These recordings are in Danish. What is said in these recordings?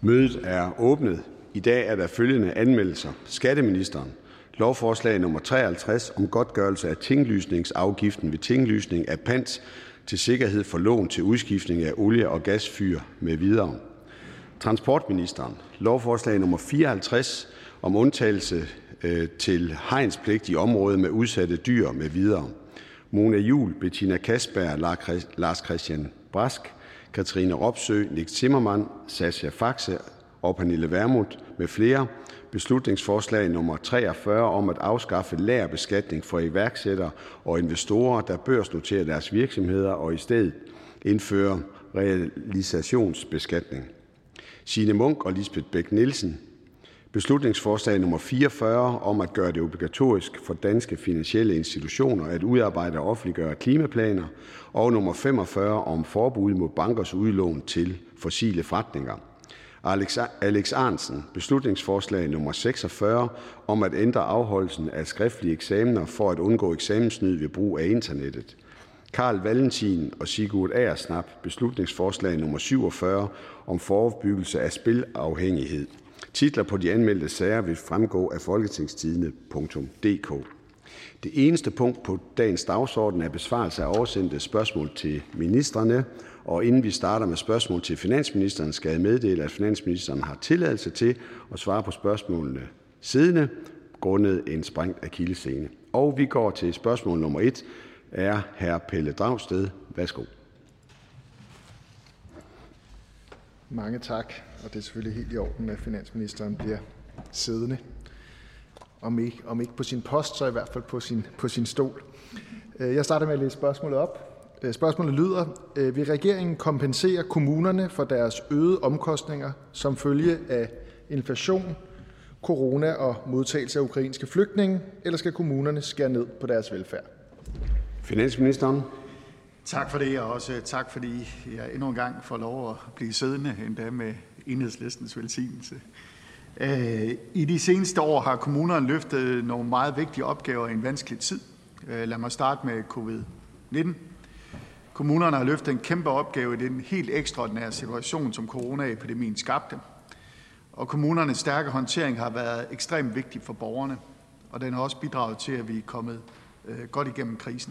Mødet er åbnet. I dag er der følgende anmeldelser. Skatteministeren. Lovforslag nummer 53 om godtgørelse af tinglysningsafgiften ved tinglysning af pant til sikkerhed for lån til udskiftning af olie- og gasfyr med videre. Transportministeren. Lovforslag nummer 54 om undtagelse til hegnspligt i området med udsatte dyr med videre. Mona Juul, Bettina Kastberg, Lars Christian Brask, Katrine Robsøe, Nick Zimmermann, Sascha Faxe og Pernille Vermund med flere. Beslutningsforslag nummer 43 om at afskaffe lagerbeskatning for iværksættere og investorer, der børsnoterer deres virksomheder og i stedet indføre realisationsbeskatning. Signe Munk og Lisbeth Bech-Nielsen. Beslutningsforslag nummer 44 om at gøre det obligatorisk for danske finansielle institutioner at udarbejde og offentliggøre klimaplaner. Og nummer 45 om forbud mod bankers udlån til fossile forretninger. Alex Ahrendtsen. Beslutningsforslag nummer 46 om at ændre afholdelsen af skriftlige eksamener for at undgå eksamenssnyd ved brug af internettet. Carl Valentin og Sigurd Agersnap. Beslutningsforslag nummer 47 om forebyggelse af spilafhængighed. Titler på de anmeldte sager vil fremgå af folketingstidende.dk. Det eneste punkt på dagens dagsorden er besvarelse af oversendte spørgsmål til ministrene. Og inden vi starter med spørgsmål til finansministeren, skal jeg meddele, at finansministeren har tilladelse til at svare på spørgsmålene siddende, grundet en sprængt akillessene. Og vi går til spørgsmål nummer 1 er hr. Pelle Dragsted. Værsgo. Mange tak, og det er selvfølgelig helt i orden, at finansministeren bliver siddende. Om ikke på sin post, så i hvert fald på sin stol. Jeg starter med at læse spørgsmålet op. Spørgsmålet lyder: vil regeringen kompensere kommunerne for deres øgede omkostninger som følge af inflation, corona og modtagelse af ukrainske flygtninge, eller skal kommunerne skære ned på deres velfærd? Finansministeren. Tak for det, og også tak, fordi jeg endnu en gang får lov at blive siddende, endda med Enhedslistens velsignelse. I de seneste år har kommunerne løftet nogle meget vigtige opgaver i en vanskelig tid. Lad mig starte med covid-19. Kommunerne har løftet en kæmpe opgave i den helt ekstraordinære situation, som coronaepidemien skabte. Og kommunernes stærke håndtering har været ekstremt vigtig for borgerne, og den har også bidraget til, at vi er kommet godt igennem krisen.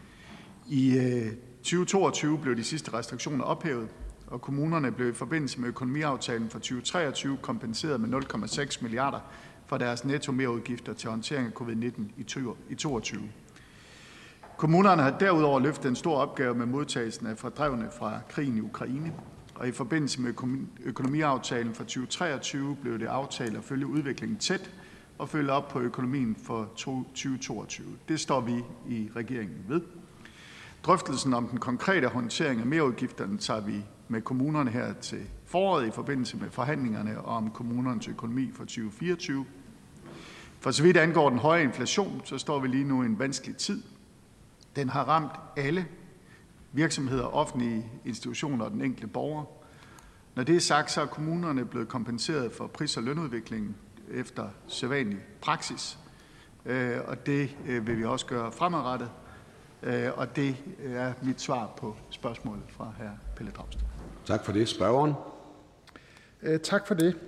I 2022 blev de sidste restriktioner ophævet, og kommunerne blev i forbindelse med økonomiaftalen for 2023 kompenseret med 0,6 milliarder for deres netto merudgifter til håndtering af covid-19 i 2022. Kommunerne har derudover løftet en stor opgave med modtagelsen af fordrevne fra krigen i Ukraine, og i forbindelse med økonomiaftalen for 2023 blev det aftalt at følge udviklingen tæt og følge op på økonomien for 2022. Det står vi i regeringen ved. Drøftelsen om den konkrete håndtering af merudgifterne tager vi med kommunerne her til foråret i forbindelse med forhandlingerne om kommunernes økonomi for 2024. For så vidt angår den høje inflation, så står vi lige nu i en vanskelig tid. Den har ramt alle virksomheder, offentlige institutioner og den enkelte borger. Når det er sagt, så er kommunerne blevet kompenseret for pris- og lønudviklingen efter sædvanlig praksis, og det vil vi også gøre fremadrettet. Og det er mit svar på spørgsmålet fra hr. Pelle Dragsted. Tak for det. Spørgeren. Tak for det.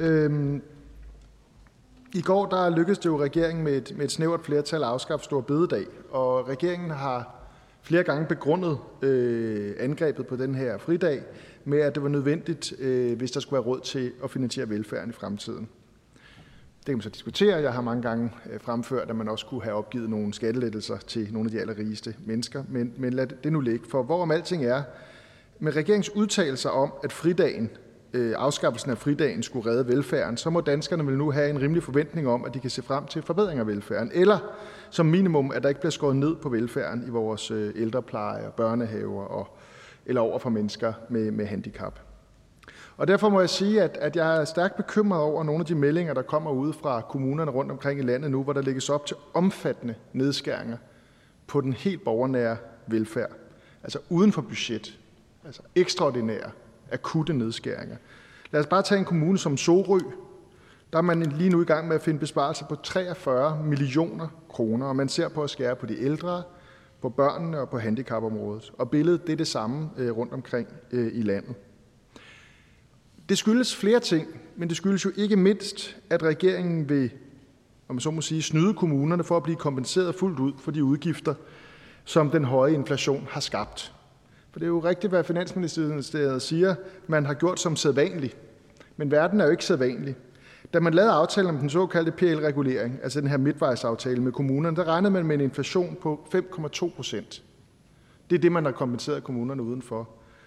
I går der lykkedes det jo regeringen med et snævert flertal at afskaffe store bededag, og regeringen har flere gange begrundet angrebet på den her fridag med, at det var nødvendigt, hvis der skulle være råd til at finansiere velfærden i fremtiden. Det kan man så diskutere. Jeg har mange gange fremført, at man også kunne have opgivet nogle skattelettelser til nogle af de allerrigeste mennesker, men lad det nu ligge. For hvorom alting er, med regeringens udtalelser om, at afskaffelsen af fridagen skulle redde velfærden, så må danskerne vel nu have en rimelig forventning om, at de kan se frem til forbedring af velfærden, eller som minimum, at der ikke bliver skåret ned på velfærden i vores ældrepleje og børnehaver eller over for mennesker med handicap. Og derfor må jeg sige, at jeg er stærkt bekymret over nogle af de meldinger, der kommer ude fra kommunerne rundt omkring i landet nu, hvor der lægges op til omfattende nedskæringer på den helt borgernære velfærd. Altså uden for budget. Altså ekstraordinære, akutte nedskæringer. Lad os bare tage en kommune som Sorø. Der er man lige nu i gang med at finde besparelser på 43 millioner kroner, og man ser på at skære på de ældre, på børnene og på handicapområdet. Og billedet det er det samme rundt omkring i landet. Det skyldes flere ting, men det skyldes jo ikke mindst, at regeringen vil, om man så må sige, snyde kommunerne for at blive kompenseret fuldt ud for de udgifter, som den høje inflation har skabt. For det er jo rigtigt, hvad Finansministeriet siger, man har gjort som sædvanligt. Men verden er jo ikke sædvanlig. Da man lavede aftalen om den såkaldte PL-regulering, altså den her midtvejsaftale med kommunerne, der regnede man med en inflation på 5,2%. Det er det, man har kompenseret kommunerne udenfor,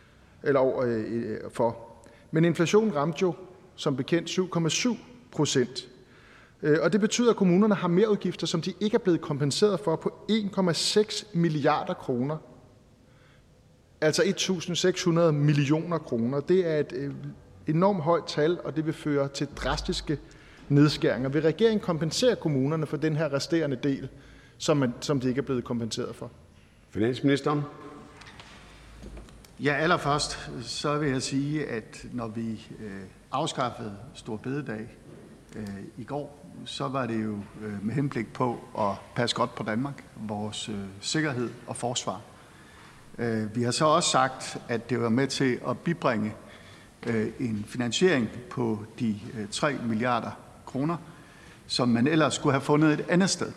for. Men inflationen ramte jo som bekendt 7,7%. Og det betyder, at kommunerne har merudgifter, som de ikke er blevet kompenseret for, på 1,6 milliarder kroner. Altså 1.600 millioner kroner. Det er et enormt højt tal, og det vil føre til drastiske nedskæringer. Vil regeringen kompensere kommunerne for den her resterende del, som de ikke er blevet kompenseret for? Finansministeren. Ja, allerførst så vil jeg sige, at når vi afskaffede Store Bededag i går, så var det jo med henblik på at passe godt på Danmark, vores sikkerhed og forsvar. Vi har så også sagt, at det var med til at bibringe en finansiering på de 3 milliarder kroner, som man ellers skulle have fundet et andet sted.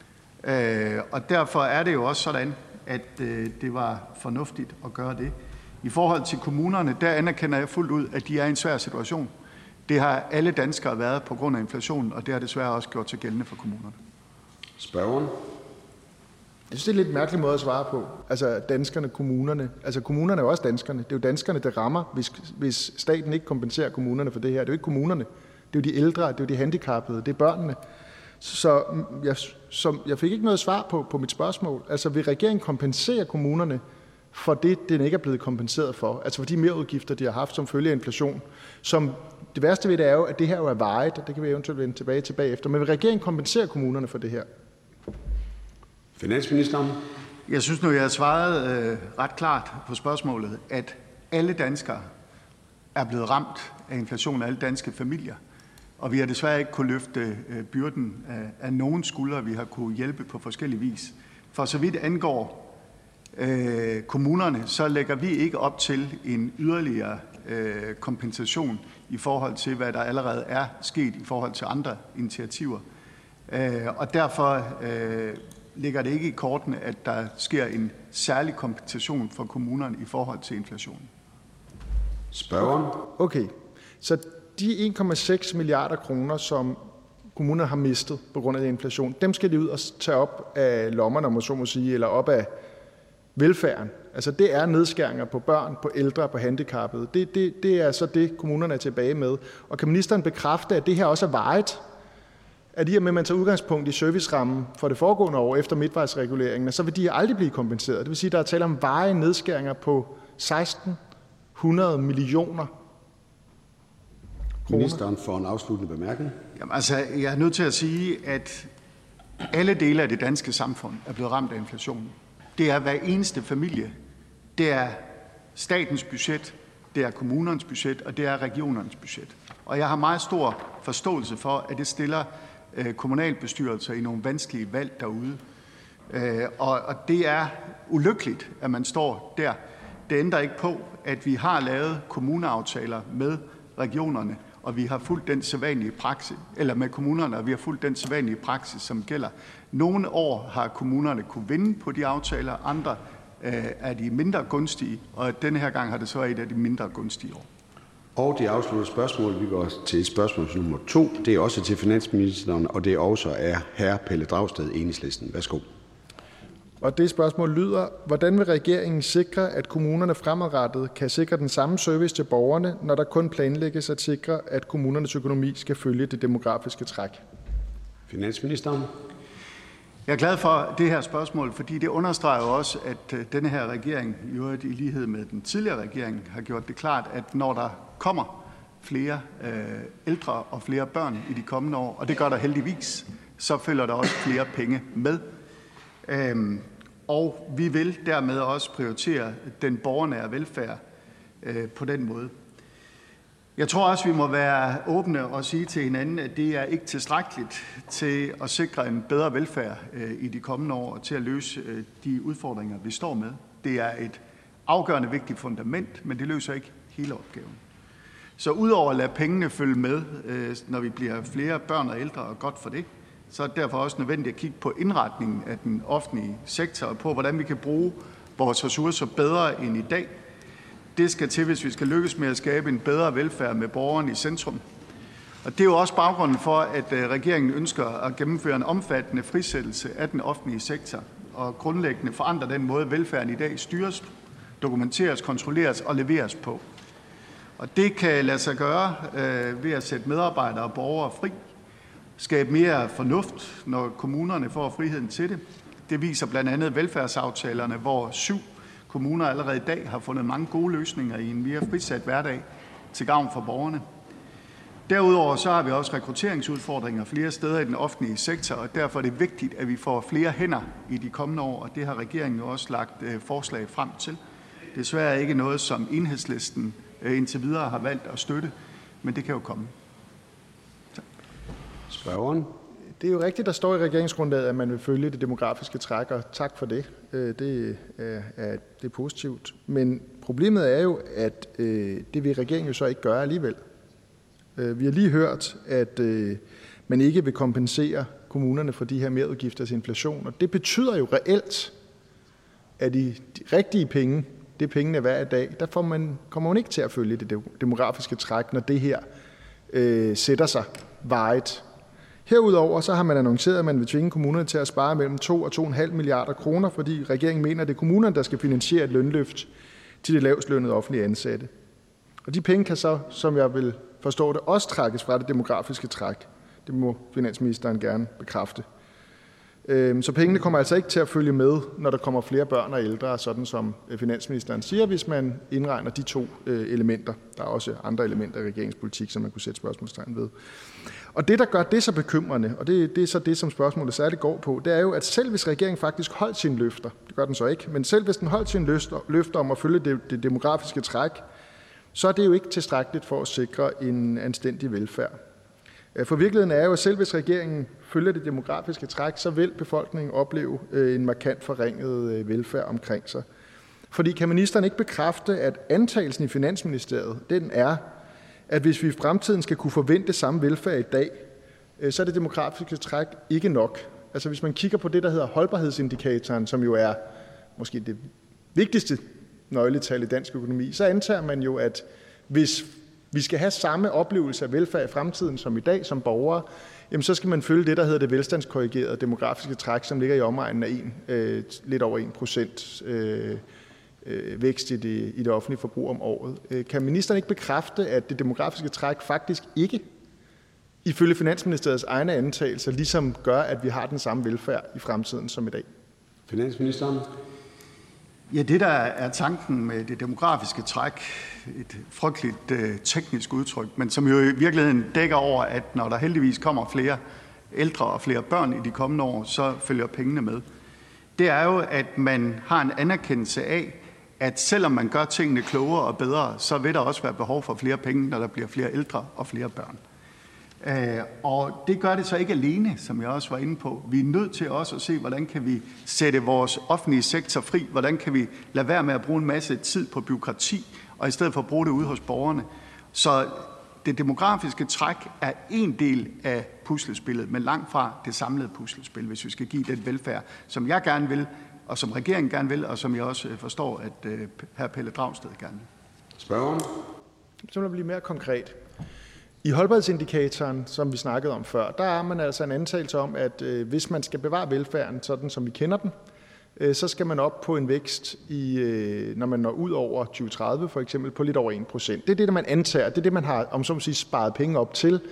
Og derfor er det jo også sådan, at det var fornuftigt at gøre det. I forhold til kommunerne, der anerkender jeg fuldt ud, at de er i en svær situation. Det har alle danskere været på grund af inflationen, og det har desværre også gjort sig gældende for kommunerne. Spørgeren. Jeg synes, det er en lidt mærkelig måde at svare på. Altså danskerne, kommunerne. Altså kommunerne er jo også danskerne. Det er jo danskerne, der rammer, hvis staten ikke kompenserer kommunerne for det her. Det er jo ikke kommunerne. Det er jo de ældre, det er jo de handicappede, det er børnene. Så jeg fik ikke noget svar på mit spørgsmål. Altså vil regeringen kompensere kommunerne for det, den ikke er blevet kompenseret for? Altså for de merudgifter, de har haft som følge af inflation. Som det værste ved det er jo, at det her jo er varigt, og det kan vi eventuelt vende tilbage til bagefter. Men vil regeringen kompensere kommunerne for det her? Finansministeren. Jeg synes nu, jeg har svaret ret klart på spørgsmålet, at alle danskere er blevet ramt af inflation, alle danske familier. Og vi har desværre ikke kunne løfte byrden af nogen skuldre, vi har kunne hjælpe på forskellig vis. For så vidt angår kommunerne, så lægger vi ikke op til en yderligere kompensation i forhold til, hvad der allerede er sket i forhold til andre initiativer. Og derfor ligger det ikke i kortene, at der sker en særlig kompensation for kommunerne i forhold til inflationen. Spørgeren. Okay, så de 1,6 milliarder kroner, som kommunerne har mistet på grund af inflation, dem skal de ud og tage op af lommerne, om man så må sige, eller op af velfærden. Altså det er nedskæringer på børn, på ældre, på handicappede. Det er så det, kommunerne er tilbage med. Og kan ministeren bekræfte, at det her også er varigt? At i og med, at man tager udgangspunkt i servicerammen for det foregående år efter midtvejsreguleringen, så vil de aldrig blive kompenseret. Det vil sige, at der er tale om varige nedskæringer på 1.600 millioner kroner. Ministeren for en afsluttende bemærkning. Jamen, altså, jeg er nødt til at sige, at alle dele af det danske samfund er blevet ramt af inflationen. Det er hver eneste familie. Det er statens budget, det er kommunernes budget, og det er regionernes budget. Og jeg har meget stor forståelse for, at det stiller kommunalbestyrelser i nogle vanskelige valg derude. Og det er ulykkeligt, at man står der. Det ændrer ikke på, at vi har lavet kommuneaftaler med regionerne, og vi har fulgt den sædvanlige praksis, eller med kommunerne, og vi har fulgt den sædvanlige praksis, som gælder. Nogle år har kommunerne kunne vinde på de aftaler, andre er de mindre gunstige, og denne her gang har det så været et af de mindre gunstige år. Og det afslutter spørgsmål. Vi går til spørgsmål nummer 2. Det er også til finansministeren, og det er også af hr. Pelle Dragsted, Enhedslisten. Værsgo. Og det spørgsmål lyder: hvordan vil regeringen sikre, at kommunerne fremadrettet kan sikre den samme service til borgerne, når der kun planlægges at sikre, at kommunernes økonomi skal følge det demografiske træk? Finansministeren. Jeg er glad for det her spørgsmål, fordi det understreger jo også, at denne her regering, i øvrigt i lighed med den tidligere regering, har gjort det klart, at når der kommer flere ældre og flere børn i de kommende år, og det gør der heldigvis, så følger der også flere penge med. Og vi vil dermed også prioritere den borgernære velfærd på den måde. Jeg tror også, vi må være åbne og sige til hinanden, at det er ikke tilstrækkeligt til at sikre en bedre velfærd i de kommende år og til at løse de udfordringer, vi står med. Det er et afgørende vigtigt fundament, men det løser ikke hele opgaven. Så udover at lade pengene følge med, når vi bliver flere børn og ældre, og godt for det, så er det derfor også nødvendigt at kigge på indretningen af den offentlige sektor, og på hvordan vi kan bruge vores ressourcer bedre end i dag. Det skal til, hvis vi skal lykkes med at skabe en bedre velfærd med borgerne i centrum. Og det er jo også baggrunden for, at regeringen ønsker at gennemføre en omfattende frisættelse af den offentlige sektor og grundlæggende forandre den måde, velfærden i dag styres, dokumenteres, kontrolleres og leveres på. Og det kan lade sig gøre ved at sætte medarbejdere og borgere fri, skabe mere fornuft, når kommunerne får friheden til det. Det viser blandt andet velfærdsaftalerne, hvor 7 kommuner allerede i dag har fundet mange gode løsninger i en mere frisat hverdag til gavn for borgerne. Derudover så har vi også rekrutteringsudfordringer flere steder i den offentlige sektor, og derfor er det vigtigt, at vi får flere hænder i de kommende år, og det har regeringen jo også lagt forslag frem til. Desværre ikke noget, som Enhedslisten indtil videre har valgt at støtte, men det kan jo komme. Spørgeren. Det er jo rigtigt, der står i regeringsgrundlaget, at man vil følge det demografiske træk, og tak for det. Det er positivt. Men problemet er jo, at det vil regeringen jo så ikke gøre alligevel. Vi har lige hørt, at man ikke vil kompensere kommunerne for de her merudgifter til inflation, og det betyder jo reelt, at de rigtige penge, det pengene er værd i dag, der kommer man ikke til at følge det demografiske træk, når det her sætter sig varigt. Herudover så har man annonceret, at man vil tvinge kommunerne til at spare mellem 2 og 2,5 milliarder kroner, fordi regeringen mener, at det er kommunerne, der skal finansiere et lønløft til de lavestlønnede offentlige ansatte. Og de penge kan så, som jeg vil forstå det, også trækkes fra det demografiske træk. Det må finansministeren gerne bekræfte. Så pengene kommer altså ikke til at følge med, når der kommer flere børn og ældre, sådan som finansministeren siger, hvis man indregner de 2 elementer. Der er også andre elementer i regeringspolitik, som man kunne sætte spørgsmålstegn ved. Og det, der gør det så bekymrende, og det er så det, som spørgsmålet særligt går på, det er jo, at selv hvis regeringen faktisk holdt sine løfter, det gør den så ikke, men selv hvis den holdt sine løfter om at følge det demografiske træk, så er det jo ikke tilstrækkeligt for at sikre en anstændig velfærd. For virkeligheden er jo, at selv hvis regeringen følger det demografiske træk, så vil befolkningen opleve en markant forringet velfærd omkring sig. Fordi kan ministeren ikke bekræfte, at antagelsen i Finansministeriet, den er, at hvis vi i fremtiden skal kunne forvente samme velfærd i dag, så er det demografiske træk ikke nok. Altså hvis man kigger på det, der hedder holdbarhedsindikatoren, som jo er måske det vigtigste nøgletal i dansk økonomi, så antager man jo, at hvis vi skal have samme oplevelse af velfærd i fremtiden som i dag som borgere, jamen så skal man følge det, der hedder det velstandskorrigerede demografiske træk, som ligger i omegnen af lidt over 1% vækst i det offentlige forbrug om året. Kan ministeren ikke bekræfte, at det demografiske træk faktisk ikke, ifølge Finansministeriets egne antagelser, ligesom gør, at vi har den samme velfærd i fremtiden som i dag? Finansministeren. Ja, det der er tanken med det demografiske træk, et frygteligt teknisk udtryk, men som jo i virkeligheden dækker over, at når der heldigvis kommer flere ældre og flere børn i de kommende år, så følger pengene med. Det er jo, at man har en anerkendelse af, at selvom man gør tingene klogere og bedre, så vil der også være behov for flere penge, når der bliver flere ældre og flere børn. Og det gør det så ikke alene, som jeg også var inde på. Vi er nødt til også at se, hvordan kan vi sætte vores offentlige sektor fri, hvordan kan vi lade være med at bruge en masse tid på bureaukrati, og i stedet for at bruge det ude hos borgerne. Så det demografiske træk er en del af puslespillet, men langt fra det samlede puslespil, hvis vi skal give den velfærd, som jeg gerne vil, og som regeringen gerne vil, og som jeg også forstår, at hr. Pelle Dragsted gerne vil. Spørgeren. Så må det blive mere konkret. I holdbarhedsindikatoren, som vi snakkede om før, der er man altså en antagelse om, at hvis man skal bevare velfærden, sådan som vi kender den, så skal man op på en vækst, når man når ud over 2030 for eksempel, på lidt over 1%. Det er det, man antager. Det er det, man har, om så må sige, sparet penge op til.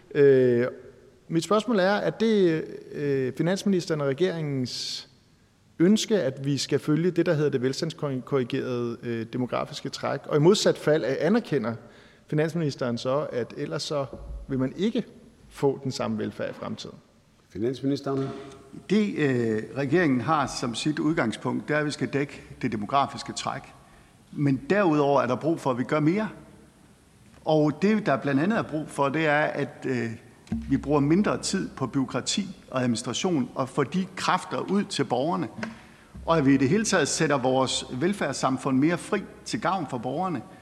Mit spørgsmål er, at det finansministeren og regeringens ønske, at vi skal følge det, der hedder det velstandskorrigerede demografiske træk, og i modsat fald anerkender finansministeren så, at ellers så vil man ikke få den samme velfærd i fremtiden? Finansministeren. Det regeringen har som sit udgangspunkt, det er, at vi skal dække det demografiske træk. Men derudover er der brug for, at vi gør mere. Og det, der blandt andet er brug for, det er, at vi bruger mindre tid på bureaukrati og administration og får de kræfter ud til borgerne. Og at vi i det hele taget sætter vores velfærdssamfund mere fri til gavn for borgerne.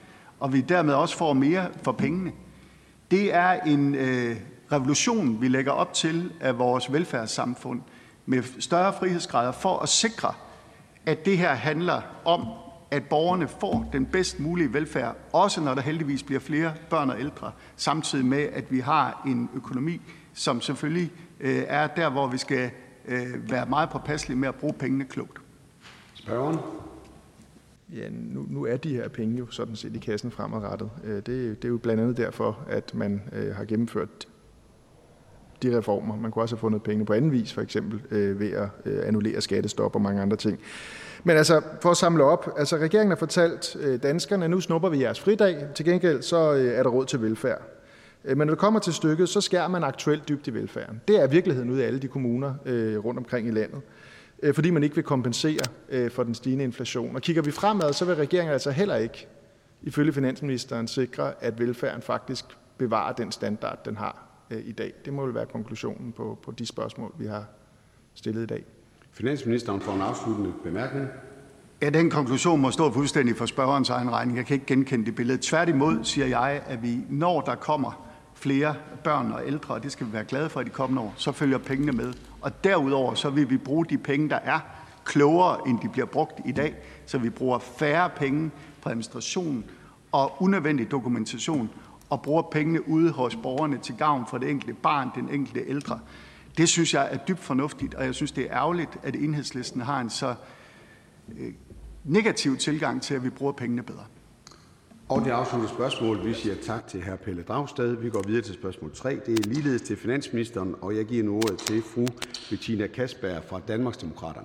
og vi dermed også får mere for pengene. Det er en revolution, vi lægger op til af vores velfærdssamfund med større frihedsgrader for at sikre, at det her handler om, at borgerne får den bedst mulige velfærd, også når der heldigvis bliver flere børn og ældre, samtidig med, at vi har en økonomi, som selvfølgelig er der, hvor vi skal være meget påpasselige med at bruge pengene klogt. Spørgeren? Ja, nu er de her penge jo sådan set i kassen fremadrettet. Det er jo blandt andet derfor, at man har gennemført de reformer. Man kunne også have fundet penge på anden vis, for eksempel ved at annullere skattestop og mange andre ting. Men altså, for at samle op, altså regeringen har fortalt danskerne, nu snupper vi jeres fridag, til gengæld så er der råd til velfærd. Men når det kommer til stykket, så skærer man aktuelt dybt i velfærden. Det er virkeligheden ude af alle de kommuner rundt omkring i landet, fordi man ikke vil kompensere for den stigende inflation. Og kigger vi fremad, så vil regeringen altså heller ikke, ifølge finansministeren, sikre, at velfærden faktisk bevarer den standard, den har i dag. Det må vel være konklusionen på de spørgsmål, vi har stillet i dag. Finansministeren får en afsluttende bemærkning. Ja, den konklusion må stå fuldstændig for spørgerens egen regning. Jeg kan ikke genkende det billede. Tværtimod siger jeg, at vi, når der kommer flere børn og ældre, og det skal vi være glade for i de kommende år, så følger pengene med. Og derudover så vil vi bruge de penge, der er, klogere, end de bliver brugt i dag, så vi bruger færre penge på administration og unødvendig dokumentation, og bruger pengene ude hos borgerne til gavn for det enkelte barn, den enkelte ældre. Det synes jeg er dybt fornuftigt, og jeg synes, det er ærgerligt, at Enhedslisten har en så negativ tilgang til, at vi bruger pengene bedre. Og det afslutter spørgsmål. Vi siger tak til hr. Pelle Dragsted. Vi går videre til spørgsmål 3. Det er ligeledes til finansministeren, og jeg giver nu ordet til fru Betina Kastbjerg fra Danmarksdemokraterne.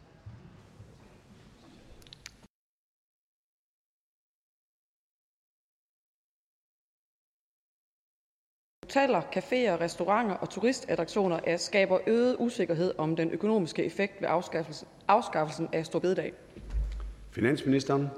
Hoteller, caféer, restauranter og turistattraktioner skaber øget usikkerhed om den økonomiske effekt ved afskaffelsen af store bededag. Finansministeren.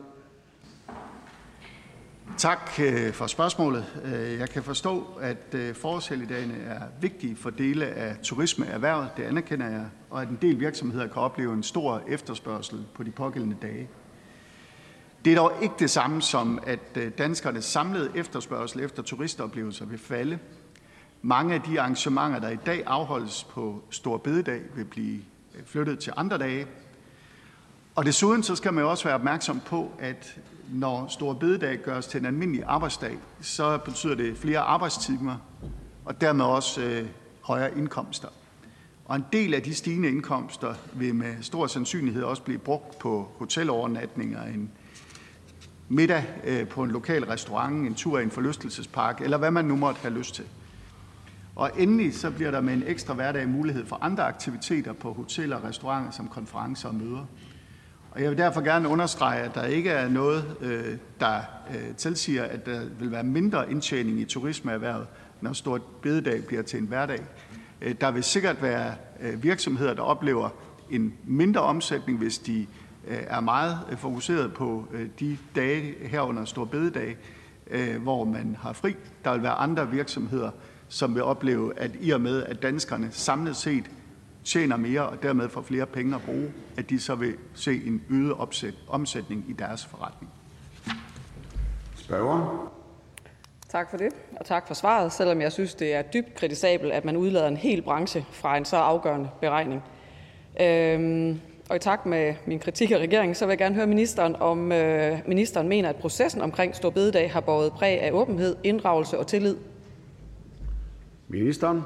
Tak for spørgsmålet. Jeg kan forstå, at forårshelligdagene er vigtige for dele af turismeerhvervet. Det anerkender jeg, og at en del virksomheder kan opleve en stor efterspørgsel på de pågældende dage. Det er dog ikke det samme som, at danskernes samlede efterspørgsel efter turistoplevelser vil falde. Mange af de arrangementer, der i dag afholdes på store bededag, vil blive flyttet til andre dage. Og desuden så skal man jo også være opmærksom på, at når store bededag gøres til en almindelig arbejdsdag, så betyder det flere arbejdstimer og dermed også højere indkomster. Og en del af de stigende indkomster vil med stor sandsynlighed også blive brugt på hotelovernatninger, en middag på en lokal restaurant, en tur i en forlystelsespark, eller hvad man nu måtte have lyst til. Og endelig så bliver der med en ekstra hverdag mulighed for andre aktiviteter på hoteller og restauranter som konferencer og møder. Og jeg vil derfor gerne understrege, at der ikke er noget, der tilsiger, at der vil være mindre indtjening i turismeerhvervet, når stort bededag bliver til en hverdag. Der vil sikkert være virksomheder, der oplever en mindre omsætning, hvis de er meget fokuseret på de dage herunder stor bededag, hvor man har fri. Der vil være andre virksomheder, som vil opleve, at i og med, at danskerne samlet set tjener mere og dermed får flere penge at bruge, at de så vil se en øget omsætning i deres forretning. Spørgeren. Tak for det, og tak for svaret, selvom jeg synes, det er dybt kritisabelt, at man udlader en hel branche fra en så afgørende beregning. Og i takt med min kritik af regeringen, så vil jeg gerne høre ministeren, om ministeren mener, at processen omkring store bededag har båret præg af åbenhed, inddragelse og tillid. Ministeren.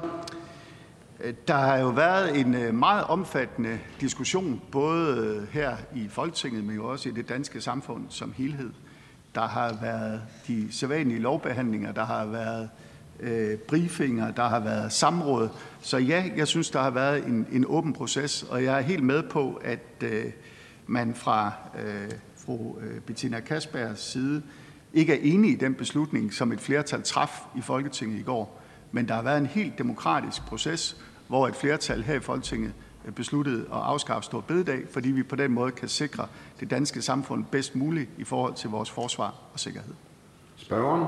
Der har jo været en meget omfattende diskussion, både her i Folketinget, men jo også i det danske samfund som helhed. Der har været de sædvanlige lovbehandlinger, der har været briefinger, der har været samråd. Så ja, jeg synes, der har været en åben proces, og jeg er helt med på, at man fra fru Betina Kastbjergs side ikke er enig i den beslutning, som et flertal traf i Folketinget i går. Men der har været en helt demokratisk proces, hvor et flertal her i Folketinget besluttede at afskaffe store bededag, fordi vi på den måde kan sikre det danske samfund bedst muligt i forhold til vores forsvar og sikkerhed. Spørgeren.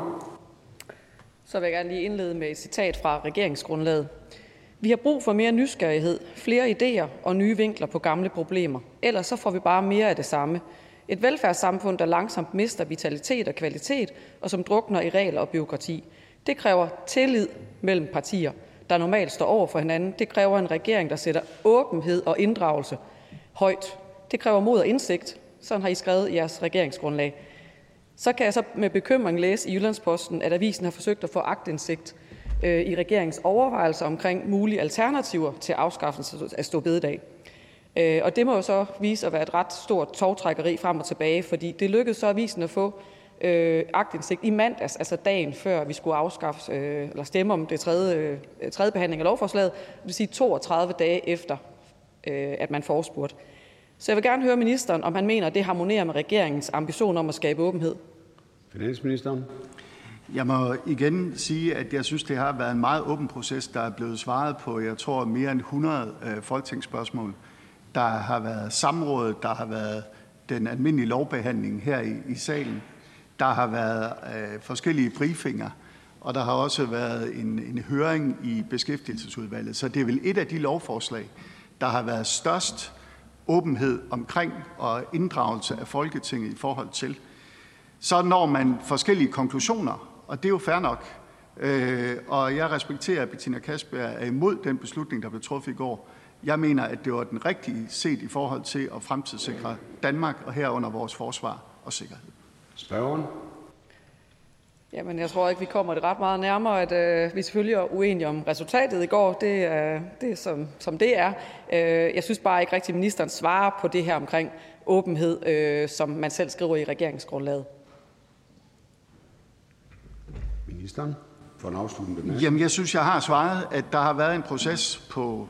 Så vil jeg gerne lige indlede med et citat fra regeringsgrundlaget. Vi har brug for mere nysgerrighed, flere idéer og nye vinkler på gamle problemer. Ellers så får vi bare mere af det samme. Et velfærdssamfund, der langsomt mister vitalitet og kvalitet, og som drukner i regler og bureaukrati. Det kræver tillid mellem partier, der normalt står over for hinanden. Det kræver en regering, der sætter åbenhed og inddragelse højt. Det kræver mod og indsigt. Sådan har I skrevet i jeres regeringsgrundlag. Så kan jeg så med bekymring læse i Jyllandsposten, at avisen har forsøgt at få aktindsigt i regeringens overvejelser omkring mulige alternativer til afskaffelse af store bededag. Og det må jo så vise at være et ret stort tovtrækkeri frem og tilbage, fordi det lykkedes så avisen at få aktindsigt i mandags, altså dagen før vi skulle afskaffe eller stemme om det tredje behandling af lovforslaget, det vil sige 32 dage efter, at man forespurgte. Så jeg vil gerne høre ministeren, om han mener, at det harmonerer med regeringens ambition om at skabe åbenhed. Finansministeren. Jeg må igen sige, at jeg synes, det har været en meget åben proces, der er blevet svaret på, jeg tror, mere end 100 folketingsspørgsmål. Der har været samråd, der har været den almindelige lovbehandling her i salen, der har været forskellige briefinger, og der har også været en høring i Beskæftigelsesudvalget. Så det er vel et af de lovforslag, der har været størst åbenhed omkring og inddragelse af Folketinget i forhold til. Så når man forskellige konklusioner, og det er jo fair nok, og jeg respekterer, at Betina Kastbjerg er imod den beslutning, der blev truffet i går. Jeg mener, at det var den rigtige set i forhold til at fremtidssikre Danmark og herunder vores forsvar og sikkerhed. Spørgeren. Jamen, jeg tror ikke, vi kommer det ret meget nærmere, at vi selvfølgelig er uenige om resultatet i går. Det er som det er. Jeg synes bare ikke rigtig, at ministeren svarer på det her omkring åbenhed, som man selv skriver i regeringsgrundlaget. Ministeren for en afsluttende bemærkning. Jamen, jeg synes, jeg har svaret, at der har været en proces på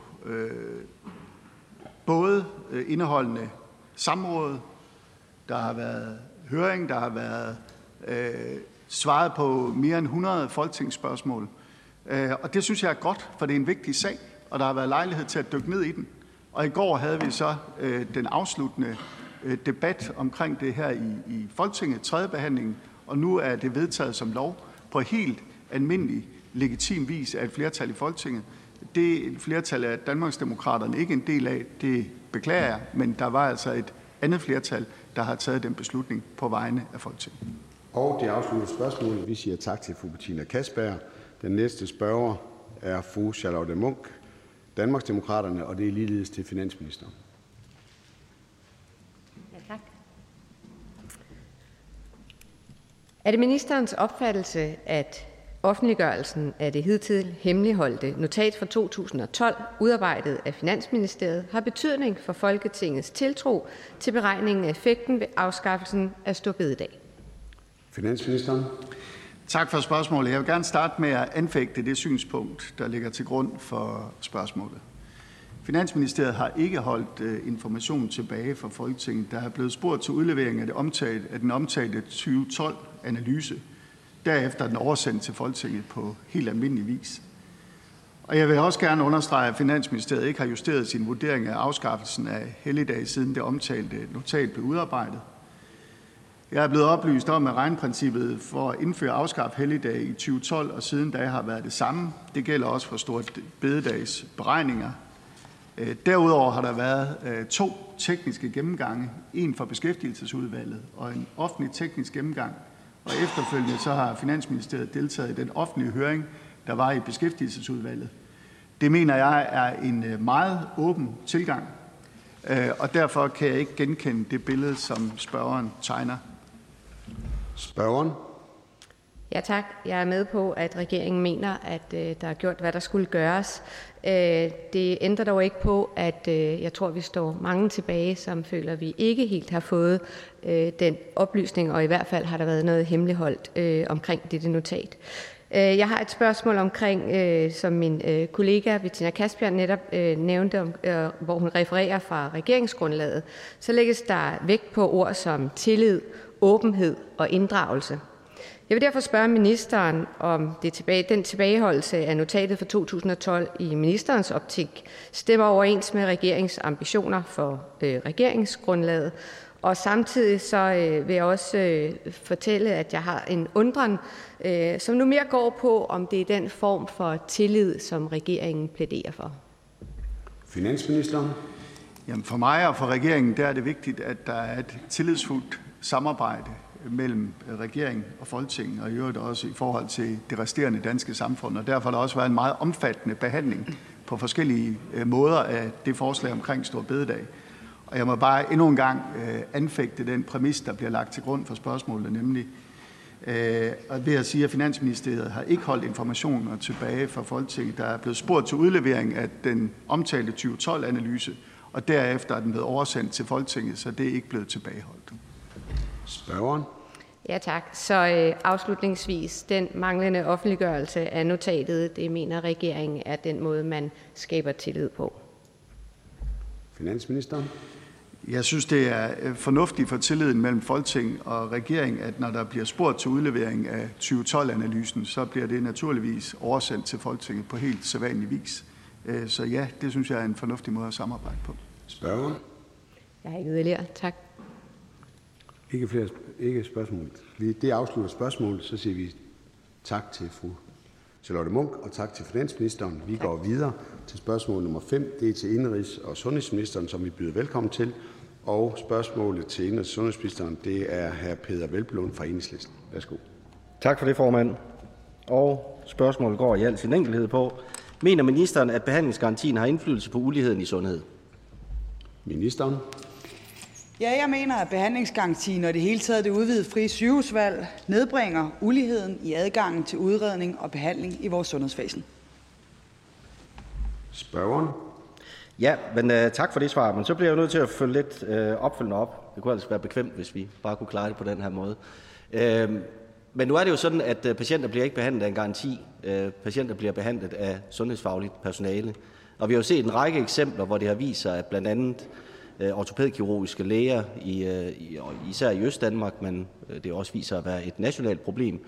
både indeholdende samråd, der har været høring, der har været svaret på mere end 100 folketingsspørgsmål. Og det synes jeg er godt, for det er en vigtig sag, og der har været lejlighed til at dykke ned i den. Og i går havde vi så den afsluttende debat omkring det her i Folketinget, tredje behandling, og nu er det vedtaget som lov på helt almindelig legitim vis af et flertal i Folketinget. Det flertal er Danmarksdemokraterne ikke en del af, det beklager jeg, men der var altså et andet flertal, der har taget den beslutning på vegne af Folketinget. Og det afslutter spørgsmålet. Vi siger tak til fru Betina Kastbjerg. Den næste spørger er fru Charlotte Munch, Danmarksdemokraterne, og det er ligeledes til finansministeren. Ja, tak. Er det ministerens opfattelse, at offentliggørelsen af det hidtil hemmeligholdte notat fra 2012, udarbejdet af Finansministeriet, har betydning for Folketingets tiltro til beregningen af effekten ved afskaffelsen af store bededag? Finansministeren. Tak for spørgsmålet. Jeg vil gerne starte med at anfægte det synspunkt, der ligger til grund for spørgsmålet. Finansministeriet har ikke holdt information tilbage fra Folketinget. Der er blevet spurgt til udlevering af den omtalte 2012-analyse. Derefter er den oversendt til Folketinget på helt almindelig vis. Og jeg vil også gerne understrege, at Finansministeriet ikke har justeret sin vurdering af afskaffelsen af helligdag, siden det omtalte notat blev udarbejdet. Jeg er blevet oplyst om, at regneprincippet for at indføre afskaffe helligdag i 2012 og siden da har været det samme. Det gælder også for store bededags beregninger. Derudover har der været 2 tekniske gennemgange, en for Beskæftigelsesudvalget og en offentlig teknisk gennemgang. Og efterfølgende så har Finansministeriet deltaget i den offentlige høring, der var i Beskæftigelsesudvalget. Det mener jeg er en meget åben tilgang, og derfor kan jeg ikke genkende det billede, som spørgeren tegner. Spørgeren. Ja, tak. Jeg er med på, at regeringen mener, at der er gjort, hvad der skulle gøres. Det ændrer dog ikke på, at jeg tror, vi står mange tilbage, som føler, at vi ikke helt har fået den oplysning, og i hvert fald har der været noget hemmeligholdt omkring dette notat. Jeg har et spørgsmål omkring, som min kollega Betina Kastbjerg netop nævnte, hvor hun refererer fra regeringsgrundlaget. Så lægges der vægt på ord som tillid, åbenhed og inddragelse. Jeg vil derfor spørge ministeren, om den tilbageholdelse af notatet fra 2012 i ministerens optik stemmer overens med regeringens ambitioner for regeringsgrundlaget. Og samtidig så vil jeg også fortælle, at jeg har en undren, som nu mere går på, om det er den form for tillid, som regeringen plæderer for. Finansministeren. Jamen for mig og for regeringen der er det vigtigt, at der er et tillidsfuldt samarbejde mellem regering og Folketing, og i øvrigt også i forhold til det resterende danske samfund. Og derfor har der også været en meget omfattende behandling på forskellige måder af det forslag omkring Store Bededag. Og jeg må bare endnu en gang anfægte den præmis, der bliver lagt til grund for spørgsmålet, nemlig ved at sige, at Finansministeriet har ikke holdt informationer tilbage fra Folketinget. Der er blevet spurgt til udlevering af den omtalte 2012-analyse, og derefter er den blevet oversendt til Folketinget, så det er ikke blevet tilbageholdt. Spørgeren. Ja, tak. Så afslutningsvis, den manglende offentliggørelse af notatet, det mener regeringen er den måde, man skaber tillid på. Finansministeren. Jeg synes, det er fornuftigt for tilliden mellem Folketing og regering, at når der bliver spurgt til udlevering af 2012-analysen, så bliver det naturligvis oversendt til Folketinget på helt sædvanlig vis. Så ja, det synes jeg er en fornuftig måde at samarbejde på. Spørgeren. Jeg har ikke yderligere. Tak. Ikke spørgsmål. Det afslutter spørgsmålet, så siger vi tak til fru Charlotte Munch og tak til finansministeren. Vi går videre til spørgsmål nummer 5. Det er til indenrigs- og sundhedsministeren, som vi byder velkommen til. Og spørgsmålet til indenrigs- og sundhedsministeren, det er hr. Peder Hvelplund fra Enhedslisten. Værsgo. Tak for det, formand. Og spørgsmålet går i al sin enkelhed på: mener ministeren, at behandlingsgarantien har indflydelse på uligheden i sundhed? Ministeren. Ja, jeg mener, at behandlingsgarantien og det hele taget det udvidede frie sygehusvalg nedbringer uligheden i adgangen til udredning og behandling i vores sundhedsvæsen. Spørgeren. Ja, men tak for det svar. Men så bliver jeg nødt til at følge lidt opfølgende op. Det kunne altså være bekvemt, hvis vi bare kunne klare det på den her måde. Men nu er det jo sådan, at patienter bliver ikke behandlet af en garanti. Patienter bliver behandlet af sundhedsfagligt personale. Og vi har jo set en række eksempler, hvor det har vist sig, at blandt andet ortopædkirurgiske læger, især i Østdanmark, men det også viser at være et nationalt problem,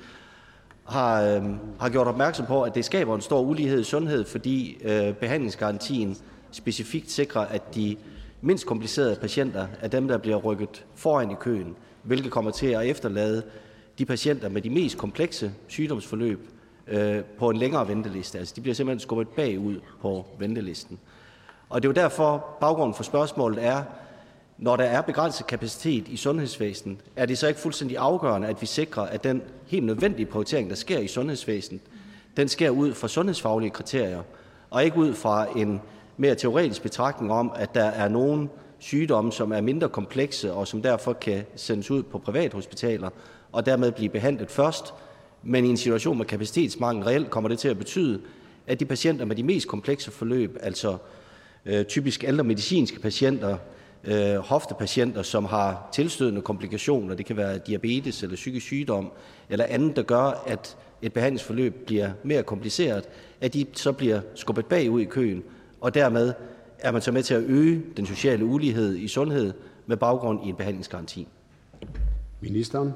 har gjort opmærksom på, at det skaber en stor ulighed i sundhed, fordi behandlingsgarantien specifikt sikrer, at de mindst komplicerede patienter er dem, der bliver rykket foran i køen, hvilket kommer til at efterlade de patienter med de mest komplekse sygdomsforløb på en længere venteliste. Altså de bliver simpelthen skubbet bagud på ventelisten. Og det er jo derfor, baggrunden for spørgsmålet er, når der er begrænset kapacitet i sundhedsvæsenet, er det så ikke fuldstændig afgørende, at vi sikrer, at den helt nødvendige prioritering, der sker i sundhedsvæsenet, den sker ud fra sundhedsfaglige kriterier, og ikke ud fra en mere teoretisk betragtning om, at der er nogle sygdomme, som er mindre komplekse, og som derfor kan sendes ud på privathospitaler, og dermed blive behandlet først. Men i en situation med kapacitetsmangel reelt kommer det til at betyde, at de patienter med de mest komplekse forløb, altså typisk ældre medicinske patienter, hoftepatienter, som har tilstødende komplikationer, det kan være diabetes eller psykisk sygdom, eller andet, der gør, at et behandlingsforløb bliver mere kompliceret, at de så bliver skubbet bagud i køen, og dermed er man så med til at øge den sociale ulighed i sundhed med baggrund i en behandlingsgaranti. Ministeren.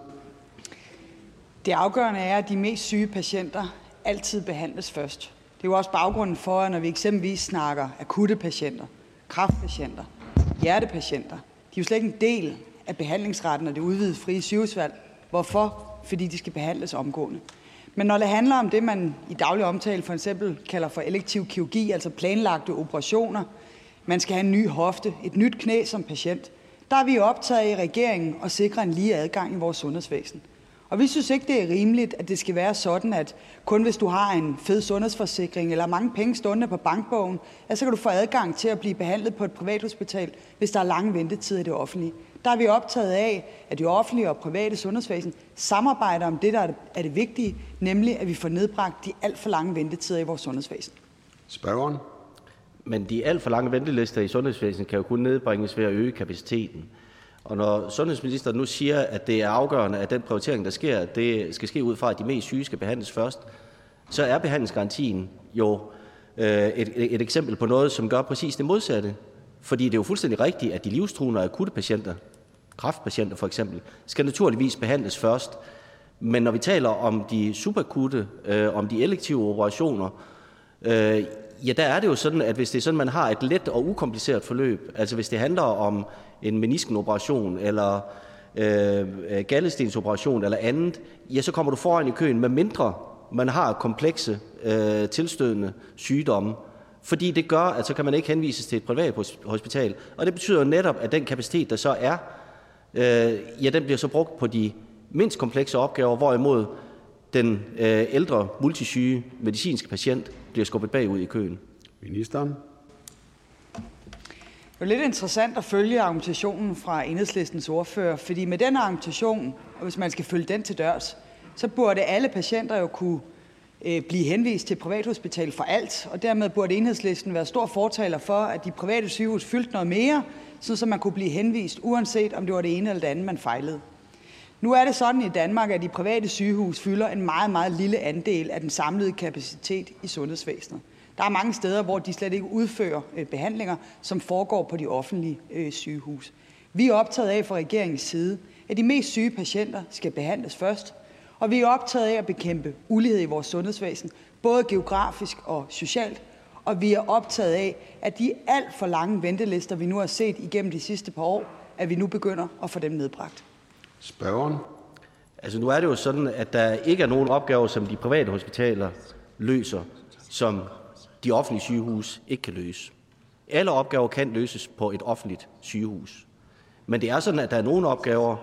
Det afgørende er, at de mest syge patienter altid behandles først. Det er jo også baggrunden for, at når vi eksempelvis snakker akutte patienter, kræftpatienter, hjertepatienter, de er jo slet ikke en del af behandlingsretten og det udvidede frie sygehusvalg. Hvorfor? Fordi de skal behandles omgående. Men når det handler om det, man i daglig omtale for eksempel kalder for elektiv kirurgi, altså planlagte operationer, man skal have en ny hofte, et nyt knæ som patient, der er vi optaget i regeringen at sikre en lige adgang i vores sundhedsvæsen. Og vi synes ikke, det er rimeligt, at det skal være sådan, at kun hvis du har en fed sundhedsforsikring eller mange penge stående på bankbogen, at så kan du få adgang til at blive behandlet på et privathospital, hvis der er lange ventetider i det offentlige. Der er vi optaget af, at det offentlige og private sundhedsvæsen samarbejder om det, der er det vigtige, nemlig at vi får nedbragt de alt for lange ventetider i vores sundhedsvæsen. Spørgeren. Men de alt for lange ventelister i sundhedsvæsenet kan jo kun nedbringes ved at øge kapaciteten. Og når sundhedsministeren nu siger, at det er afgørende, at den prioritering, der sker, det skal ske ud fra, at de mest syge skal behandles først, så er behandlingsgarantien jo et eksempel på noget, som gør præcis det modsatte. Fordi det er jo fuldstændig rigtigt, at de livstruende og akutte patienter, kræftpatienter for eksempel, skal naturligvis behandles først. Men når vi taler om de subakutte, om de elektive operationer, ja, der er det jo sådan, at hvis det er sådan, man har et let og ukompliceret forløb, altså hvis det handler om en meniskenoperation eller galdestensoperation eller andet, ja, så kommer du foran i køen, med mindre man har komplekse tilstødende sygdomme, fordi det gør, at så kan man ikke henvises til et privat hospital. Og det betyder netop, at den kapacitet, der så er, den bliver så brugt på de mindst komplekse opgaver, hvorimod den ældre, multisyge medicinske patient bliver skubbet bagud i køen. Ministeren. Det er lidt interessant at følge argumentationen fra Enhedslistens ordfører, fordi med den argumentation, og hvis man skal følge den til dørs, så burde alle patienter jo kunne blive henvist til privathospital for alt, og dermed burde Enhedslisten være stor fortaler for, at de private sygehus fyldte noget mere, så man kunne blive henvist, uanset om det var det ene eller det andet, man fejlede. Nu er det sådan i Danmark, at de private sygehus fylder en meget, meget lille andel af den samlede kapacitet i sundhedsvæsenet. Der er mange steder, hvor de slet ikke udfører behandlinger, som foregår på de offentlige sygehus. Vi er optaget af fra regeringens side, at de mest syge patienter skal behandles først, og vi er optaget af at bekæmpe ulighed i vores sundhedsvæsen, både geografisk og socialt, og vi er optaget af, at de alt for lange ventelister, vi nu har set igennem de sidste par år, at vi nu begynder at få dem nedbragt. Spørgeren. Altså nu er det jo sådan, at der ikke er nogen opgaver, som de private hospitaler løser, som de offentlige sygehus ikke kan løse. Alle opgaver kan løses på et offentligt sygehus. Men det er sådan, at der er nogle opgaver,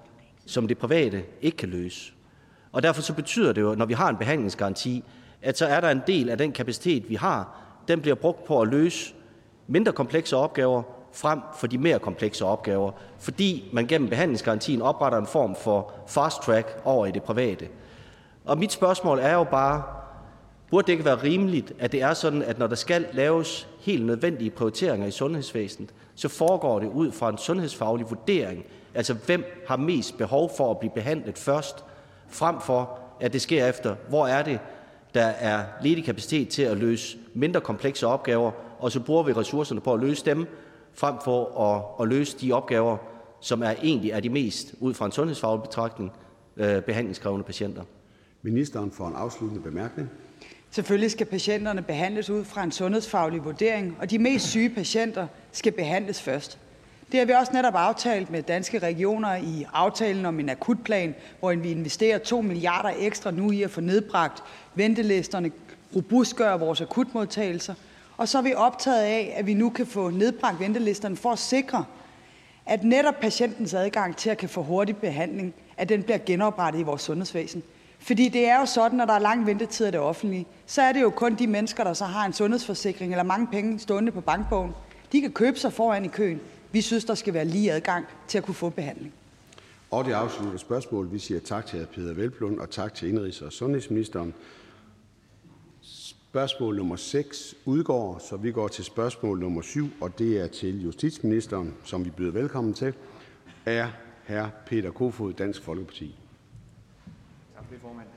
som det private ikke kan løse. Og derfor så betyder det jo, når vi har en behandlingsgaranti, at så er der en del af den kapacitet, vi har, den bliver brugt på at løse mindre komplekse opgaver frem for de mere komplekse opgaver, fordi man gennem behandlingsgarantien opretter en form for fast track over i det private. Og mit spørgsmål er jo bare, burde det ikke være rimeligt, at det er sådan, at når der skal laves helt nødvendige prioriteringer i sundhedsvæsenet, så foregår det ud fra en sundhedsfaglig vurdering, altså hvem har mest behov for at blive behandlet først, frem for at det sker efter, hvor er det, der er ledig kapacitet til at løse mindre komplekse opgaver, og så bruger vi ressourcerne på at løse dem, frem for at løse de opgaver, som egentlig er de mest, ud fra en sundhedsfaglig betragtning, behandlingskrævende patienter. Ministeren for en afsluttende bemærkning. Selvfølgelig skal patienterne behandles ud fra en sundhedsfaglig vurdering, og de mest syge patienter skal behandles først. Det har vi også netop aftalt med Danske Regioner i aftalen om en akutplan, hvor vi investerer 2 milliarder ekstra nu i at få nedbragt ventelisterne, robustgøre vores akutmodtagelser. Og så er vi optaget af, at vi nu kan få nedbragt ventelisterne for at sikre, at netop patientens adgang til at kan få hurtig behandling, at den bliver genoprettet i vores sundhedsvæsen. Fordi det er jo sådan, når der er lang ventetid af det offentlige, så er det jo kun de mennesker, der så har en sundhedsforsikring eller mange penge stående på bankbogen, de kan købe sig foran i køen. Vi synes, der skal være lige adgang til at kunne få behandling. Og det afslutter spørgsmål. Vi siger tak til hr. Peder Hvelplund og tak til indenrigs- og sundhedsministeren. Spørgsmål nummer 6 udgår, så vi går til spørgsmål nummer 7, og det er til justitsministeren, som vi byder velkommen til, er hr. Peter Kofod, Dansk Folkeparti. Tak for det, formand.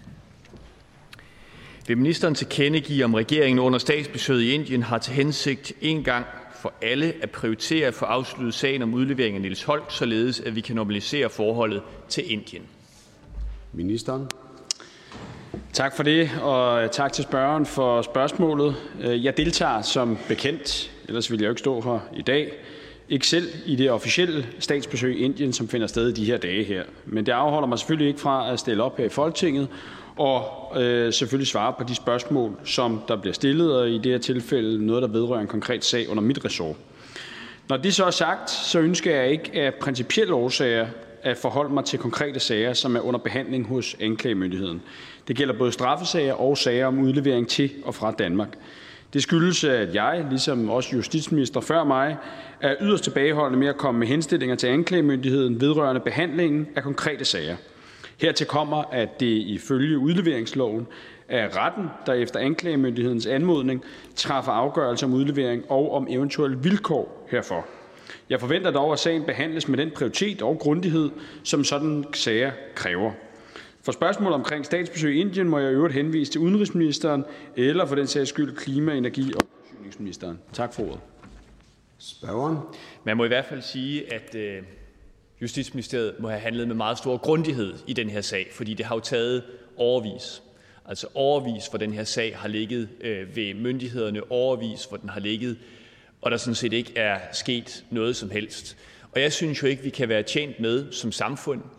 Vil ministeren tilkendegive, om regeringen under statsbesøget i Indien har til hensigt en gang for alle at prioritere at få afsluttet sagen om udlevering af Niels Holck, således at vi kan normalisere forholdet til Indien? Ministeren. Tak for det, og tak til spørgeren for spørgsmålet. Jeg deltager som bekendt, ellers ville jeg jo ikke stå her i dag, ikke selv i det officielle statsbesøg i Indien, som finder sted i de her dage her. Men det afholder mig selvfølgelig ikke fra at stille op her i Folketinget og selvfølgelig svare på de spørgsmål, som der bliver stillet, og i det her tilfælde noget, der vedrører en konkret sag under mit ressort. Når det så er sagt, så ønsker jeg ikke af principielle årsager at forholde mig til konkrete sager, som er under behandling hos anklagemyndigheden. Det gælder både straffesager og sager om udlevering til og fra Danmark. Det skyldes, at jeg, ligesom også justitsminister før mig, er yderst tilbageholdende med at komme med henstillinger til anklagemyndigheden vedrørende behandlingen af konkrete sager. Hertil kommer, at det ifølge udleveringsloven er retten, der efter anklagemyndighedens anmodning træffer afgørelse om udlevering og om eventuelle vilkår herfor. Jeg forventer dog, at sagen behandles med den prioritet og grundighed, som sådan sager kræver. For spørgsmål omkring statsbesøg i Indien må jeg i øvrigt henvise til udenrigsministeren eller for den sags skyld klima-, energi- og forsyningsministeren. Tak for ordet. Spørgeren. Man må i hvert fald sige, at Justitsministeriet må have handlet med meget stor grundighed i den her sag, fordi det har jo taget årevis. Altså årevis, hvor den her sag har ligget ved myndighederne, årevis, hvor den har ligget, og der sådan set ikke er sket noget som helst. Og jeg synes jo ikke, vi kan være tjent med som samfund,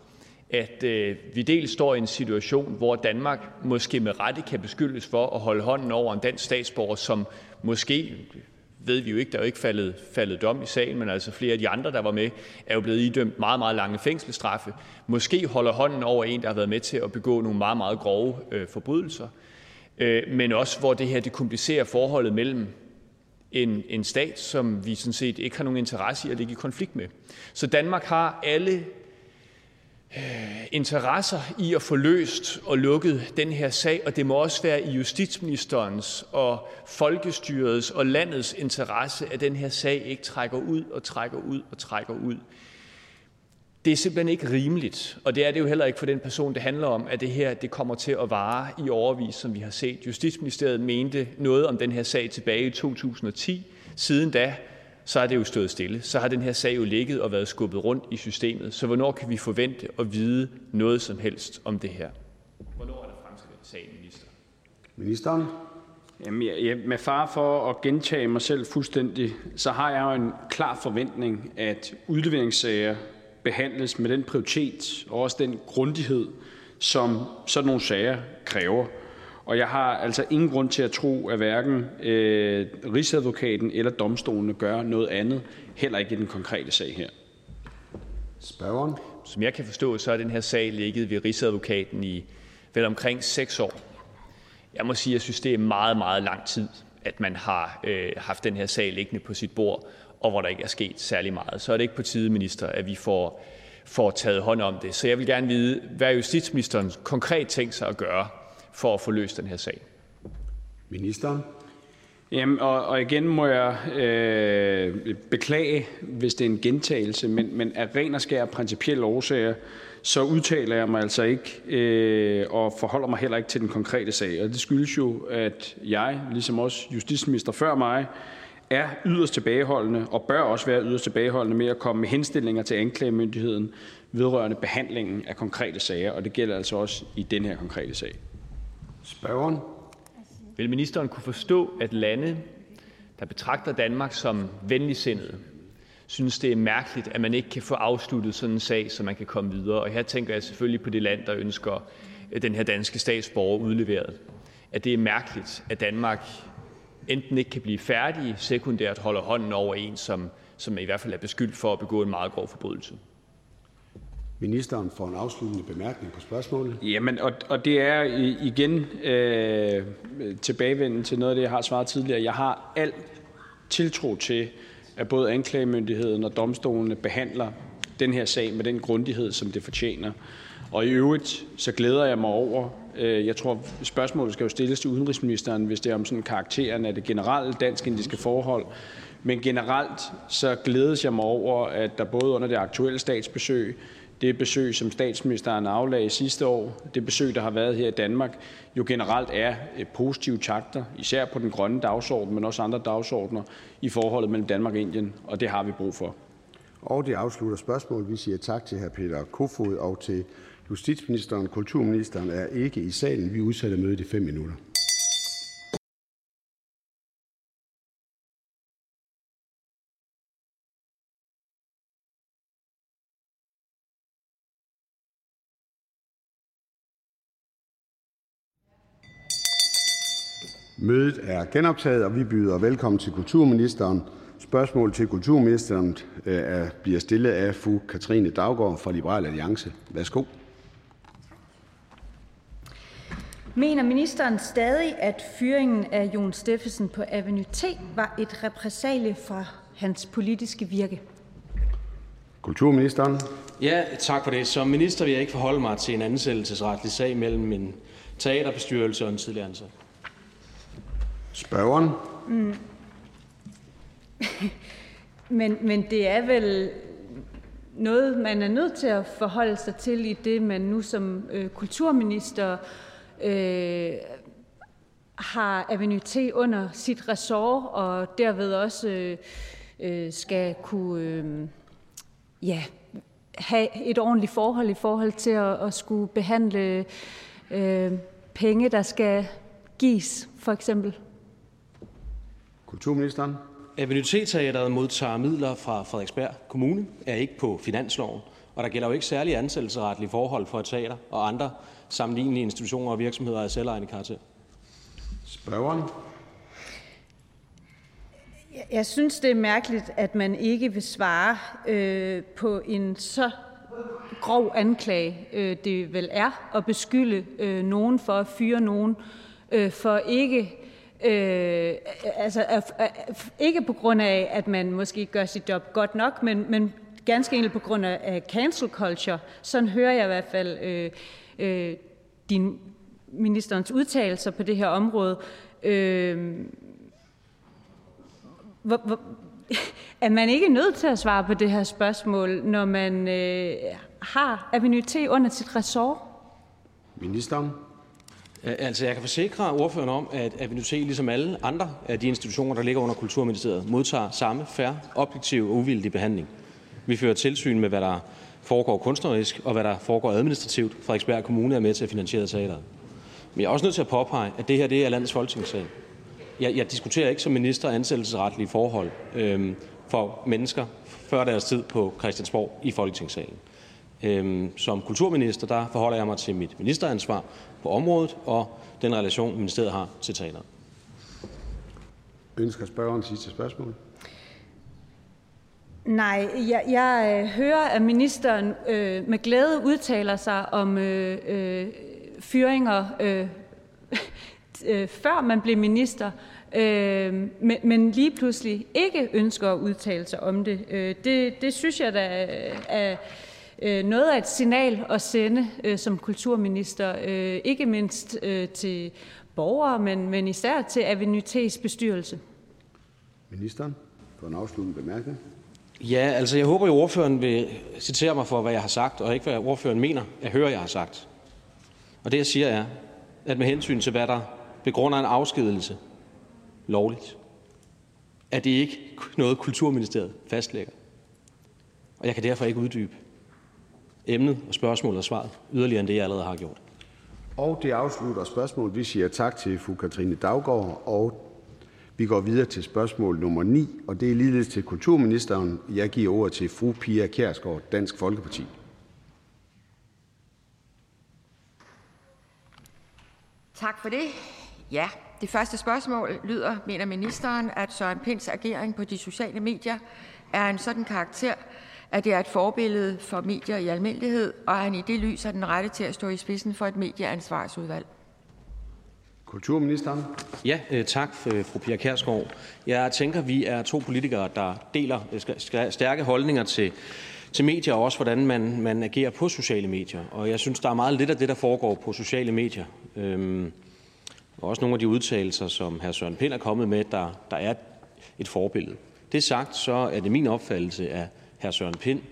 at vi dels står i en situation, hvor Danmark måske med rette kan beskyldes for at holde hånden over en dansk statsborger, som måske, ved vi jo ikke, der er jo ikke faldet dom i sagen, men altså flere af de andre, der var med, er jo blevet idømt meget, meget lange fængselsstraffe. Måske holder hånden over en, der har været med til at begå nogle meget, meget grove forbrydelser, men også hvor det her det komplicerer forholdet mellem en stat, som vi sådan set ikke har nogen interesse i at ligge i konflikt med. Så Danmark har alle interesser i at få løst og lukket den her sag, og det må også være i justitsministerens og folkestyrets og landets interesse, at den her sag ikke trækker ud og trækker ud og trækker ud. Det er simpelthen ikke rimeligt, og det er det jo heller ikke for den person, det handler om, at det her det kommer til at vare i årevis, som vi har set. Justitsministeriet mente noget om den her sag tilbage i 2010. Siden da, så er det jo stået stille. Så har den her sag jo ligget og været skubbet rundt i systemet. Så hvornår kan vi forvente at vide noget som helst om det her? Hvornår er der fremskridt i sagen, minister? Ministeren? Jamen, med fare for at gentage mig selv fuldstændig, så har jeg jo en klar forventning, at udleveringssager behandles med den prioritet og også den grundighed, som sådan nogle sager kræver. Og jeg har altså ingen grund til at tro, at hverken Rigsadvokaten eller domstolene gør noget andet, heller ikke i den konkrete sag her. Spørgeren? Som jeg kan forstå, så er den her sag ligget ved Rigsadvokaten i vel omkring 6 år. Jeg må sige, at jeg synes, det er meget, meget lang tid, at man har haft den her sag liggende på sit bord, og hvor der ikke er sket særlig meget. Så er det ikke på tide, minister, at vi får taget hånd om det. Så jeg vil gerne vide, hvad justitsministeren konkret tænkt sig at gøre for at få løst den her sag. Ministeren? Jamen, og igen må jeg beklage, hvis det er en gentagelse, men af ren og skær principielle årsager, så udtaler jeg mig altså ikke og forholder mig heller ikke til den konkrete sag. Og det skyldes jo, at jeg, ligesom også justitsminister før mig, er yderst tilbageholdende og bør også være yderst tilbageholdende med at komme med henstillinger til anklagemyndigheden vedrørende behandlingen af konkrete sager, og det gælder altså også i den her konkrete sag. Spørgeren? Vil ministeren kunne forstå, at lande, der betragter Danmark som venligsindede, synes, det er mærkeligt, at man ikke kan få afsluttet sådan en sag, så man kan komme videre? Og her tænker jeg selvfølgelig på det land, der ønsker den her danske statsborger udleveret. At det er mærkeligt, at Danmark enten ikke kan blive færdig, sekundært holder hånden over en, som i hvert fald er beskyldt for at begå en meget grov forbrydelse. Ministeren får en afsluttende bemærkning på spørgsmålet. Jamen, og det er igen tilbagevendende til noget af det, jeg har svaret tidligere. Jeg har al tiltro til, at både anklagemyndigheden og domstolene behandler den her sag med den grundighed, som det fortjener. Og i øvrigt, så glæder jeg mig over, jeg tror, spørgsmålet skal jo stilles til udenrigsministeren, hvis det er om sådan karakteren af det generelle dansk-indiske forhold. Men generelt så glædes jeg mig over, at der både under det aktuelle statsbesøg, det besøg, som statsministeren aflagde sidste år, det besøg, der har været her i Danmark, jo generelt er positive takter, især på den grønne dagsorden, men også andre dagsordener i forholdet mellem Danmark og Indien, og det har vi brug for. Og det afslutter spørgsmålet. Vi siger tak til hr. Peter Kofod og til justitsministeren. Kulturministeren er ikke i salen. Vi udsætter mødet i 5 minutter. Mødet er genoptaget, og vi byder velkommen til kulturministeren. Spørgsmål til kulturministeren bliver stillet af fru Katrine Daugaard fra Liberal Alliance. Værsgo. Mener ministeren stadig, at fyringen af Jon Steffensen på Avenue T var et repressalie fra hans politiske virke? Kulturministeren. Ja, tak for det. Som minister vil jeg ikke forholde mig til en ansættelsesretlig sag mellem en teaterbestyrelse og en tidligere ansat. Spørgeren. Men det er vel noget, man er nødt til at forholde sig til i det, man nu som kulturminister har Avenue T under sit ressort, og derved også skal kunne have et ordentligt forhold i forhold til at skulle behandle penge, der skal gives, for eksempel. Kulturministeren. Avenue T-teateret modtager midler fra Frederiksberg Kommune, er ikke på finansloven, Og der gælder jo ikke særlige ansættelsesretlige forhold for et teater og andre sammenlignelige institutioner og virksomheder af selvejende karakter. Spørgeren. Jeg synes, det er mærkeligt, at man ikke vil svare på en så grov anklage, det vel er at beskylde nogen for at fyre nogen, for ikke ikke på grund af, at man måske gør sit job godt nok, men ganske enkelt på grund af cancel culture. Sådan hører jeg i hvert fald ministerens udtalelser på det her område. Er man ikke nødt til at svare på det her spørgsmål, når man har Avenue T under sit ressort? Ministeren. Altså, jeg kan forsikre ordføreren om, at Avenue T, ligesom alle andre af de institutioner, der ligger under Kulturministeriet, modtager samme fair, objektiv og uvildig behandling. Vi fører tilsyn med, hvad der foregår kunstnerisk, og hvad der foregår administrativt. Frederiksberg Kommune er med til at finansiere teateret. Men jeg er også nødt til at påpege, at det her det er landets folketingssal. Jeg diskuterer ikke som minister ansættelsesretlige forhold for mennesker før deres tid på Christiansborg i Folketingssalen. Som kulturminister der forholder jeg mig til mit ministeransvar på området og den relation, ministeriet har til teateret. Ønsker spørgeren sidste spørgsmål? Nej, jeg hører, at ministeren med glæde udtaler sig om fyringer, før man blev minister, men lige pludselig ikke ønsker at udtale sig om det. Det synes jeg da er noget af et signal at sende som kulturminister, ikke mindst til borgere, men især til Avenue T's bestyrelse. Ministeren, for en afsluttende bemærkning. Ja, altså jeg håber jo, ordføreren vil citere mig for, hvad jeg har sagt, og ikke hvad ordføreren mener, jeg hører, jeg har sagt. Og det, jeg siger, er, at med hensyn til, hvad der begrunder en afskedelse lovligt, er det ikke noget, Kulturministeriet fastlægger. Og jeg kan derfor ikke uddybe emnet og spørgsmålet og svaret yderligere end det, jeg allerede har gjort. Og det afslutter spørgsmålet. Vi siger tak til fru Katrine Daugaard, og vi går videre til spørgsmål nummer 9, og det er ligeledes til kulturministeren. Jeg giver ordet til fru Pia Kjærsgaard, Dansk Folkeparti. Tak for det. Ja, det første spørgsmål lyder: mener ministeren, at Søren Pinds agering på de sociale medier er en sådan karakter, at det er et forbillede for medier i almindelighed, og han i det lys er den rette til at stå i spidsen for et medieansvarsudvalg? Kulturministeren. Ja, tak fru Pia Kjærsgaard. Jeg tænker, vi er to politikere, der deler stærke holdninger til medier, og også hvordan man agerer på sociale medier. Og jeg synes, der er meget lidt af det, der foregår på sociale medier. Og også nogle af de udtalelser, som hr. Søren Pind er kommet med, der er et forbillede. Det sagt, så er det min opfattelse, at hr. Søren Pind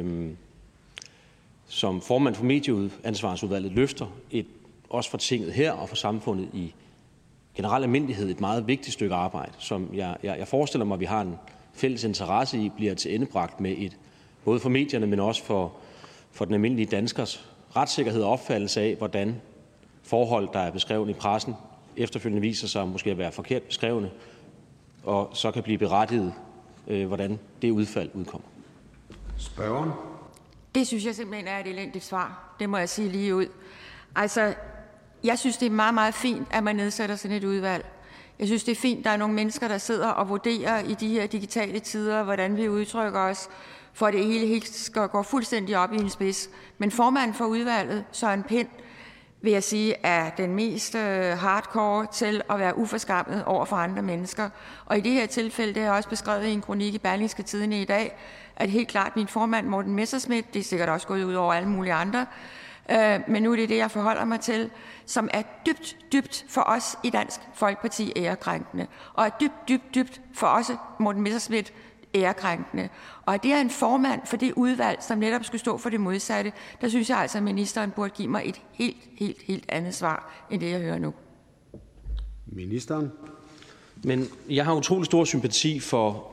som formand for medieansvarsudvalget løfter også for tinget her og for samfundet i generel almindelighed et meget vigtigt stykke arbejde, som jeg forestiller mig, at vi har en fælles interesse i, bliver til endebragt med både for medierne, men også for den almindelige danskers retssikkerhed og opfattelse af, hvordan forhold, der er beskrevet i pressen, efterfølgende viser sig måske at være forkert beskrevne, og så kan blive berettiget, hvordan det udfald udkommer. Spørgeren. Det synes jeg simpelthen er et elendigt svar. Det må jeg sige lige ud. Altså, jeg synes, det er meget, meget fint, at man nedsætter sådan et udvalg. Jeg synes, det er fint, at der er nogle mennesker, der sidder og vurderer i de her digitale tider, hvordan vi udtrykker os, for det hele helt skal gå fuldstændig op i en spids. Men formanden for udvalget, Søren Pind, vil jeg sige, er den mest hardcore til at være uforskammet over for andre mennesker. Og i det her tilfælde, det er også beskrevet i en kronik i Berlingske Tidende i dag, at helt klart min formand Morten Messerschmidt, det er sikkert også gået ud over alle mulige andre, men nu er det det, jeg forholder mig til, som er dybt, dybt for os i Dansk Folkeparti ærekrænkende, og er dybt, dybt for også Morten Messerschmidt ærekrænkende. Og det er en formand for det udvalg, som netop skulle stå for det modsatte. Der synes jeg altså, at ministeren burde give mig et helt andet svar, end det, jeg hører nu. Ministeren. Men jeg har utrolig stor sympati for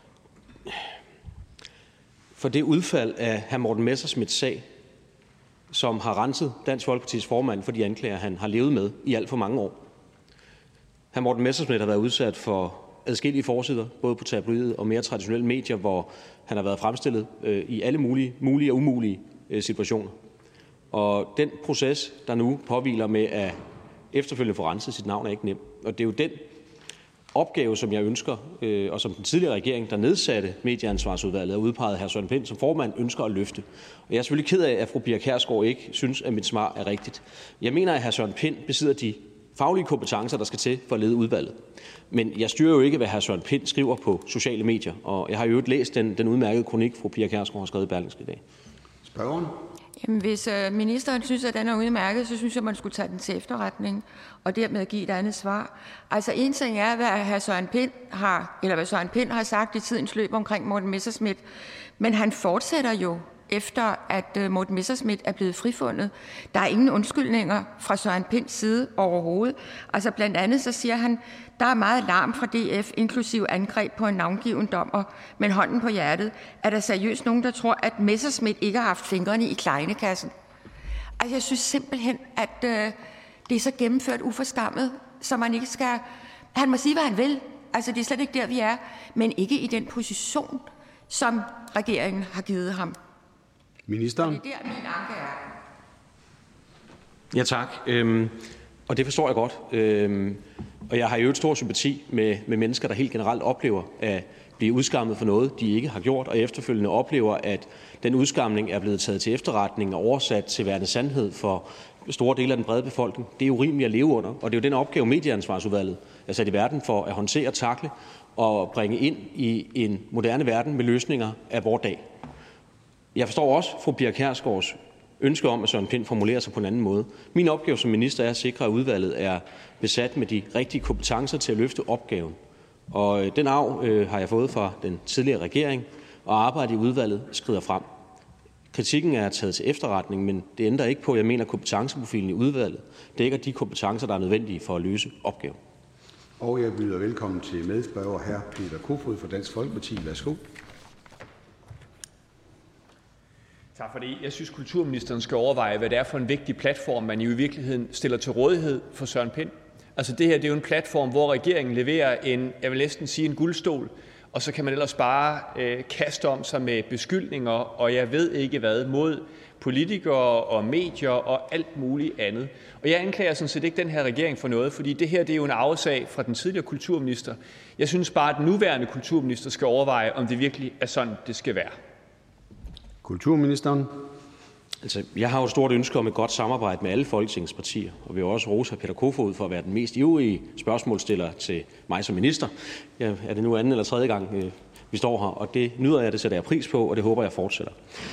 det udfald af hr. Morten Messerschmidts sag, som har renset Dansk Folkepartis formand for de anklager, han har levet med i alt for mange år. Hr. Morten Messerschmidt har været udsat for adskillige forsider, både på tabloidet og mere traditionelle medier, hvor han har været fremstillet i alle mulige og umulige situationer. Og den proces, der nu påhviler med at efterfølgende få renset sit navn, er ikke nem. Og det er jo den opgave, som jeg ønsker, og som den tidligere regering, der nedsatte medieansvarsudvalget og udpegede hr. Søren Pind som formand, ønsker at løfte. Og jeg er selvfølgelig ked af, at fru Pia Kjærsgaard ikke synes, at mit svar er rigtigt. Jeg mener, at hr. Søren Pind besidder de faglige kompetencer, der skal til for at lede udvalget. Men jeg styrer jo ikke, hvad hr. Søren Pind skriver på sociale medier, og jeg har jo ikke læst den udmærkede kronik, fru Pia Kjærsgaard har skrevet i Berlingske i dag. Spørgeren? Jamen, hvis ministeren synes, at den er udmærket, så synes jeg, man skulle tage den til efterretning og dermed give et andet svar. Altså, en ting er, hvad Søren Pind har sagt i tidens løb omkring Morten Messerschmidt, men han fortsætter jo efter, at Morten Messerschmidt er blevet frifundet. Der er ingen undskyldninger fra Søren Pinds side overhovedet. Altså, blandt andet så siger han, der er meget larm fra DF, inklusiv angreb på en navngiven dommer, men hånden på hjertet. Er der seriøst nogen, der tror, at Messerschmidt ikke har haft fingrene i klejnekassen? Altså, jeg synes simpelthen, at det er så gennemført uforskammet, så man ikke skal... Han må sige, hvad han vil. Altså, det er slet ikke der, vi er. Men ikke i den position, som regeringen har givet ham. Ministeren? Det er der, min anke er. Ja, tak. Og det forstår jeg godt. Og jeg har jo et stor sympati med mennesker, der helt generelt oplever at blive udskammet for noget, de ikke har gjort, og efterfølgende oplever, at den udskamning er blevet taget til efterretning og oversat til værende sandhed for store dele af den brede befolkning. Det er urimeligt at leve under, og det er jo den opgave, medieansvarsudvalget er sat i verden for at håndtere, takle og bringe ind i en moderne verden med løsninger af vores dag. Jeg forstår også fru Pia Kjærsgaards ønske om, at Søren Pind formulerer sig på en anden måde. Min opgave som minister er at sikre, at udvalget er besat med de rigtige kompetencer til at løfte opgaven. Og den arv har jeg fået fra den tidligere regering, og arbejdet i udvalget skrider frem. Kritikken er taget til efterretning, men det ændrer ikke på, at jeg mener, at kompetenceprofilen i udvalget dækker de kompetencer, der er nødvendige for at løse opgaven. Og jeg byder velkommen til medspørger hr. Peter Kofod fra Dansk Folkeparti. Værsgo. Tak for det. Jeg synes, kulturministeren skal overveje, hvad det er for en vigtig platform, man i virkeligheden stiller til rådighed for Søren Pind. Altså det her, det er jo en platform, hvor regeringen leverer jeg vil næsten sige en guldstol, og så kan man ellers bare kaste om sig med beskyldninger, og jeg ved ikke hvad, mod politikere og medier og alt muligt andet. Og jeg anklager sådan set ikke den her regering for noget, fordi det her, det er jo en arvesag fra den tidligere kulturminister. Jeg synes bare, at den nuværende kulturminister skal overveje, om det virkelig er sådan, det skal være. Kulturministeren. Altså, jeg har jo et stort ønske om et godt samarbejde med alle Folketingets partier, og vil også rose hr. Peter Kofod for at være den mest ivrige spørgsmålsstiller til mig som minister. Ja, er det nu anden eller tredje gang, vi står her, og det nyder jeg, det sætter jeg pris på, og det håber jeg fortsætter.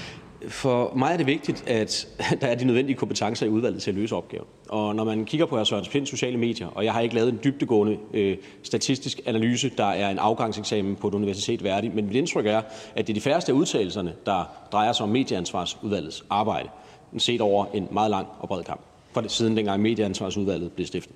For mig er det vigtigt, at der er de nødvendige kompetencer i udvalget til at løse opgaven. Og når man kigger på hr. Søren Pinds sociale medier, og jeg har ikke lavet en dybdegående statistisk analyse, der er en afgangseksamen på et universitet værdig, men mit indtryk er, at det er de færreste af udtalelserne, der drejer sig om medieansvarsudvalgets arbejde, set over en meget lang og bred kamp, for siden dengang medieansvarsudvalget blev stiftet.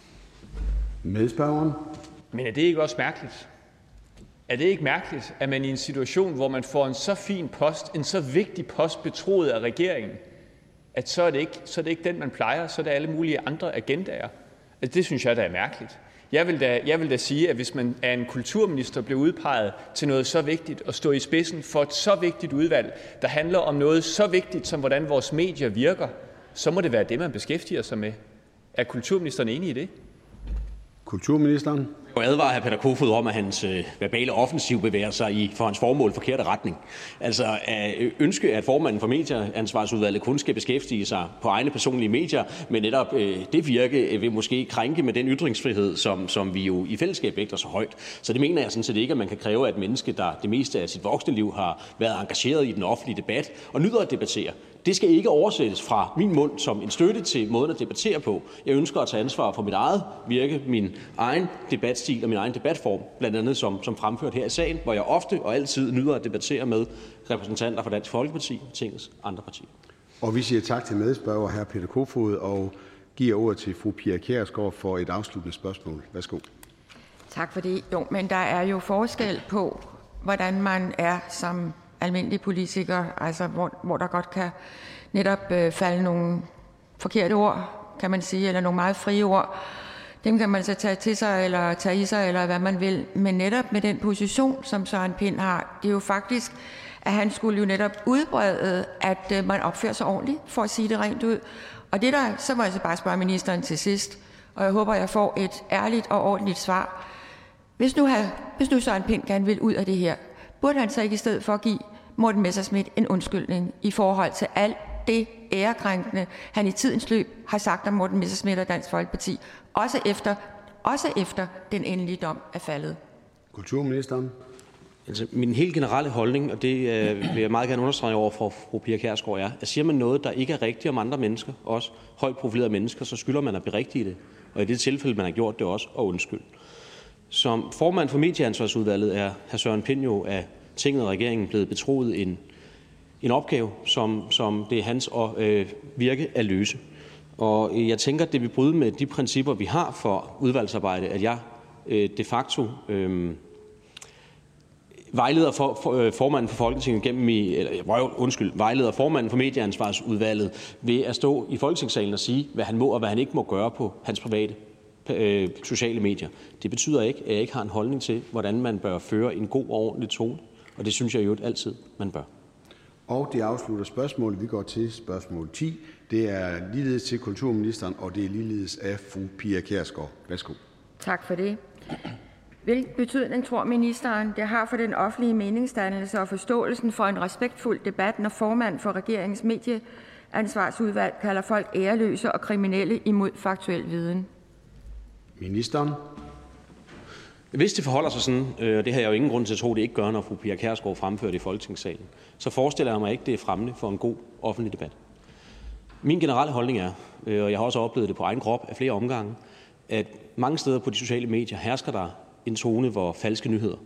Medspørgeren. Men er det ikke også mærkeligt? Er det ikke mærkeligt, at man i en situation, hvor man får en så fin post, en så vigtig post betroet af regeringen, at så er det ikke den, man plejer, så er det alle mulige andre agendaer? Altså, det synes jeg, der er mærkeligt. Jeg vil da sige, at hvis man er en kulturminister bliver udpeget til noget så vigtigt og stå i spidsen for et så vigtigt udvalg, der handler om noget så vigtigt som, hvordan vores medier virker, så må det være det, man beskæftiger sig med. Er kulturministeren enig i det? Kulturministeren. Jeg advarer hr. Peter Kofod om, at hans verbale offensiv bevæger sig i for hans formål forkerte retning. Altså at ønske, at formanden for medieansvarsudvalget kun skal beskæftige sig på egne personlige medier, men netop det virke vil måske krænke med den ytringsfrihed, som vi jo i fællesskab vægter så højt. Så det mener jeg sådan set ikke, at man kan kræve af et menneske, der det meste af sit voksne liv har været engageret i den offentlige debat og nyder at debattere. Det skal ikke oversættes fra min mund som en støtte til måden at debattere på. Jeg ønsker at tage ansvar for mit eget virke, min egen debatstil og min egen debatform, blandt andet som fremført her i sagen, hvor jeg ofte og altid nyder at debattere med repræsentanter fra Dansk Folkeparti og tingets andre partier. Og vi siger tak til medspørger hr. Peter Kofod og giver ordet til fru Pia Kjærsgaard for et afsluttende spørgsmål. Værsgo. Tak for det. Jo, men der er jo forskel på, hvordan man er som almindelig politiker, altså hvor der godt kan netop falde nogle forkerte ord, kan man sige, eller nogle meget frie ord, Dem kan man så tage til sig eller tage i sig, eller hvad man vil. Men netop med den position, som Søren Pind har, det er jo faktisk, at han skulle jo netop udbrede, at man opfører sig ordentligt, for at sige det rent ud. Og det der, så må jeg så bare spørge ministeren til sidst, og jeg håber, jeg får et ærligt og ordentligt svar. Hvis nu Søren Pind gerne vil ud af det her, burde han så ikke i stedet for give Morten Messerschmidt en undskyldning i forhold til alt det ærekrænkende, han i tidens løb har sagt om Morten Messerschmidt og Dansk Folkeparti, også efter den endelige dom er faldet? Kulturministeren. Altså, min helt generelle holdning, og det vil jeg meget gerne understrege over for fru Pia Kjærsgaard, er, at siger man noget, der ikke er rigtigt om andre mennesker, også højt profilerede mennesker, så skylder man at berigtige det. Og i det tilfælde, man har gjort det også, og undskyld. Som formand for Medieansvarsudvalget er hr. Søren Pind jo af Tinget og regeringen blevet betroet en opgave, som det er hans virke at løse. Og jeg tænker, at det vil bryde med de principper, vi har for udvalgsarbejde, at jeg de facto vejleder formanden for Folketinget vejleder formanden for Medieansvarsudvalget ved at stå i Folketingssalen og sige, hvad han må og hvad han ikke må gøre på hans private sociale medier. Det betyder ikke, at jeg ikke har en holdning til, hvordan man bør føre en god og ordentlig tone, og det synes jeg jo altid, man bør. Og det afslutter spørgsmålet. Vi går til spørgsmål 10. Det er ligeledes til kulturministeren, og det er ligeledes af fru Pia Kjærsgaard. Værsgo. Tak for det. Hvilken betydning tror ministeren, det har for den offentlige meningsdannelse og forståelsen for en respektfuld debat, når formand for regeringens medieansvarsudvalg kalder folk æreløse og kriminelle imod faktuel viden? Ministeren. Hvis det forholder sig sådan, og det har jeg jo ingen grund til at tro, det ikke gør, når fru Pia Kjærsgaard fremfører det i Folketingssalen, så forestiller jeg mig ikke, det er fremmende for en god offentlig debat. Min generelle holdning er, og jeg har også oplevet det på egen krop af flere omgange, at mange steder på de sociale medier hersker der en tone, hvor falske nyheder,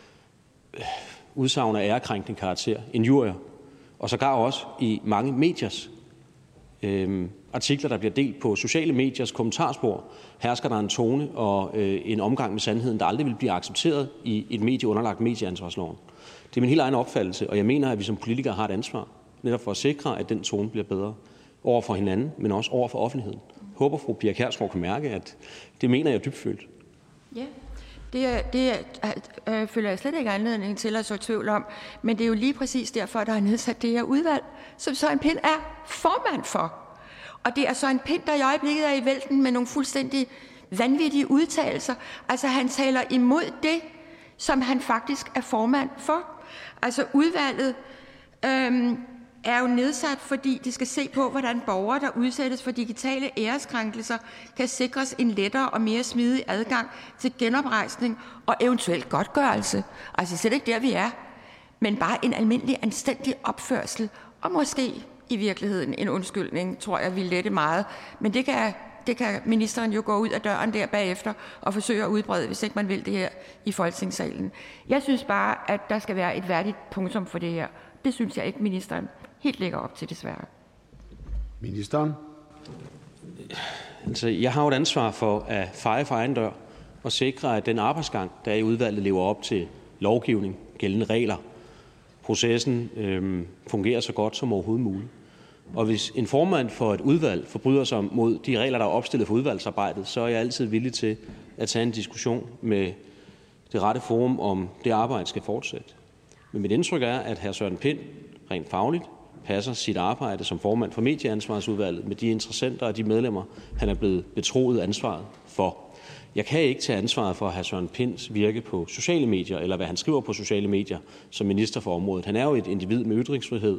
udsagn af ærekrænkende karakter, injurier, og sågar også i mange mediers artikler, der bliver delt på sociale mediers kommentarspor, hersker der en tone og en omgang med sandheden, der aldrig vil blive accepteret i et medie underlagt medieansvarsloven. Det er min helt egen opfattelse, og jeg mener, at vi som politikere har et ansvar, netop for at sikre, at den tone bliver bedre over for hinanden, men også over for offentligheden. Jeg håber, fru Pia Kjærsgaard kan mærke, at det mener jeg dybfølt. Ja, det føler jeg slet ikke anledning til at så tvivl om, men det er jo lige præcis derfor, der er nedsat det her udvalg, som Søren Pind er formand for. Og det er Søren Pind, der i øjeblikket er i vælten med nogle fuldstændig vanvittige udtalelser. Altså, han taler imod det, som han faktisk er formand for. Altså, udvalget er jo nedsat, fordi de skal se på, hvordan borgere, der udsættes for digitale æreskrænkelser, kan sikres en lettere og mere smidig adgang til genoprejsning og eventuelt godtgørelse. Altså, slet ikke der, vi er, men bare en almindelig anstændig opførsel, og måske i virkeligheden en undskyldning, tror jeg, vil lette meget. Men det kan ministeren jo gå ud af døren der bagefter og forsøge at udbrede, hvis ikke man vil det her i Folketingssalen. Jeg synes bare, at der skal være et værdigt punktum for det her. Det synes jeg ikke, ministeren helt lægger op til, desværre. Ministeren. Altså, jeg har jo et ansvar for at feje for egen dør og sikre, at den arbejdsgang, der er i udvalget, lever op til lovgivning, gældende regler. Processen fungerer så godt som overhovedet muligt. Og hvis en formand for et udvalg forbryder sig mod de regler, der er opstillet for udvalgsarbejdet, så er jeg altid villig til at tage en diskussion med det rette forum, om det arbejde skal fortsætte. Men mit indtryk er, at hr. Søren Pind rent fagligt passer sit arbejde som formand for Medieansvarsudvalget med de interessenter og de medlemmer, han er blevet betroet ansvaret for. Jeg kan ikke tage ansvaret for hr. Søren Pinds virke på sociale medier, eller hvad han skriver på sociale medier som minister for området. Han er jo et individ med ytringsfrihed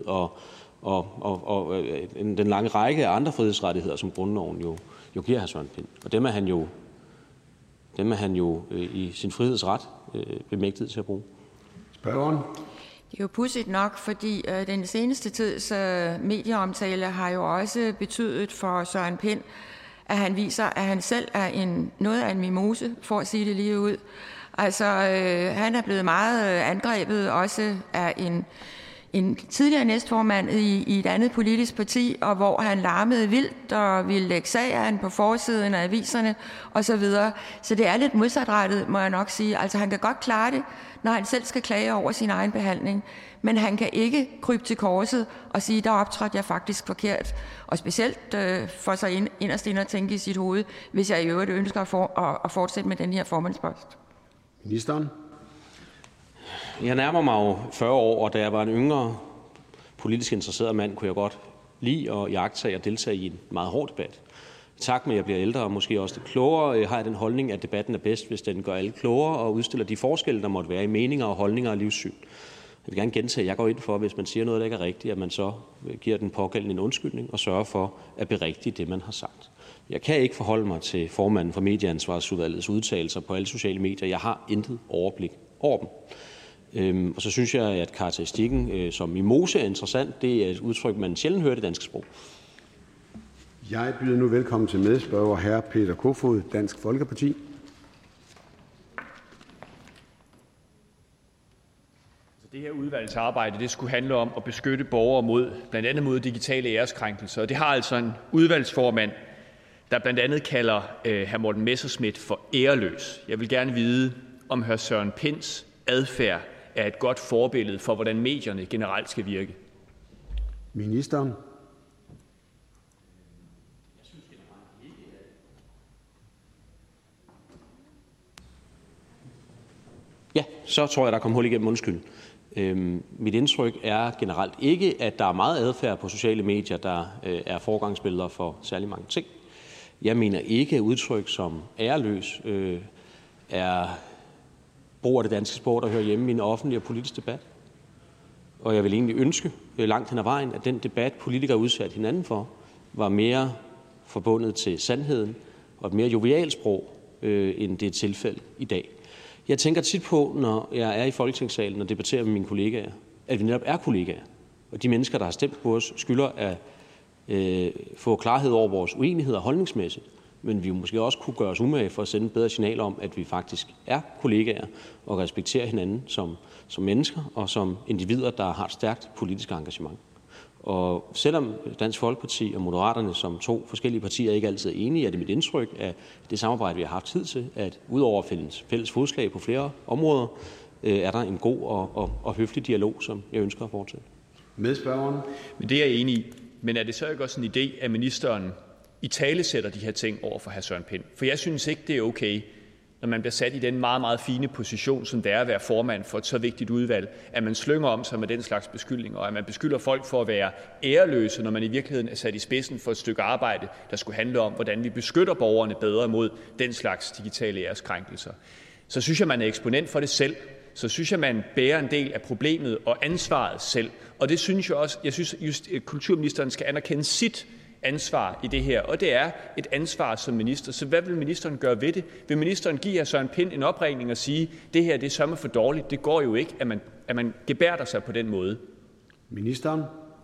og den lange række af andre frihedsrettigheder, som grundloven jo giver hr. Søren Pind. Og dem er han jo i sin frihedsret bemægtiget til at bruge. Spørgeren. Det er jo pudsigt nok, fordi den seneste tids medieomtale har jo også betydet for Søren Pind, at han viser, at han selv er noget af en mimose, for at sige det lige ud. Altså, han er blevet meget angrebet også af en tidligere næstformand i et andet politisk parti, og hvor han larmede vildt og ville lægge sagen på forsiden af aviserne osv. Så det er lidt modsatrettet, må jeg nok sige. Altså han kan godt klare det, når han selv skal klage over sin egen behandling, men han kan ikke krybe til korset og sige, der optrådte jeg faktisk forkert. Og specielt for så inderst inde at tænke i sit hoved, hvis jeg i øvrigt ønsker at fortsætte med den her formandspost. Ministeren? Jeg nærmer mig jo 40 år, og da jeg var en yngre politisk interesseret mand, kunne jeg godt lide at iagttage og deltage i en meget hård debat. I takt med, at jeg bliver ældre og måske også lidt klogere, har jeg den holdning, at debatten er bedst, hvis den gør alle klogere og udstiller de forskelle, der måtte være i meninger og holdninger og livssyn. Jeg vil gerne gentage, at jeg går ind for, hvis man siger noget, der ikke er rigtigt, at man så giver den pågældende en undskyldning og sørger for at berigtige det, man har sagt. Jeg kan ikke forholde mig til formanden for Medieansvarsudvalgets udtalelser på alle sociale medier. Jeg har intet overblik over dem. Og så synes jeg, at karakteristikken som mimose er interessant. Det er et udtryk, man sjældent hører i det danske sprog. Jeg byder nu velkommen til medspørger hr. Peter Kofod, Dansk Folkeparti. Det her udvalgsarbejde det skulle handle om at beskytte borgere mod blandt andet mod digitale æreskrænkelser. Og det har altså en udvalgsformand, der blandt andet kalder hr. Morten Messerschmidt for æreløs. Jeg vil gerne vide, om hr. Søren Pinds adfærd er et godt forbillede for, hvordan medierne generelt skal virke. Ministeren. Ja, så tror jeg, der kommer hul igennem undskyld. Mit indtryk er generelt ikke, at der er meget adfærd på sociale medier, der er foregangsbilleder for særlig mange ting. Jeg mener ikke, at udtryk som æreløs er brug af det danske sprog, der hører hjemme i en offentlig og politisk debat. Og jeg vil egentlig ønske langt hen ad vejen, at den debat, politikere udsat hinanden for, var mere forbundet til sandheden og et mere jovialt sprog, end det er tilfælde i dag. Jeg tænker tit på, når jeg er i Folketingssalen og debatterer med mine kollegaer, at vi netop er kollegaer. Og de mennesker, der har stemt på os, skylder at få klarhed over vores uenigheder holdningsmæssigt. Men vi måske også kunne gøre os umage for at sende et bedre signal om, at vi faktisk er kollegaer og respekterer hinanden som mennesker og som individer, der har et stærkt politisk engagement. Og selvom Dansk Folkeparti og Moderaterne som to forskellige partier ikke altid er enige, er det mit indtryk af det samarbejde, vi har haft tid til, at udover fælles fodslag på flere områder, er der en god og høflig dialog, som jeg ønsker at fortsætte. Medspørgeren. Men det er jeg enig i. Men er det så ikke også en idé, at ministeren i tale sætter de her ting over for hr. Søren Pind? For jeg synes ikke, det er okay, når man bliver sat i den meget, meget fine position, som det er at være formand for et så vigtigt udvalg, at man slynger om sig med den slags beskyldninger, og at man beskylder folk for at være æreløse, når man i virkeligheden er sat i spidsen for et stykke arbejde, der skulle handle om, hvordan vi beskytter borgerne bedre mod den slags digitale æreskrænkelser. Så synes jeg, man er eksponent for det selv. Så synes jeg, man bærer en del af problemet og ansvaret selv. Og det synes jeg også, at kulturministeren skal anerkende sit ansvar i det her, og det er et ansvar som minister. Så hvad vil ministeren gøre ved det? Vil ministeren give hr. Søren Pind en opringning og sige, det her det er sørme for dårligt, det går jo ikke, at man gebærder sig på den måde? Ministeren.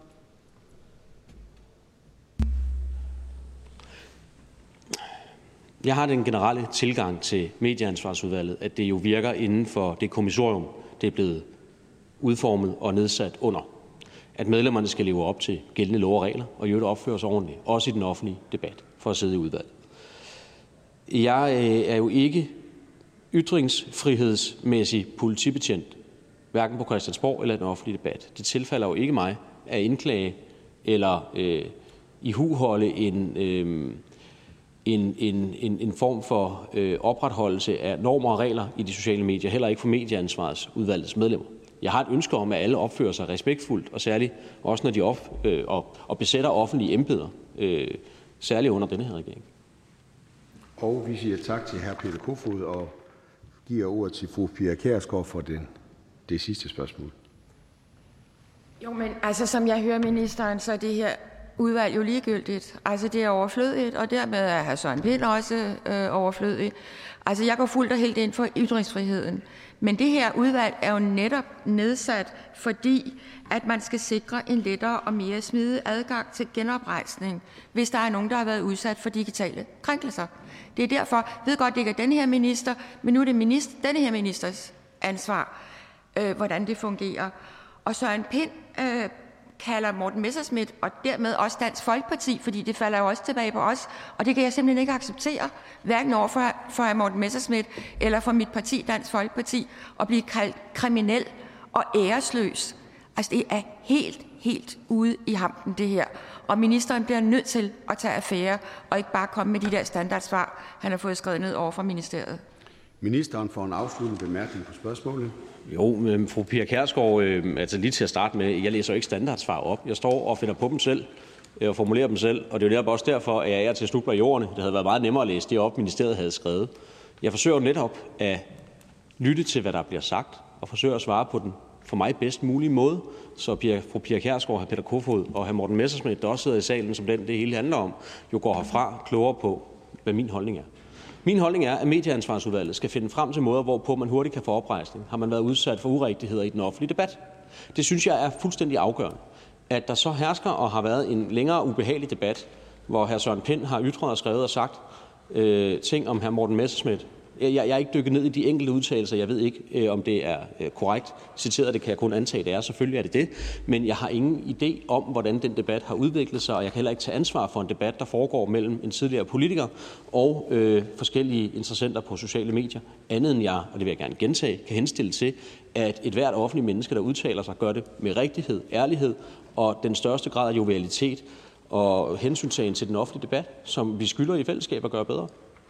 Jeg har den generelle tilgang til Medieansvarsudvalget, at det jo virker inden for det kommissorium, det er blevet udformet og nedsat under. At medlemmerne skal leve op til gældende love og regler, og i øvrigt opføre sig ordentligt, også i den offentlige debat, for at sidde i udvalget. Jeg er jo ikke ytringsfrihedsmæssig politibetjent, hverken på Christiansborg eller i den offentlige debat. Det tilfælder jo ikke mig at indklage eller ihuholde en form for opretholdelse af normer og regler i de sociale medier, heller ikke for Medieansvarsudvalgets medlemmer. Jeg har et ønske om, at alle opfører sig respektfuldt, og særligt også når de besætter offentlige embeder, særligt under denne her regering. Og vi siger tak til hr. Peter Kofod og giver ordet til fru Pia Kjærsgaard for det sidste spørgsmål. Jo, men altså, som jeg hører ministeren, så er det her udvalg jo ligegyldigt. Altså, det er overflødigt, og dermed er hr. Søren Pind også overflødig. Altså, jeg går fuldt og helt ind for ytringsfriheden. Men det her udvalg er jo netop nedsat, fordi at man skal sikre en lettere og mere smidig adgang til genoprejsning, hvis der er nogen, der har været udsat for digitale krænkelser. Det er derfor, jeg ved godt, det ikke er den her minister, men nu er det denne her ministers ansvar, hvordan det fungerer. Og Søren Pind kalder Morten Messerschmidt og dermed også Dansk Folkeparti, fordi det falder jo også tilbage på os, og det kan jeg simpelthen ikke acceptere, hverken over for Morten Messerschmidt eller for mit parti, Dansk Folkeparti, at blive kaldt kriminel og æresløs. Altså, det er helt ude i hampen, det her. Og ministeren bliver nødt til at tage affære og ikke bare komme med de der standardsvar, han har fået skrevet ned over fra ministeriet. Ministeren får en afsluttende bemærkning på spørgsmålet. Jo, men fru Pia Kjærsgaard, altså lige til at starte med, jeg læser jo ikke standardsvar op. Jeg står og finder på dem selv og formulerer dem selv, og det er jo netop også derfor, at jeg er til slut på jordene. Det havde været meget nemmere at læse det op, ministeriet havde skrevet. Jeg forsøger netop at lytte til, hvad der bliver sagt, og forsøger at svare på den for mig bedst mulige måde, så fru Pia Kjærsgaard, hr. Peter Kofod og hr. Morten Messerschmidt, der også sidder i salen, som det hele handler om, jo går herfra klogere på, hvad min holdning er. Min holdning er, at Medieansvarsudvalget skal finde frem til måder, hvorpå man hurtigt kan få oprejsning. Har man været udsat for urigtigheder i den offentlige debat? Det synes jeg er fuldstændig afgørende. At der så hersker og har været en længere ubehagelig debat, hvor hr. Søren Pind har ytret og skrevet og sagt ting om hr. Morten Messerschmidt. Jeg er ikke dykket ned i de enkelte udtalelser. Jeg ved ikke, om det er korrekt citeret. Det kan jeg kun antage, det er. Selvfølgelig er det det. Men jeg har ingen idé om, hvordan den debat har udviklet sig, og jeg kan heller ikke tage ansvar for en debat, der foregår mellem en tidligere politiker og forskellige interessenter på sociale medier. Andet end jeg, og det vil jeg gerne gentage, kan henstille til, at et hvert offentligt menneske, der udtaler sig, gør det med rigtighed, ærlighed og den største grad af jovialitet og hensyntagen til den offentlige debat, som vi skylder i fællesskab at gøre bedre.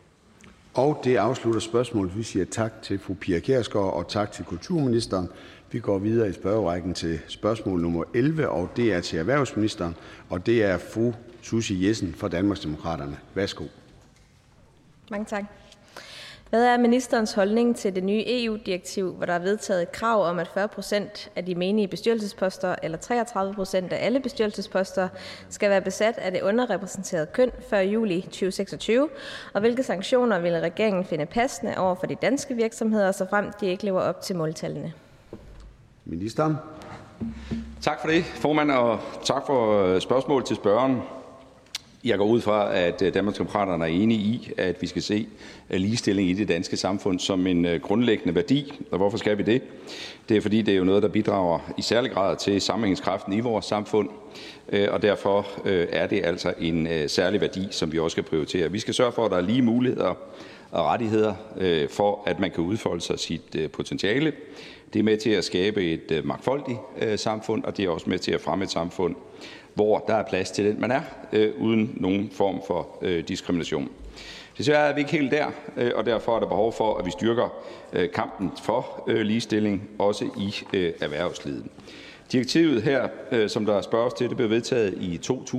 Og det afslutter spørgsmålet. Vi siger tak til fru Pia Kjærsgaard og tak til kulturministeren. Vi går videre i spørgerækken til spørgsmål nummer 11, og det er til erhvervsministeren, og det er fru Susie Jessen fra Danmarksdemokraterne. Værsgo. Mange tak. Hvad er ministerens holdning til det nye EU-direktiv, hvor der er vedtaget et krav om, at 40% af de menige bestyrelsesposter eller 33% af alle bestyrelsesposter skal være besat af det underrepræsenterede køn før juli 2026? Og hvilke sanktioner vil regeringen finde passende over for de danske virksomheder, såfremt de ikke lever op til måltallene? Ministeren. Tak for det, formand, og tak for spørgsmål til spørgeren. Jeg går ud fra, at Danmarksdemokraterne er enige i, at vi skal se ligestilling i det danske samfund som en grundlæggende værdi. Og hvorfor skal vi det? Det er, fordi det er jo noget, der bidrager i særlig grad til sammenhængskraften i vores samfund, og derfor er det altså en særlig værdi, som vi også skal prioritere. Vi skal sørge for, at der er lige muligheder og rettigheder for, at man kan udfolde sig sit potentiale. Det er med til at skabe et mangfoldigt samfund, og det er også med til at fremme et samfund, hvor der er plads til den, man er, uden nogen form for diskrimination. Desværre er vi ikke helt der, og derfor er der behov for, at vi styrker kampen for ligestilling, også i erhvervslivet. Direktivet her, som der spørges til, det blev vedtaget i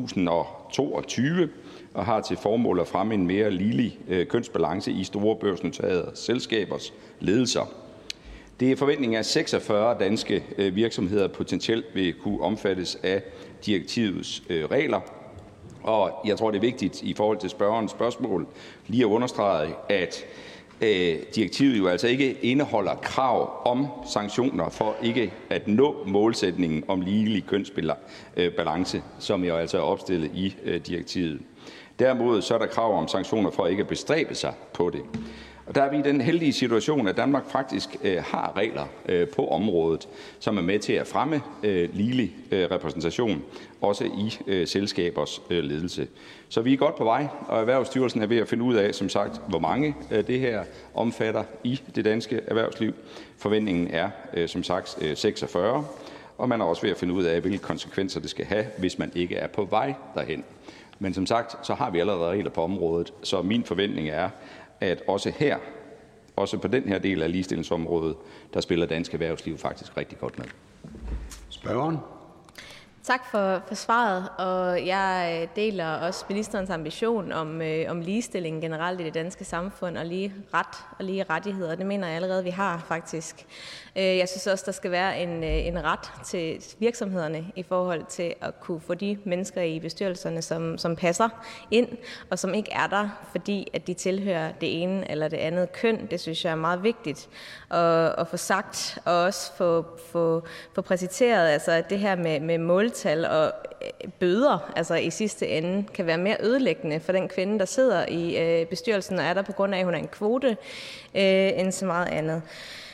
2022 og har til formål at fremme en mere ligelig kønsbalance i store børsnoterede selskabers ledelser. Det er forventningen, at 46 danske virksomheder potentielt vil kunne omfattes af direktivets regler. Og jeg tror, det er vigtigt i forhold til spørgerens spørgsmål lige at understrege, at direktivet jo altså ikke indeholder krav om sanktioner for ikke at nå målsætningen om ligelig kønsbalance, som jo altså er opstillet i direktivet. Derimod så er der krav om sanktioner for ikke at bestræbe sig på det. Og der er vi i den heldige situation, at Danmark faktisk har regler på området, som er med til at fremme ligelig repræsentation, også i selskabers ledelse. Så vi er godt på vej, og Erhvervsstyrelsen er ved at finde ud af, som sagt, hvor mange det her omfatter i det danske erhvervsliv. Forventningen er, som sagt, 46, og man er også ved at finde ud af, hvilke konsekvenser det skal have, hvis man ikke er på vej derhen. Men som sagt, så har vi allerede regler på området, så min forventning er, at også på den her del af ligestillingsområdet, der spiller dansk erhvervsliv faktisk rigtig godt med. Spørgeren. Tak for svaret, og jeg deler også ministerens ambition om ligestilling generelt i det danske samfund og lige ret og lige rettigheder. Det mener jeg allerede, vi har faktisk. Jeg synes også, der skal være en ret til virksomhederne i forhold til at kunne få de mennesker i bestyrelserne, som passer ind og som ikke er der, fordi at de tilhører det ene eller det andet køn. Det synes jeg er meget vigtigt at få sagt og også få præciseret, altså at det her med måltal og bøder, altså i sidste ende, kan være mere ødelæggende for den kvinde, der sidder i bestyrelsen og er der på grund af, at hun er en kvote, end så meget andet.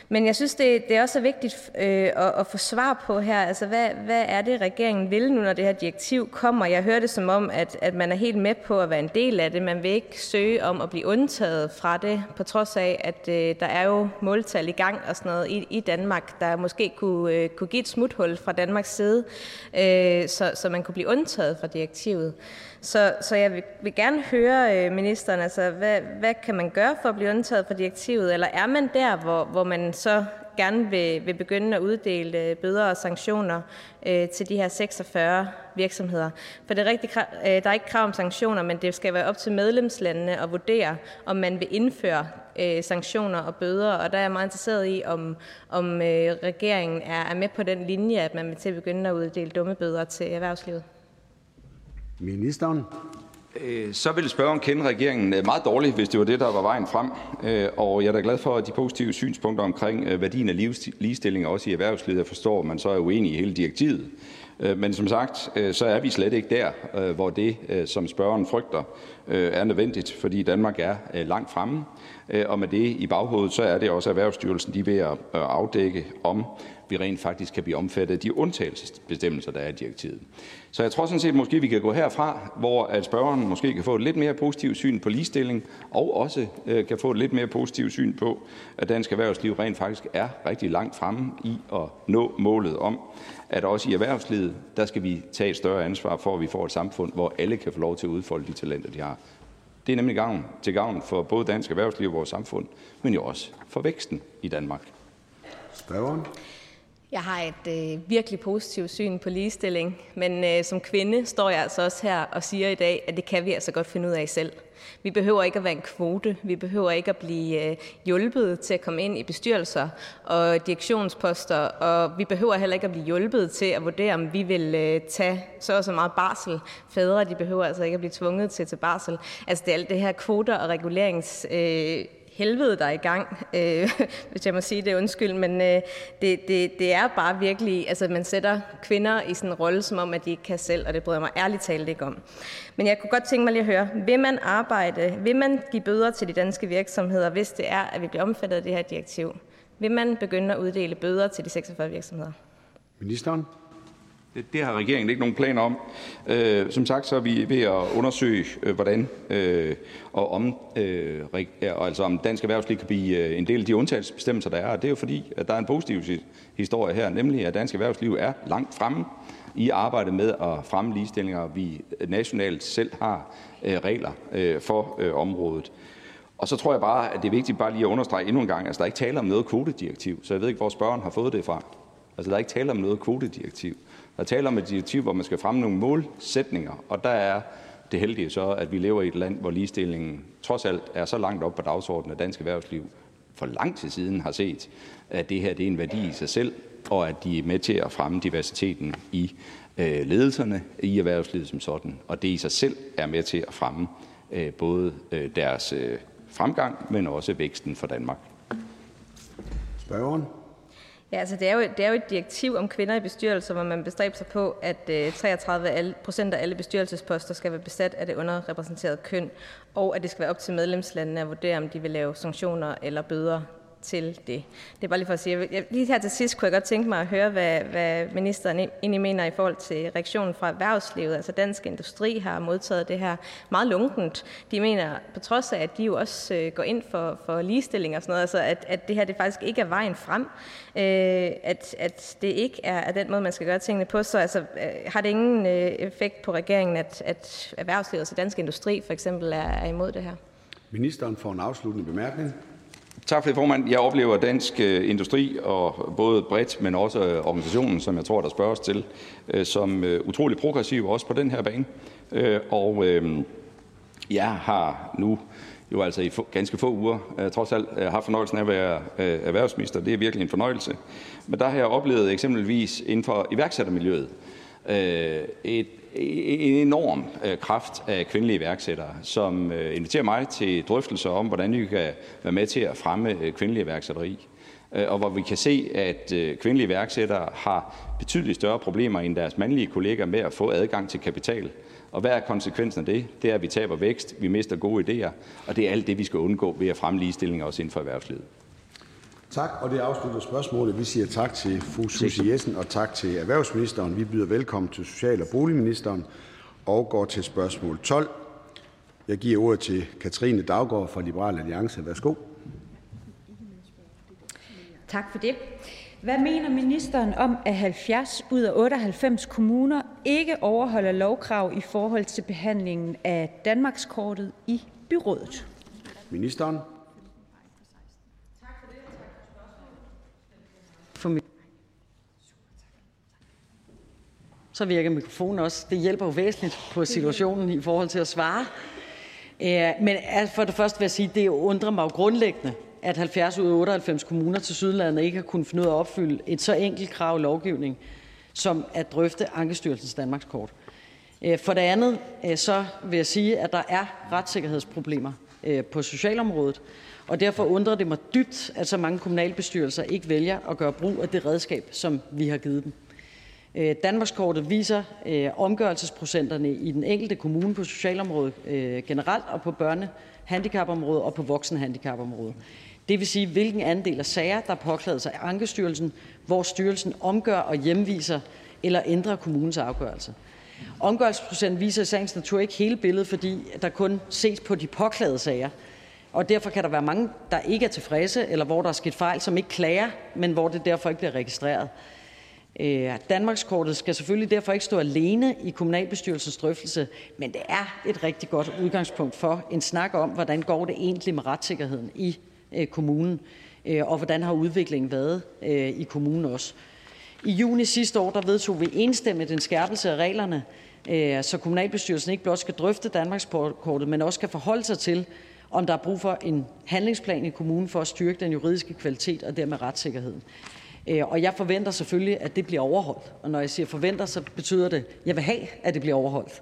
Men jeg synes, det er også vigtigt at få svar på her. Altså, hvad er det, regeringen vil nu, når det her direktiv kommer? Jeg hører det som om, at man er helt med på at være en del af det. Man vil ikke søge om at blive undtaget fra det, på trods af, at der er jo måltal i gang og sådan noget i Danmark, der måske kunne give et smuthul fra Danmarks side, så man kunne blive undtaget fra direktivet. Så jeg vil gerne høre ministeren, altså hvad kan man gøre for at blive undtaget fra direktivet, eller er man der, hvor man så gerne vil begynde at uddele bøder og sanktioner til de her 46 virksomheder? For det er rigtigt, der er ikke krav om sanktioner, men det skal være op til medlemslandene at vurdere, om man vil indføre sanktioner og bøder, og der er jeg meget interesseret i, om regeringen er med på den linje, at man vil til at begynde at uddele dumme bøder til erhvervslivet. Ministeren. Så ville spørgeren kende regeringen meget dårligt, hvis det var det, der var vejen frem. Og jeg er da glad for, at de positive synspunkter omkring værdien af ligestilling også i erhvervslivet, jeg forstår, man så er uenig i hele direktivet. Men som sagt, så er vi slet ikke der, hvor det, som spørgeren frygter, er nødvendigt, fordi Danmark er langt fremme. Og med det i baghovedet, så er det også Erhvervsstyrelsen, de er ved at afdække, om vi rent faktisk kan blive omfattet af de undtagelsesbestemmelser, der er i direktivet. Så jeg tror sådan set, måske vi kan gå herfra, hvor at spørgeren måske kan få et lidt mere positivt syn på ligestilling, og også kan få et lidt mere positivt syn på, at dansk erhvervsliv rent faktisk er rigtig langt fremme i at nå målet om, at også i erhvervslivet, der skal vi tage et større ansvar for, at vi får et samfund, hvor alle kan få lov til at udfolde de talenter, de har. Det er nemlig til gavn for både dansk erhvervsliv og vores samfund, men jo også for væksten i Danmark. Spørgeren. Jeg har et virkelig positivt syn på ligestilling, men som kvinde står jeg altså også her og siger i dag, at det kan vi altså godt finde ud af selv. Vi behøver ikke at være en kvote, vi behøver ikke at blive hjulpet til at komme ind i bestyrelser og direktionsposter, og vi behøver heller ikke at blive hjulpet til at vurdere, om vi vil tage så meget barsel. Fædre, de behøver altså ikke at blive tvunget til barsel. Altså det er alt det her kvoter og regulerings helvede, der er i gang, hvis jeg må sige det, undskyld, men det er bare virkelig, altså man sætter kvinder i sådan en rolle, som om, at de ikke kan selv, og det bryder mig ærligt talt ikke om. Men jeg kunne godt tænke mig lige at høre, vil man give bøder til de danske virksomheder, hvis det er, at vi bliver omfattet af det her direktiv? Vil man begynde at uddele bøder til de 46 virksomheder? Ministeren. Det har regeringen ikke nogen planer om. Som sagt, så er vi ved at undersøge, hvordan og om dansk erhvervsliv kan blive en del af de undtagelsesbestemmelser, der er. Og det er jo fordi, at der er en positiv historie her, nemlig at dansk erhvervsliv er langt fremme i arbejdet med at fremme ligestillinger. Vi nationalt selv har regler for området. Og så tror jeg bare, at det er vigtigt bare lige at understrege endnu en gang, altså der er ikke tale om noget kvotedirektiv, så jeg ved ikke, hvor spørgeren har fået det fra. Altså der er ikke tale om noget kvotedirektiv. Der er tale om et direktiv, hvor man skal fremme nogle målsætninger, og der er det heldige så, at vi lever i et land, hvor ligestillingen trods alt er så langt op på dagsordenen, at dansk erhvervsliv for lang tid siden har set, at det her det er en værdi i sig selv, og at de er med til at fremme diversiteten i ledelserne i erhvervslivet som sådan. Og det i sig selv er med til at fremme både deres fremgang, men også væksten for Danmark. Spørgeren. Ja, altså det er jo et direktiv om kvinder i bestyrelser, hvor man bestræber sig på, at 33% af alle bestyrelsesposter skal være besat af det underrepræsenterede køn, og at det skal være op til medlemslandene at vurdere, om de vil lave sanktioner eller bøder til det. Det er bare lige for at sige, lige her til sidst kunne jeg godt tænke mig at høre, hvad ministeren egentlig mener i forhold til reaktionen fra erhvervslivet. Altså Dansk Industri har modtaget det her meget lunkent. De mener, på trods af, at de jo også går ind for ligestilling og sådan noget, altså at det her det faktisk ikke er vejen frem, at det ikke er den måde, man skal gøre tingene på. Så altså, har det ingen effekt på regeringen, at erhvervslivet, altså Dansk Industri for eksempel, er imod det her? Ministeren får en afsluttende bemærkning. Tak for det, formand. Jeg oplever Dansk Industri, og både bredt, men også organisationen, som jeg tror, der spørges til, som utrolig progressiv også på den her bane. Og jeg har nu jo altså i ganske få uger trods alt haft fornøjelsen af at være erhvervsminister. Det er virkelig en fornøjelse. Men der har jeg oplevet eksempelvis inden for iværksættermiljøet en enorm kraft af kvindelige iværksættere, som inviterer mig til drøftelser om, hvordan vi kan være med til at fremme kvindelig iværksætteri. Og hvor vi kan se, at kvindelige iværksættere har betydeligt større problemer end deres mandlige kolleger med at få adgang til kapital. Og hvad er konsekvensen af det? Det er, at vi taber vækst, vi mister gode idéer, og det er alt det, vi skal undgå ved at fremme ligestilling også inden for erhvervslivet. Tak, og det afslutter spørgsmålet. Vi siger tak til fru Susie Jessen og tak til erhvervsministeren. Vi byder velkommen til social- og boligministeren og går til spørgsmål 12. Jeg giver ordet til Katrine Daugaard fra Liberal Alliance. Værsgo. Tak for det. Hvad mener ministeren om, at 70 ud af 98 kommuner ikke overholder lovkrav i forhold til behandlingen af Danmarkskortet i byrådet? Ministeren. Så virker mikrofonen også. Det hjælper jo væsentligt på situationen i forhold til at svare. Men for det første vil jeg sige, at det undrer mig jo grundlæggende, at 70 ud af 98 kommuner til Sydlandet ikke har kunnet finde ud af at opfylde et så enkelt krav i lovgivning, som at drøfte Ankestyrelsens Danmarkskort. For det andet så vil jeg sige, at der er retssikkerhedsproblemer på socialområdet, og derfor undrer det mig dybt, at så mange kommunalbestyrelser ikke vælger at gøre brug af det redskab, som vi har givet dem. Danmarkskortet viser omgørelsesprocenterne i den enkelte kommune på socialområdet generelt og på børnehandicapområdet og på voksenhandicapområdet. Det vil sige, hvilken andel af sager, der påklages af Ankestyrelsen, hvor styrelsen omgør og hjemviser eller ændrer kommunens afgørelse. Omgørelsesprocenten viser i sagens natur ikke hele billedet, fordi der kun ses på de påklagede sager. Og derfor kan der være mange, der ikke er tilfredse, eller hvor der er sket fejl, som ikke klager, men hvor det derfor ikke bliver registreret. Danmarkskortet skal selvfølgelig derfor ikke stå alene i kommunalbestyrelsens drøftelse, men det er et rigtig godt udgangspunkt for en snak om, hvordan går det egentlig med retssikkerheden i kommunen, og hvordan har udviklingen været i kommunen også. I juni sidste år, der vedtog vi enstemmigt en skærpelse af reglerne, så kommunalbestyrelsen ikke blot skal drøfte Danmarkskortet, men også skal forholde sig til, om der er brug for en handlingsplan i kommunen for at styrke den juridiske kvalitet og dermed retssikkerheden. Og jeg forventer selvfølgelig, at det bliver overholdt. Og når jeg siger forventer, så betyder det, at jeg vil have, at det bliver overholdt.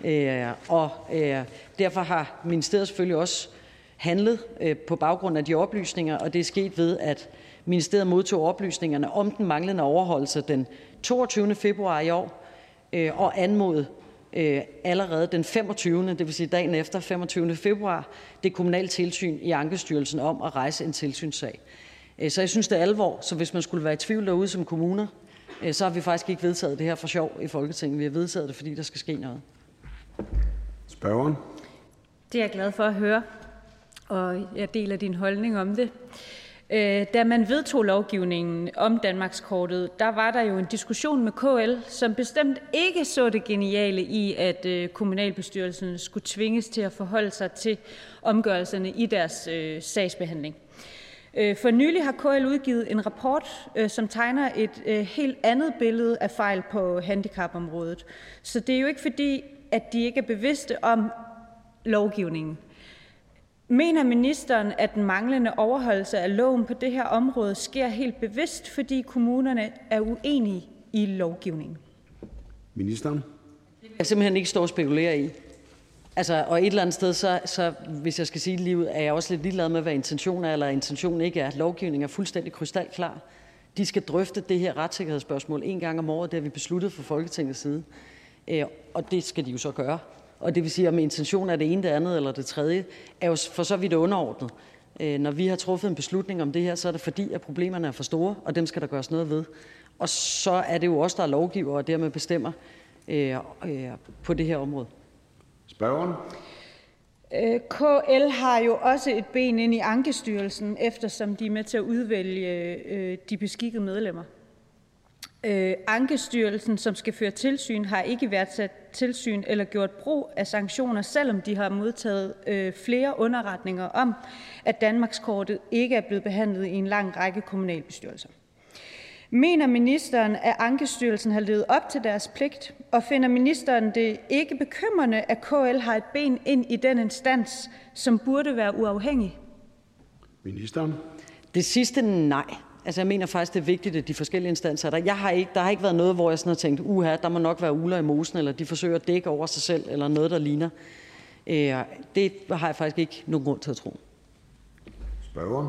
Derfor har ministeriet selvfølgelig også handlet på baggrund af de oplysninger, og det er sket ved, at ministeriet modtog oplysningerne om den manglende overholdelse den 22. februar i år, og anmodede allerede den 25., det vil sige dagen efter 25. februar, det kommunale tilsyn i Ankestyrelsen om at rejse en tilsynssag. Så jeg synes, det er alvor. Så hvis man skulle være i tvivl derude som kommuner, så har vi faktisk ikke vedtaget det her for sjov i Folketinget. Vi har vedtaget det, fordi der skal ske noget. Spørgeren. Det er jeg glad for at høre, og jeg deler din holdning om det. Da man vedtog lovgivningen om Danmarkskortet, der var der jo en diskussion med KL, som bestemt ikke så det geniale i, at kommunalbestyrelsen skulle tvinges til at forholde sig til omgørelserne i deres sagsbehandling. For nylig har KL udgivet en rapport, som tegner et helt andet billede af fejl på handicapområdet. Så det er jo ikke fordi, at de ikke er bevidste om lovgivningen. Mener ministeren, at den manglende overholdelse af loven på det her område sker helt bevidst, fordi kommunerne er uenige i lovgivningen? Ministeren. Det vil jeg simpelthen ikke stå og spekulere i. Altså, og et eller andet sted, så hvis jeg skal sige det lige ud, er jeg også lidt ligeglad med, hvad intentionen er, eller intentionen ikke er. Lovgivningen er fuldstændig krystalklar. De skal drøfte det her retssikkerhedsspørgsmål en gang om året, det har vi besluttet fra Folketingets side. Og det skal de jo så gøre. Og det vil sige, at om intentionen er det ene, det andet eller det tredje, er jo for så vidt underordnet. Når vi har truffet en beslutning om det her, så er det fordi, at problemerne er for store, og dem skal der gøres noget ved. Og så er det jo også der er lovgiver, og dermed bestemmer på det her område. Spørgeren. KL har jo også et ben ind i Ankestyrelsen, eftersom de er med til at udvælge de beskikkede medlemmer. Ankestyrelsen, som skal føre tilsyn, har ikke værdsat tilsyn eller gjort brug af sanktioner, selvom de har modtaget flere underretninger om, at Danmarkskortet ikke er blevet behandlet i en lang række kommunalbestyrelser. Mener ministeren, at Ankestyrelsen har levet op til deres pligt, og finder ministeren det ikke bekymrende, at KL har et ben ind i den instans, som burde være uafhængig? Ministeren. Det sidste nej. Altså jeg mener faktisk, det er vigtigt, at de forskellige instanser er der. Der har ikke været noget, hvor jeg sådan har tænkt, der må nok være uler i mosen, eller de forsøger at dække over sig selv, eller noget, der ligner. Det har jeg faktisk ikke nogen grund til at tro. Spørgeren.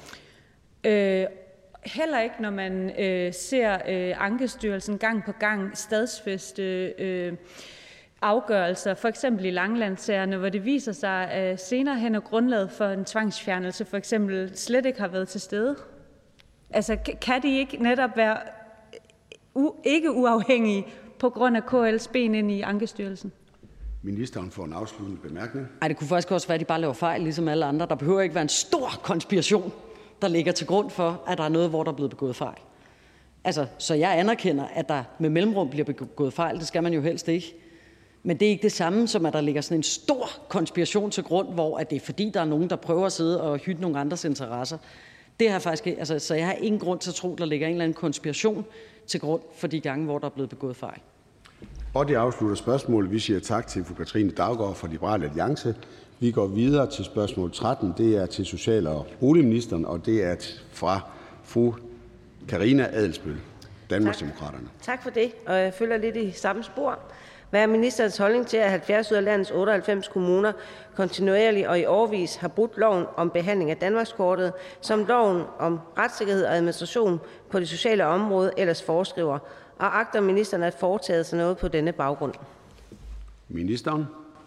Heller ikke, når man ser Ankestyrelsen gang på gang stadsfæste afgørelser, for eksempel i Langelandssagerne, hvor det viser sig, at senere hen er grundlaget for en tvangsfjernelse for eksempel slet ikke har været til stede. Altså, kan de ikke netop være ikke uafhængige på grund af KL's ben ind i Ankestyrelsen? Ministeren får en afsluttende bemærkning. Ej, det kunne faktisk også være, at de bare laver fejl, ligesom alle andre. Der behøver ikke være en stor konspiration, der ligger til grund for, at der er noget, hvor der er blevet begået fejl. Altså, så jeg anerkender, at der med mellemrum bliver begået fejl. Det skal man jo helst ikke. Men det er ikke det samme som, at der ligger sådan en stor konspiration til grund, hvor at det er fordi, der er nogen, der prøver at sidde og hytte nogle andres interesser. Det har jeg faktisk ikke. Altså, så jeg har ingen grund til at tro, der ligger en eller anden konspiration til grund for de gange, hvor der er blevet begået fejl. Og det afslutter spørgsmålet. Vi siger tak til fru Katrine Daugaard fra Liberal Alliance. Vi går videre til spørgsmål 13. Det er til social- og boligministeren, og det er fra fru Karina Adsbøl, Danmarksdemokraterne. Tak for det, og jeg følger lidt i samme spor. Hvad er ministerens holdning til, at 70 ud af landets 98 kommuner kontinuerligt og i årevis har brudt loven om behandling af Danmarkskortet, som loven om retssikkerhed og administration på det sociale område ellers foreskriver, og agter ministeren at foretage sig noget på denne baggrund? Ministeren.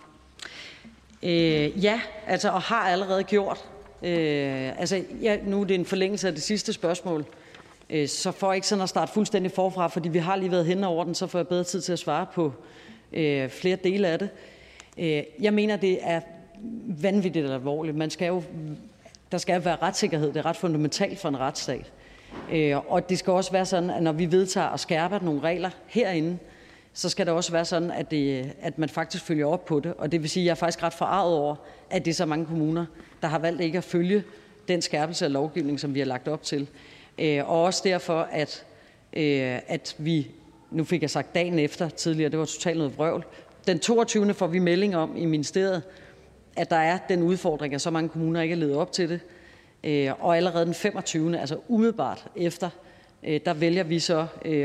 Ja, altså, og har allerede gjort. Nu er det en forlængelse af det sidste spørgsmål, så for ikke sådan at starte fuldstændig forfra, fordi vi har lige været henne over den, så får jeg bedre tid til at svare på flere dele af det. Jeg mener, det er vanvittigt alvorligt. Der skal være retssikkerhed. Det er ret fundamentalt for en retsstat. Og det skal også være sådan, at når vi vedtager og skærper nogle regler herinde, så skal det også være sådan, at man faktisk følger op på det. Og det vil sige, at jeg er faktisk ret forarget over, at det er så mange kommuner, der har valgt ikke at følge den skærpelse af lovgivning, som vi har lagt op til. Og også derfor, at vi, nu fik jeg sagt dagen efter tidligere, det var totalt noget vrøvl, den 22. får vi melding om i ministeriet, at der er den udfordring, at så mange kommuner ikke er levet op til det. Og allerede den 25., altså umiddelbart efter, der vælger vi så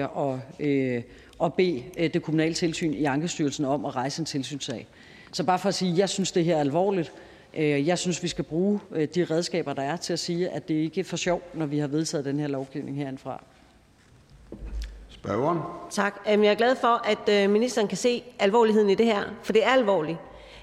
at bede det kommunale tilsyn i Ankestyrelsen om at rejse en tilsynssag. Så bare for at sige, at jeg synes, det her er alvorligt. Jeg synes, vi skal bruge de redskaber, der er til at sige, at det ikke er for sjov, når vi har vedtaget den her lovgivning herindfra. Spørgeren. Tak. Jeg er glad for, at ministeren kan se alvorligheden i det her, for det er alvorligt.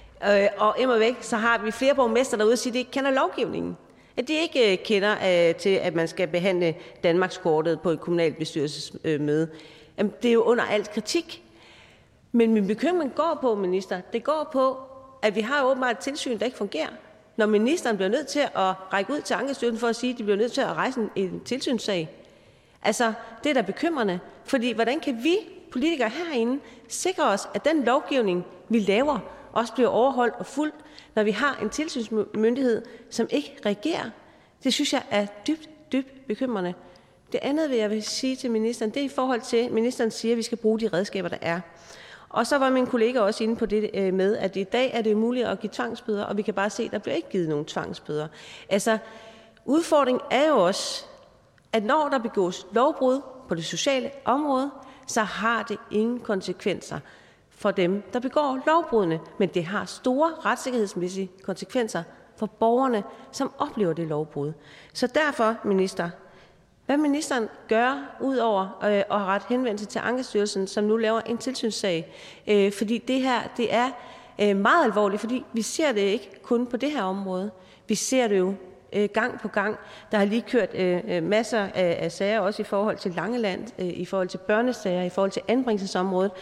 Og immervæk, så har vi flere borgmestre derude, der siger, at de ikke kender lovgivningen. At de ikke kender til, at man skal behandle Danmarkskortet på et kommunalt bestyrelsesmøde. Det er jo under alt kritik. Men min bekymring går på, minister, det går på, at vi har åbenbart et tilsyn, der ikke fungerer. Når ministeren bliver nødt til at række ud til Ankestyrelsen for at sige, at de bliver nødt til at rejse en tilsynssag. Altså, det er da bekymrende. Fordi hvordan kan vi politikere herinde sikre os, at den lovgivning, vi laver, også bliver overholdt og fuldt, når vi har en tilsynsmyndighed, som ikke reagerer? Det synes jeg er dybt, dybt bekymrende. Det andet, jeg vil sige til ministeren, det er i forhold til, at ministeren siger, at vi skal bruge de redskaber, der er. Og så var min kollega også inde på det med, at i dag er det muligt at give tvangsbøder, og vi kan bare se, at der bliver ikke givet nogen tvangsbøder. Altså, udfordringen er jo også, at når der begås lovbrud på det sociale område, så har det ingen konsekvenser for dem, der begår lovbrudene. Men det har store retssikkerhedsmæssige konsekvenser for borgerne, som oplever det lovbrud. Så derfor, minister, hvad ministeren gør, ud over at rette henvendelse til Ankestyrelsen, som nu laver en tilsynssag? Fordi det her, det er meget alvorligt, fordi vi ser det ikke kun på det her område. Vi ser det jo gang på gang. Der har lige kørt masser af sager, også i forhold til Langeland, i forhold til børnesager, i forhold til anbringelsesområdet.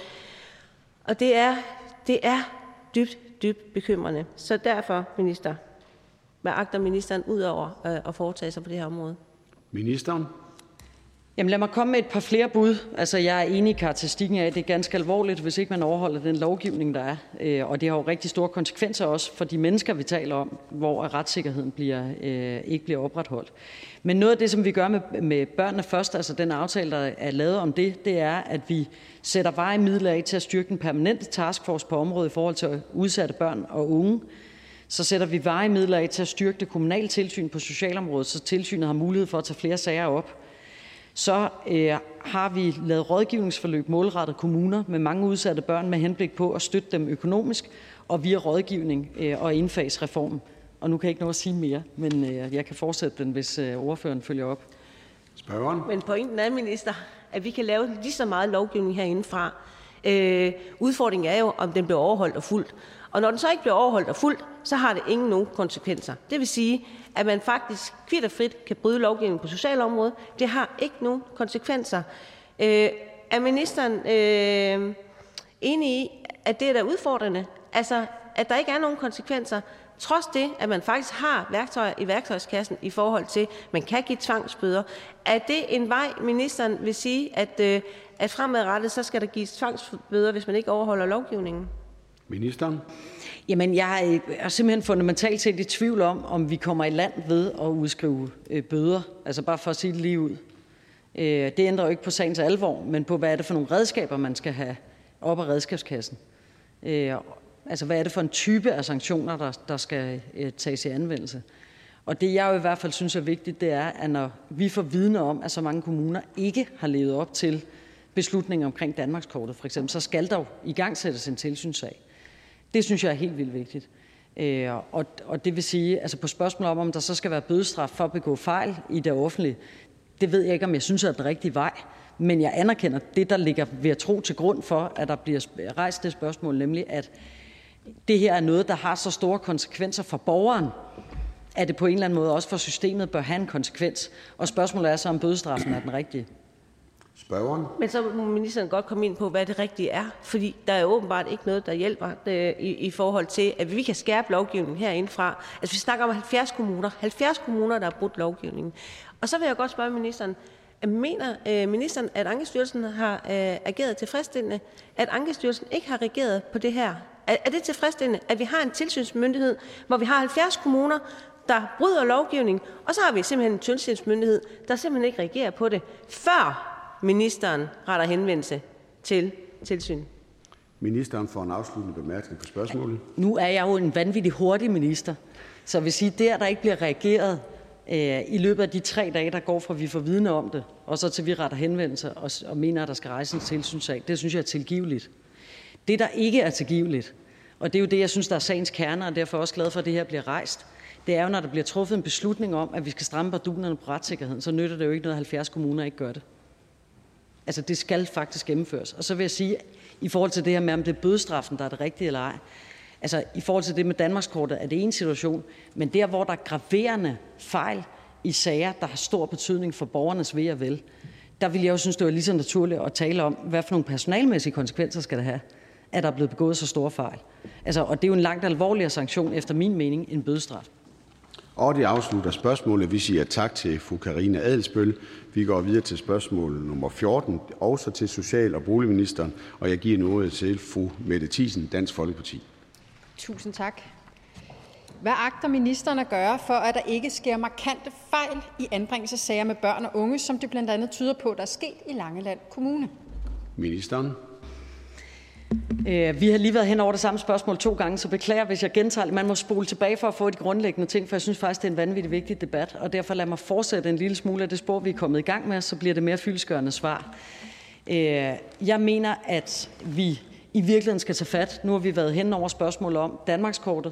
Og det er dybt, dybt bekymrende. Så derfor, minister, hvad agter ministeren ud over at foretage sig på det her område? Ministeren. Jamen lad mig komme med et par flere bud. Altså jeg er enig i karakteristikken af, at det er ganske alvorligt, hvis ikke man overholder den lovgivning, der er. Og det har jo rigtig store konsekvenser også for de mennesker, vi taler om, hvor retssikkerheden ikke bliver opretholdt. Men noget af det, som vi gør med Børnene Først, altså den aftale, der er lavet om det, det er, at vi sætter varige midler af til at styrke den permanente taskforce på området i forhold til udsatte børn og unge. Så sætter vi varige midler af til at styrke det kommunale tilsyn på socialområdet, så tilsynet har mulighed for at tage flere sager op. Så har vi lavet rådgivningsforløb målrettet kommuner med mange udsatte børn med henblik på at støtte dem økonomisk og via rådgivning og indfase reformen. Og nu kan jeg ikke nå at sige mere, men jeg kan fortsætte den, hvis ordføreren følger op. Spørgeren. Men pointen er, minister, at vi kan lave lige så meget lovgivning herindefra. Udfordringen er jo, om den bliver overholdt og fuldt. Og når den så ikke bliver overholdt og fuldt, så har det nogen konsekvenser. Det vil sige, at man faktisk kvit og frit kan bryde lovgivningen på socialområdet. Det har ikke nogen konsekvenser. Er ministeren enig i, at det er da udfordrende? Altså, at der ikke er nogen konsekvenser, trods det, at man faktisk har værktøjer i værktøjskassen i forhold til, at man kan give tvangsbøder. Er det en vej, ministeren vil sige, at fremadrettet, så skal der gives tvangsbøder, hvis man ikke overholder lovgivningen? Ministeren? Jamen, jeg er simpelthen fundamentalt set i tvivl om vi kommer i land ved at udskrive bøder. Altså bare for at sige det lige ud. Det ændrer jo ikke på sagens alvor, men på, hvad er det for nogle redskaber, man skal have op af redskabskassen. Altså, hvad er det for en type af sanktioner, der skal tages i anvendelse. Og det, jeg jo i hvert fald synes er vigtigt, det er, at når vi får viden om, at så mange kommuner ikke har levet op til beslutninger omkring Danmarkskortet, for eksempel, så skal der jo igangsættes en tilsynssag. Det synes jeg er helt vildt vigtigt. Og det vil sige, altså på spørgsmålet om der så skal være bødestraf for at begå fejl i det offentlige, det ved jeg ikke, om jeg synes er den rigtige vej. Men jeg anerkender det, der ligger ved at tro til grund for, at der bliver rejst det spørgsmål, nemlig at det her er noget, der har så store konsekvenser for borgeren, at det på en eller anden måde også for systemet bør have en konsekvens. Og spørgsmålet er så, om bødestraffen er den rigtige. Spørgeren? Men så må ministeren godt komme ind på, hvad det rigtige er. Fordi der er åbenbart ikke noget, der hjælper i forhold til, at vi kan skærpe lovgivningen herindefra. Altså vi snakker om 70 kommuner. 70 kommuner, der har brudt lovgivningen. Og så vil jeg godt spørge ministeren, mener ministeren, at Ankestyrelsen har ageret tilfredsstillende? At Ankestyrelsen ikke har reageret på det her? Er det tilfredsstillende, at vi har en tilsynsmyndighed, hvor vi har 70 kommuner, der bryder lovgivningen, og så har vi simpelthen en tilsynsmyndighed, der simpelthen ikke reagerer på det, før ministeren retter henvendelse til tilsyn? Ministeren får en afsluttende bemærkning på spørgsmålet. Nu er jeg jo en vanvittig hurtig minister, så jeg vil sige, der ikke bliver reageret i løbet af de 3 dage, der går fra vi får viden om det, og så til vi retter henvendelse og mener, at der skal rejse en tilsynssag, det synes jeg er tilgiveligt. Det, der ikke er tilgiveligt, og det er jo det, jeg synes, der er sagens kerne, og derfor er jeg også glad for, at det her bliver rejst, det er jo, når der bliver truffet en beslutning om, at vi skal stramme bardunerne på retssikkerheden, så nytter det jo ikke noget, at 70 kommuner ikke gør det. Altså, det skal faktisk gennemføres. Og så vil jeg sige, i forhold til det her med, om det er bødestraffen, der er det rigtige eller ej, altså i forhold til det med Danmarkskortet er det en situation, men der, hvor der er graverende fejl i sager, der har stor betydning for borgernes ve og vel, der vil jeg jo synes, det var lige så naturligt at tale om, hvad for nogle personalmæssige konsekvenser skal det have, at der er blevet begået så store fejl. Altså, og det er jo en langt alvorligere sanktion, efter min mening, end bødestraf. Og det afslutter spørgsmålet. Vi siger tak til fru Karina Adsbøl. Vi går videre til spørgsmål nummer 14, også til social- og boligministeren, og jeg giver noget til fru Mette Thiesen, Dansk Folkeparti. Tusind tak. Hvad agter ministeren at gøre for, at der ikke sker markante fejl i anbringelsessager med børn og unge, som det blandt andet tyder på, der er sket i Langeland Kommune? Ministeren. Vi har lige været hen over det samme spørgsmål 2 gange, så beklager, hvis jeg gentager det. Man må spole tilbage for at få de grundlæggende ting, for jeg synes faktisk, det er en vanvittig vigtig debat, og derfor lad mig fortsætte en lille smule af det spor, vi er kommet i gang med, så bliver det mere fyldestgørende svar. Jeg mener, at vi i virkeligheden skal tage fat. Nu har vi været hen over spørgsmålet om Danmarkskortet.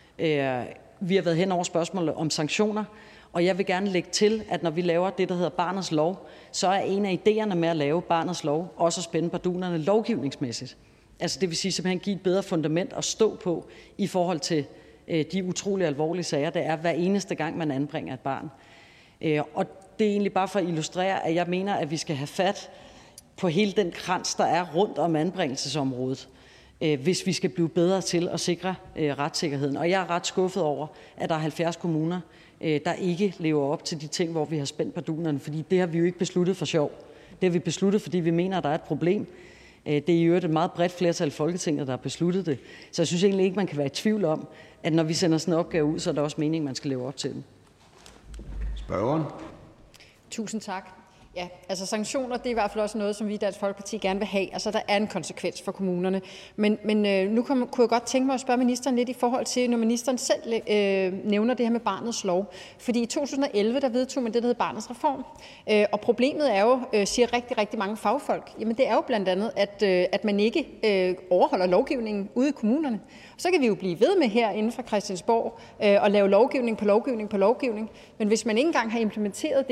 Vi har været hen over spørgsmålet om sanktioner, og jeg vil gerne lægge til, at når vi laver det, der hedder Barnets Lov, så er en af idéerne med at lave Barnets Lov også at spænde bardunerne lovgivningsmæssigt. Altså det vil sige simpelthen give et bedre fundament at stå på i forhold til de utrolig alvorlige sager, der er hver eneste gang, man anbringer et barn. Og det er egentlig bare for at illustrere, at jeg mener, at vi skal have fat på hele den krans, der er rundt om anbringelsesområdet, hvis vi skal blive bedre til at sikre retssikkerheden. Og jeg er ret skuffet over, at der er 70 kommuner, der ikke lever op til de ting, hvor vi har spændt bardunerne, fordi det har vi jo ikke besluttet for sjov. Det har vi besluttet, fordi vi mener, at der er et problem. Det er i øvrigt et meget bredt flertal i Folketinget, der har besluttet det. Så jeg synes egentlig ikke, man kan være i tvivl om, at når vi sender sådan en opgave ud, så er der også meningen, man skal leve op til den. Spørgeren. Tusind tak. Ja, altså sanktioner, det er i hvert fald også noget, som vi i Dansk Folkeparti gerne vil have. Altså der er en konsekvens for kommunerne. Men nu kunne jeg godt tænke mig at spørge ministeren lidt i forhold til, når ministeren selv nævner det her med Barnets Lov. Fordi i 2011, der vedtog man det, der hedder Barnets Reform. Og problemet er jo, siger rigtig, rigtig mange fagfolk, jamen det er jo blandt andet, at man ikke overholder lovgivningen ude i kommunerne. Så kan vi jo blive ved med herinde fra Christiansborg og lave lovgivning på lovgivning på lovgivning. Men hvis man ikke engang har implementeret det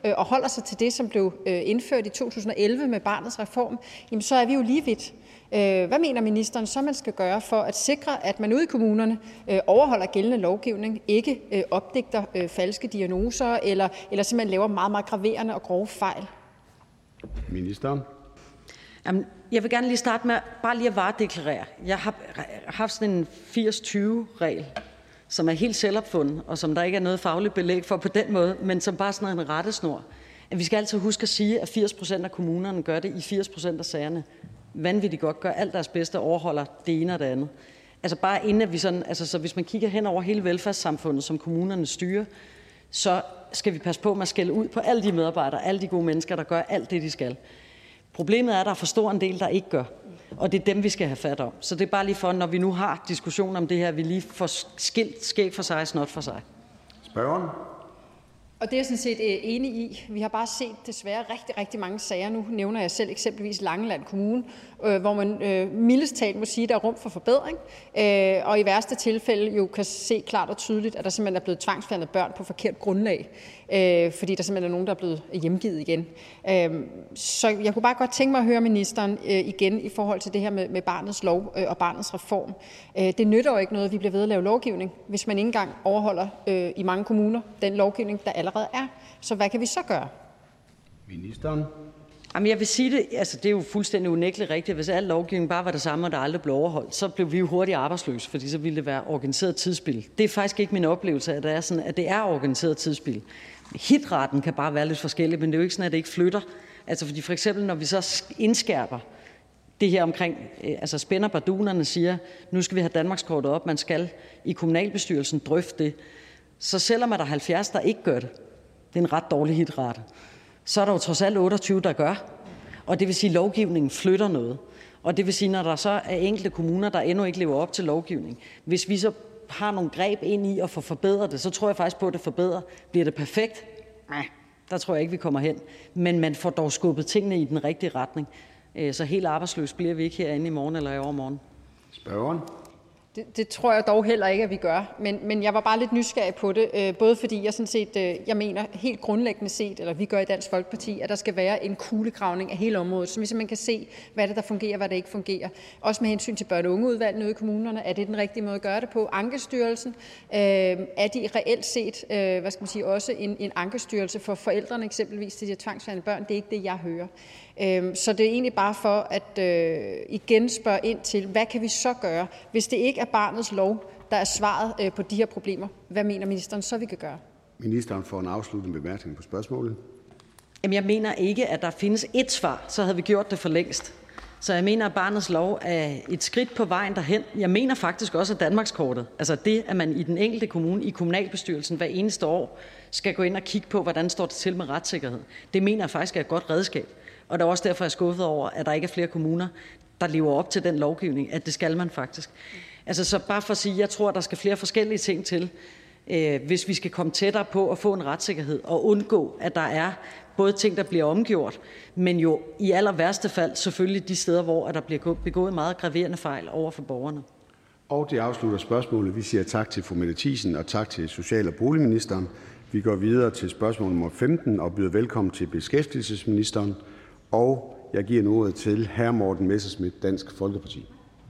og holder sig til det, som blev indført i 2011 med Barnets Reform, jamen så er vi jo lige vidt. Hvad mener ministeren så, man skal gøre for at sikre, at man ude i kommunerne overholder gældende lovgivning, ikke opdigter falske diagnoser eller simpelthen laver meget, meget graverende og grove fejl? Ministeren. Jamen, jeg vil gerne lige starte med bare lige at varedeklarere. Jeg har haft sådan en 80-20-regel, som er helt selvopfundet, og som der ikke er noget fagligt belæg for på den måde, men som bare sådan en rettesnor. At vi skal altid huske at sige, at 80% af kommunerne gør det i 80% af sagerne. Vanvittigt godt, gør alt deres bedste og overholder det ene og det andet. Altså bare inden at vi sådan, altså så hvis man kigger hen over hele velfærdssamfundet, som kommunerne styrer, så skal vi passe på med at skælde ud på alle de medarbejdere, alle de gode mennesker, der gør alt det, de skal. Problemet er, at der er for stor en del, der ikke gør, og det er dem, vi skal have fat om. Så det er bare lige for, når vi nu har diskussion om det her, vi lige får skilt skæg for sig, snot for sig. Spørgeren. Og det er jeg sådan set enig i. Vi har bare set desværre rigtig, rigtig mange sager. Nu nævner jeg selv eksempelvis Langeland Kommune, hvor man mildest talt må sige, at der er rum for forbedring. Og i værste tilfælde jo kan se klart og tydeligt, at der simpelthen er blevet tvangsfjernet børn på forkert grundlag, fordi der simpelthen er nogen, der er blevet hjemgivet igen. Så jeg kunne bare godt tænke mig at høre ministeren igen i forhold til det her med barnets lov og barnets reform. Det nytter jo ikke noget, at vi bliver ved at lave lovgivning, hvis man ikke engang overholder i mange kommuner den lovgivning, der allerede er. Så hvad kan vi så gøre? Ministeren. Jamen jeg vil sige det, altså det er jo fuldstændig unægteligt rigtigt. Hvis al lovgivning bare var det samme, og der aldrig blev overholdt, så blev vi jo hurtigt arbejdsløse, fordi så ville det være organiseret tidsspil. Det er faktisk ikke min oplevelse, at det er sådan, at det er organiseret tidsspil. Hitraten kan bare være lidt forskellig, men det er jo ikke sådan, at det ikke flytter. Altså fordi for eksempel, når vi så indskærper det her omkring, altså spænder bardunerne siger, nu skal vi have Danmarkskortet op, man skal i kommunalbestyrelsen drøfte det. Så selvom der er 70, der ikke gør det, det er en ret dårlig hitrate, så er der jo trods alt 28, der gør. Og det vil sige, at lovgivningen flytter noget. Og det vil sige, når der så er enkelte kommuner, der endnu ikke lever op til lovgivning, hvis vi så har nogle greb ind i at få forbedret det, så tror jeg faktisk på, at det forbedrer. Bliver det perfekt? Nej, der tror jeg ikke, vi kommer hen. Men man får dog skubbet tingene i den rigtige retning. Så helt arbejdsløs bliver vi ikke herinde i morgen eller i overmorgen. Spørgeren. Det tror jeg dog heller ikke, at vi gør. Men jeg var bare lidt nysgerrig på det, både fordi jeg sådan set, jeg mener helt grundlæggende set, eller vi gør i Dansk Folkeparti, at der skal være en kulegravning af hele området, så vi simpelthen kan se, hvad det der fungerer, hvad det ikke fungerer. Også med hensyn til børne- og ungeudvalgene ude i kommunerne, er det den rigtige måde at gøre det på? Ankestyrelsen, er de reelt set, hvad skal man sige, også en ankestyrelse for forældrene eksempelvis til de tvangsfjernede børn? Det er ikke det, jeg hører. Så det er egentlig bare for at igen spørge ind til, hvad kan vi så gøre, hvis det ikke er barnets lov, der er svaret på de her problemer? Hvad mener ministeren så, vi kan gøre? Ministeren får en afsluttende bemærkning på spørgsmålet. Jamen, jeg mener ikke, at der findes ét svar, så havde vi gjort det for længst. Så jeg mener, at barnets lov er et skridt på vejen derhen. Jeg mener faktisk også, at Danmarkskortet, altså det, at man i den enkelte kommune, i kommunalbestyrelsen hver eneste år, skal gå ind og kigge på, hvordan står det til med retssikkerhed. Det mener jeg faktisk er et godt redskab. Og det er også derfor, jeg er skuffet over, at der ikke er flere kommuner, der lever op til den lovgivning, at det skal man faktisk. Altså så bare for at sige, jeg tror, at der skal flere forskellige ting til, hvis vi skal komme tættere på at få en retssikkerhed og undgå, at der er både ting, der bliver omgjort, men jo i aller værste fald selvfølgelig de steder, hvor der bliver begået meget graverende fejl over for borgerne. Og det afslutter spørgsmålet. Vi siger tak til fru Mette Thiesen og tak til social- og boligministeren. Vi går videre til spørgsmål nummer 15 og byder velkommen til beskæftigelsesministeren. Og jeg giver nu ordet til hr. Morten Messerschmidt, Dansk Folkeparti.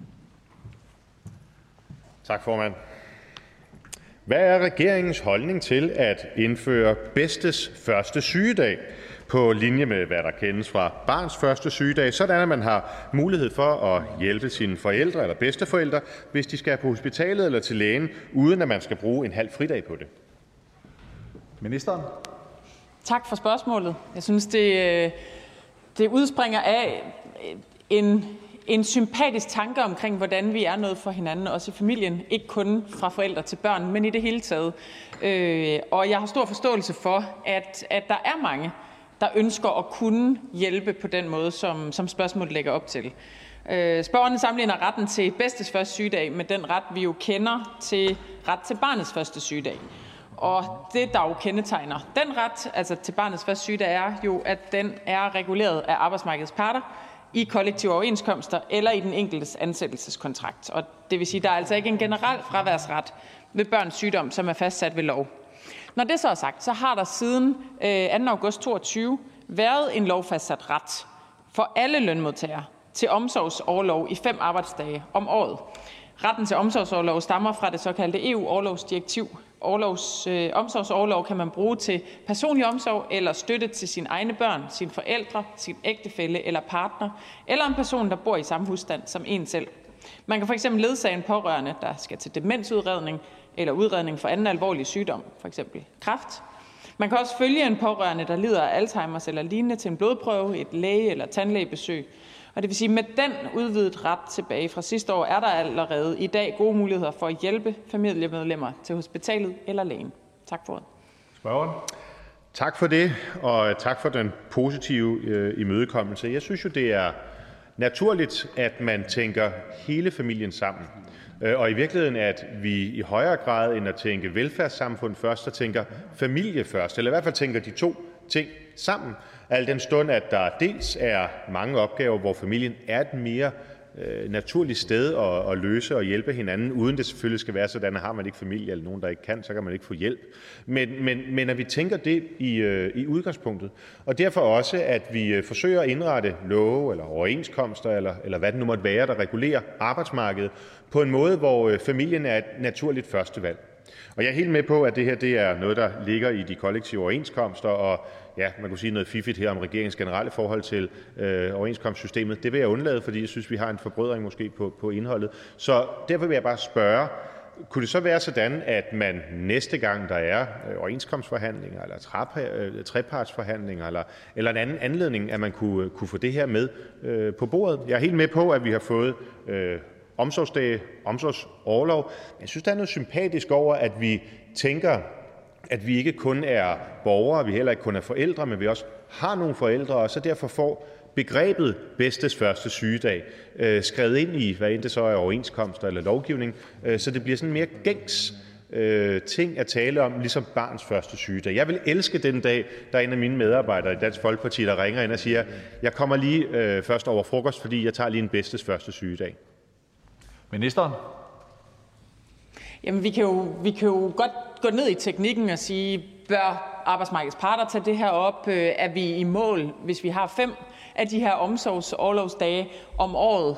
Tak, formand. Hvad er regeringens holdning til at indføre bedstes første sygedag på linje med, hvad der kendes fra barns første sygedag, sådan at man har mulighed for at hjælpe sine forældre eller bedsteforældre, hvis de skal på hospitalet eller til lægen, uden at man skal bruge en halv fridag på det? Ministeren. Tak for spørgsmålet. Jeg synes, det udspringer af en sympatisk tanke omkring, hvordan vi er noget for hinanden, også i familien. Ikke kun fra forældre til børn, men i det hele taget. Og jeg har stor forståelse for, at der er mange, der ønsker at kunne hjælpe på den måde, som spørgsmålet lægger op til. Spørgerne sammenligner retten til bedstes første sygedag med den ret, vi jo kender til ret til barnets første sygedag. Og det, der jo kendetegner den ret, altså til barnets første sygedag, er jo, at den er reguleret af arbejdsmarkedets parter i kollektive overenskomster eller i den enkeltes ansættelseskontrakt. Og det vil sige, at der er altså ikke en generel fraværsret ved børns sygdom, som er fastsat ved lov. Når det så er sagt, så har der siden 2. august 2022 været en lovfastsat ret for alle lønmodtagere til omsorgsorlov i 5 arbejdsdage om året. Retten til omsorgsorlov stammer fra det såkaldte EU-orlovsdirektiv. Omsorgsorlov kan man bruge til personlig omsorg eller støtte til sine egne børn, sine forældre, sin ægtefælle eller partner, eller en person, der bor i samme husstand som en selv. Man kan f.eks. ledsage en pårørende, der skal til demensudredning eller udredning for anden alvorlig sygdom, f.eks. kræft. Man kan også følge en pårørende, der lider af Alzheimers eller lignende, til en blodprøve, et læge- eller tandlægebesøg. Og det vil sige, at med den udvidet ret tilbage fra sidste år, er der allerede i dag gode muligheder for at hjælpe familiemedlemmer til hospitalet eller lægen. Tak for ordet. Spørgeren. Tak for det, og tak for den positive imødekommelse. Jeg synes jo, det er naturligt, at man tænker hele familien sammen. Og i virkeligheden, at vi i højere grad end at tænke velfærdssamfund først, så tænker familie først, eller i hvert fald tænker de to ting sammen. Al den stund, at der dels er mange opgaver, hvor familien er et mere naturligt sted at løse og hjælpe hinanden, uden det selvfølgelig skal være sådan, at har man ikke familie eller nogen, der ikke kan, så kan man ikke få hjælp. Men at vi tænker det i udgangspunktet. Og derfor også, at vi forsøger at indrette love eller overenskomster, eller hvad det nu måtte være, der regulerer arbejdsmarkedet, på en måde, hvor familien er et naturligt førstevalg. Og jeg er helt med på, at det her det er noget, der ligger i de kollektive overenskomster, og ja, man kunne sige noget fiffigt her om regeringens generelle forhold til overenskomstsystemet. Det vil jeg undlade, fordi jeg synes, vi har en forbrødring måske på indholdet. Så derfor vil jeg bare spørge, kunne det så være sådan, at man næste gang, der er overenskomstforhandlinger, eller trepartsforhandlinger, eller en anden anledning, at man kunne få det her med på bordet? Jeg er helt med på, at vi har fået omsorgsdage, omsorgsorlov. Jeg synes, der er noget sympatisk over, at vi tænker, at vi ikke kun er borgere, vi heller ikke kun er forældre, men vi også har nogle forældre, og så derfor får begrebet bedstes første sygedag skrevet ind i, hvad end det så er overenskomster eller lovgivning, så det bliver sådan en mere gængs ting at tale om, ligesom barns første sygedag. Jeg vil elske den dag, der er en af mine medarbejdere i Dansk Folkeparti, der ringer ind og siger, jeg kommer lige først over frokost, fordi jeg tager lige en bedstes første sygedag. Ministeren. Jamen, vi kan jo godt gå ned i teknikken og sige, bør arbejdsmarkedets parter tage det her op? Er vi i mål, hvis vi har 5 af de her omsorgsorlovsdage om året?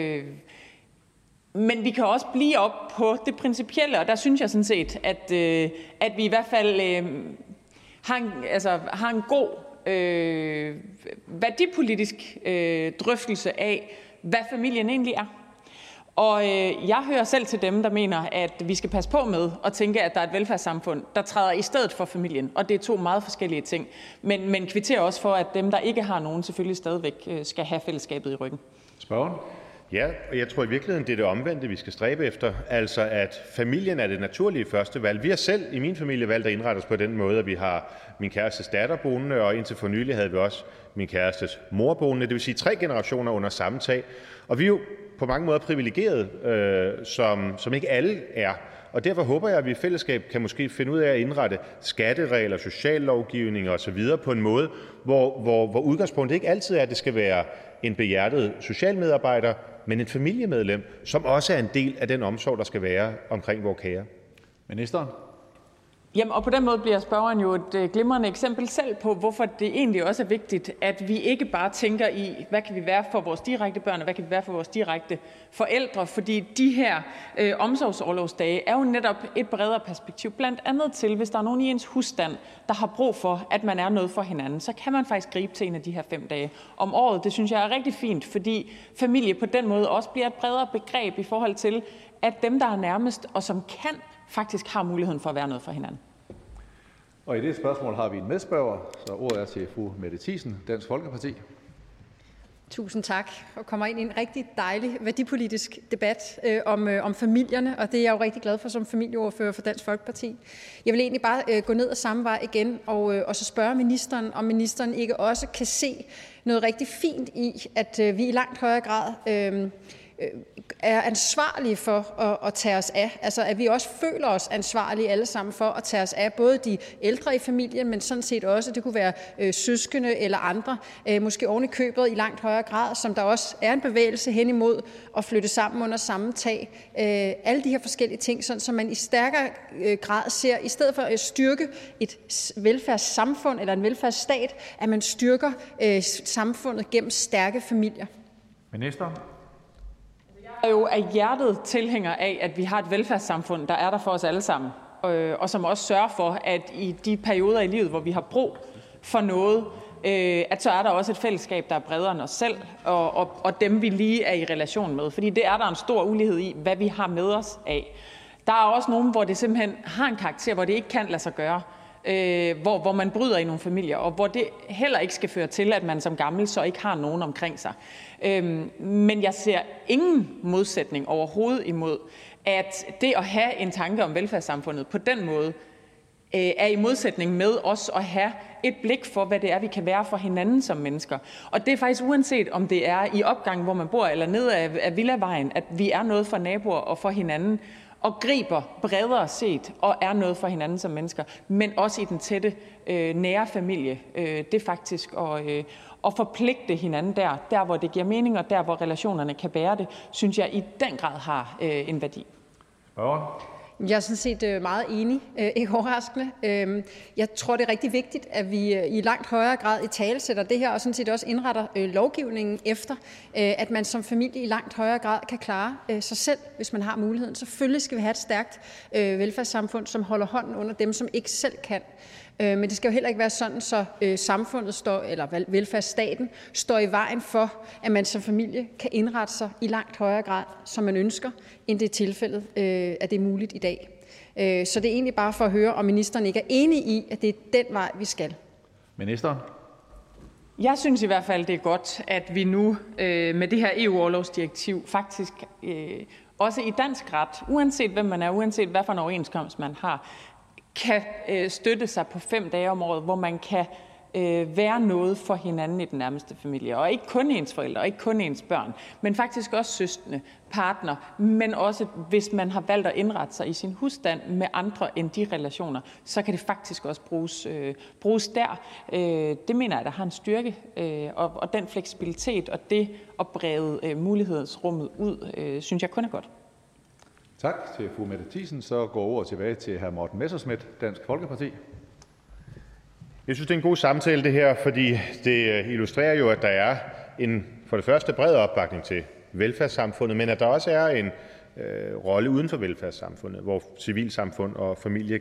Men vi kan også blive op på det principielle, og der synes jeg sådan set, at vi i hvert fald har en god værdipolitisk drøftelse af, hvad familien egentlig er. Og jeg hører selv til dem, der mener, at vi skal passe på med at tænke, at der er et velfærdssamfund, der træder i stedet for familien. Og det er 2 meget forskellige ting. Men kvitterer også for, at dem, der ikke har nogen, selvfølgelig stadigvæk skal have fællesskabet i ryggen. Spørgeren? Ja, og jeg tror i virkeligheden, det er det omvendte, vi skal stræbe efter. Altså, at familien er det naturlige første valg. Vi har selv i min familie valgt at indrette os på den måde, at vi har min kærestes datter boende, og indtil for nylig havde vi også min kærestes mor boende. Det vil sige 3 generationer under samme tag. Og vi er jo på mange måder privilegeret, som ikke alle er. Og derfor håber jeg, at vi i fællesskab kan måske finde ud af at indrette skatteregler, sociallovgivning osv. på en måde, hvor udgangspunktet ikke altid er, at det skal være en behjertet socialmedarbejder, men et familiemedlem, som også er en del af den omsorg, der skal være omkring vores kære. Ministeren. Jamen, og på den måde bliver spørgeren jo et glimrende eksempel selv på, hvorfor det egentlig også er vigtigt, at vi ikke bare tænker i, hvad kan vi være for vores direkte børn, og hvad kan vi være for vores direkte forældre, fordi de her omsorgsorlovsdage er jo netop et bredere perspektiv, blandt andet til, hvis der er nogen i ens husstand, der har brug for, at man er noget for hinanden, så kan man faktisk gribe til en af de her 5 dage om året. Det synes jeg er rigtig fint, fordi familie på den måde også bliver et bredere begreb i forhold til, at dem, der er nærmest og som kan, faktisk har muligheden for at være noget for hinanden. Og i det spørgsmål har vi en medspørger, så ordet er til fru Mette Thiesen, Dansk Folkeparti. Tusind tak, og kommer ind i en rigtig dejlig værdipolitisk debat om familierne, og det er jeg jo rigtig glad for som familieordfører for Dansk Folkeparti. Jeg vil egentlig bare gå ned ad samme vej igen, og så spørge ministeren, om ministeren ikke også kan se noget rigtig fint i, at vi i langt højere grad er ansvarlige for at tage os af. Altså at vi også føler os ansvarlige alle sammen for at tage os af både de ældre i familien, men sådan set også, det kunne være søskende eller andre, måske oven i købet i langt højere grad, som der også er en bevægelse hen imod at flytte sammen under samme tag. Alle de her forskellige ting, sådan så man i stærkere grad ser, i stedet for at styrke et velfærdssamfund eller en velfærdsstat, at man styrker samfundet gennem stærke familier. Minister? Jeg er jo af hjertet tilhænger af, at vi har et velfærdssamfund, der er der for os alle sammen, og som også sørger for, at i de perioder i livet, hvor vi har brug for noget, at så er der også et fællesskab, der er bredere end os selv, og dem vi lige er i relation med. Fordi det er der en stor ulighed i, hvad vi har med os af. Der er også nogen, hvor det simpelthen har en karakter, hvor det ikke kan lade sig gøre. Hvor man bryder i nogle familier, og hvor det heller ikke skal føre til, at man som gammel så ikke har nogen omkring sig. Men jeg ser ingen modsætning overhovedet imod, at det at have en tanke om velfærdssamfundet på den måde, er i modsætning med os at have et blik for, hvad det er, vi kan være for hinanden som mennesker. Og det er faktisk uanset, om det er i opgangen, hvor man bor, eller ned ad Villavejen, at vi er noget for naboer og for hinanden, og griber bredere set og er noget for hinanden som mennesker, men også i den tætte, nære familie. Det er faktisk at forpligte hinanden der hvor det giver mening, og der hvor relationerne kan bære det, synes jeg i den grad har en værdi. Jeg er sådan set meget enig, ikke overraskende. Jeg tror, det er rigtig vigtigt, at vi i langt højere grad italesætter det her, og sådan set også indretter lovgivningen efter, at man som familie i langt højere grad kan klare sig selv, hvis man har muligheden. Selvfølgelig skal vi have et stærkt velfærdssamfund, som holder hånden under dem, som ikke selv kan. Men det skal jo heller ikke være sådan, så samfundet eller velfærdsstaten står i vejen for, at man som familie kan indrette sig i langt højere grad, som man ønsker, end det er tilfældet, at det er muligt i dag. Så det er egentlig bare for at høre, om ministeren ikke er enig i, at det er den vej, vi skal. Minister? Jeg synes i hvert fald, det er godt, at vi nu med det her EU-orlovsdirektiv faktisk også i dansk ret, uanset hvem man er, uanset hvad for en overenskomst man har, kan støtte sig på 5 dage om året, hvor man kan være noget for hinanden i den nærmeste familie. Og ikke kun ens forældre, og ikke kun ens børn, men faktisk også søskende, partner, men også hvis man har valgt at indrette sig i sin husstand med andre end de relationer, så kan det faktisk også bruges der. Det mener jeg, der har en styrke, og den fleksibilitet og det at brede mulighedsrummet ud, synes jeg kun er godt. Tak til fru Mette Thiesen. Så går ordet tilbage til hr. Morten Messerschmidt, Dansk Folkeparti. Jeg synes, det er en god samtale, det her, fordi det illustrerer jo, at der er for det første bred opbakning til velfærdssamfundet, men at der også er en rolle uden for velfærdssamfundet, hvor civilsamfund og familie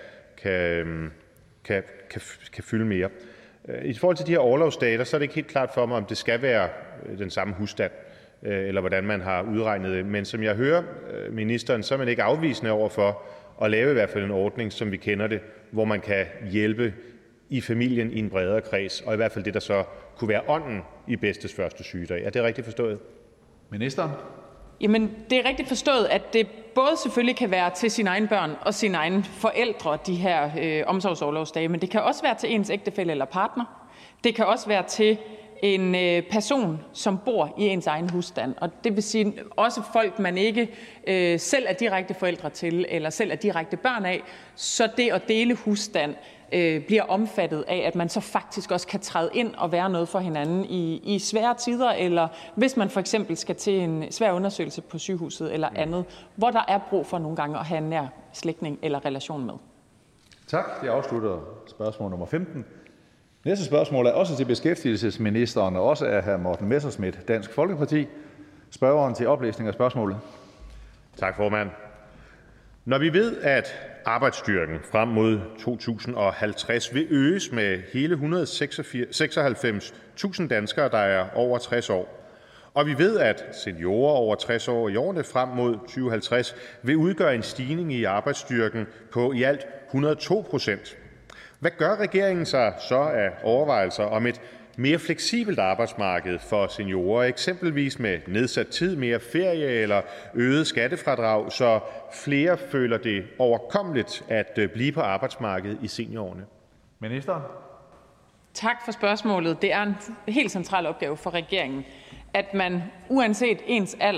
kan fylde mere. I forhold til de her orlovsdage, så er det ikke helt klart for mig, om det skal være den samme husstand, eller hvordan man har udregnet det. Men som jeg hører ministeren, så er man ikke afvisende over for at lave i hvert fald en ordning, som vi kender det, hvor man kan hjælpe i familien i en bredere kreds, og i hvert fald det, der så kunne være ånden i bedstes første sygedag. Er det rigtigt forstået? Ministeren? Jamen, det er rigtigt forstået, at det både selvfølgelig kan være til sine egne børn og sine egne forældre, de her omsorgsorlovsdage, men det kan også være til ens ægtefælle eller partner. Det kan også være til en person, som bor i ens egen husstand. Og det vil sige også folk, man ikke selv er direkte forældre til, eller selv er direkte børn af. Så det at dele husstand bliver omfattet af, at man så faktisk også kan træde ind og være noget for hinanden i svære tider, eller hvis man for eksempel skal til en svær undersøgelse på sygehuset eller andet, hvor der er brug for nogle gange at have en nær slægtning eller relation med. Tak. Det afslutter spørgsmål nummer 15. Næste spørgsmål er også til beskæftigelsesministeren, og også af hr. Morten Messerschmidt, Dansk Folkeparti. Spørgeren til oplæsning af spørgsmålet. Tak, formand. Når vi ved, at arbejdsstyrken frem mod 2050 vil øges med hele 196.000 danskere, der er over 60 år, og vi ved, at seniorer over 60 år i årene frem mod 2050 vil udgøre en stigning i arbejdsstyrken på i alt 102%. Hvad gør regeringen sig så af overvejelser om et mere fleksibelt arbejdsmarked for seniorer, eksempelvis med nedsat tid, mere ferie eller øget skattefradrag, så flere føler det overkommeligt at blive på arbejdsmarkedet i seniorårene? Minister? Tak for spørgsmålet. Det er en helt central opgave for regeringen, at man uanset ens alder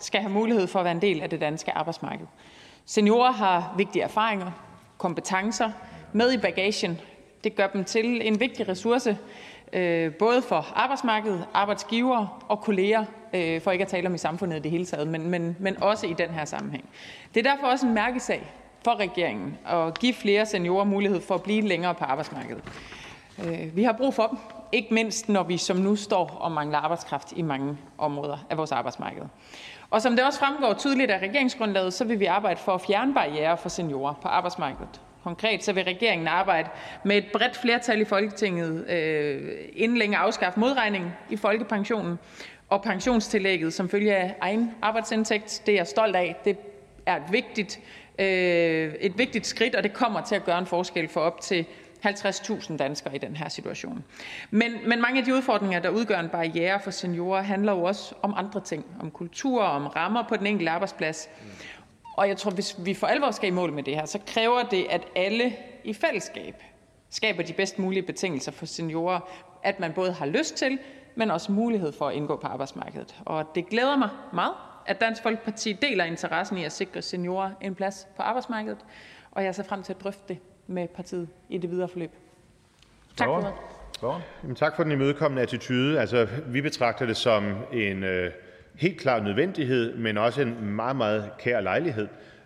skal have mulighed for at være en del af det danske arbejdsmarked. Seniorer har vigtige erfaringer, kompetencer med i bagagen. Det gør dem til en vigtig ressource, både for arbejdsmarkedet, arbejdsgivere og kolleger, for ikke at tale om i samfundet i det hele taget, men også i den her sammenhæng. Det er derfor også en mærkesag for regeringen at give flere seniorer mulighed for at blive længere på arbejdsmarkedet. Vi har brug for dem, ikke mindst når vi som nu står og mangler arbejdskraft i mange områder af vores arbejdsmarked. Og som det også fremgår tydeligt af regeringsgrundlaget, så vil vi arbejde for at fjerne barrierer for seniorer på arbejdsmarkedet. Konkret så vil regeringen arbejde med et bredt flertal i Folketinget inden længe afskaffe modregningen i folkepensionen og pensionstillægget som følge af egen arbejdsindtægt. Det er jeg stolt af. Det er et vigtigt skridt, og det kommer til at gøre en forskel for op til 50.000 danskere i den her situation. Men mange af de udfordringer, der udgør en barriere for seniorer, handler jo også om andre ting. Om kultur, om rammer på den enkelte arbejdsplads. Og jeg tror, hvis vi for alvor skal i mål med det her, så kræver det, at alle i fællesskab skaber de bedst mulige betingelser for seniorer, at man både har lyst til, men også mulighed for at indgå på arbejdsmarkedet. Og det glæder mig meget, at Dansk Folkeparti deler interessen i at sikre seniorer en plads på arbejdsmarkedet, og jeg ser frem til at drøfte det med partiet i det videre forløb. Tak for det. Jamen, tak for den imødekommende attitude. Altså, vi betragter det som en helt klar nødvendighed, men også en meget, meget kær lejlighed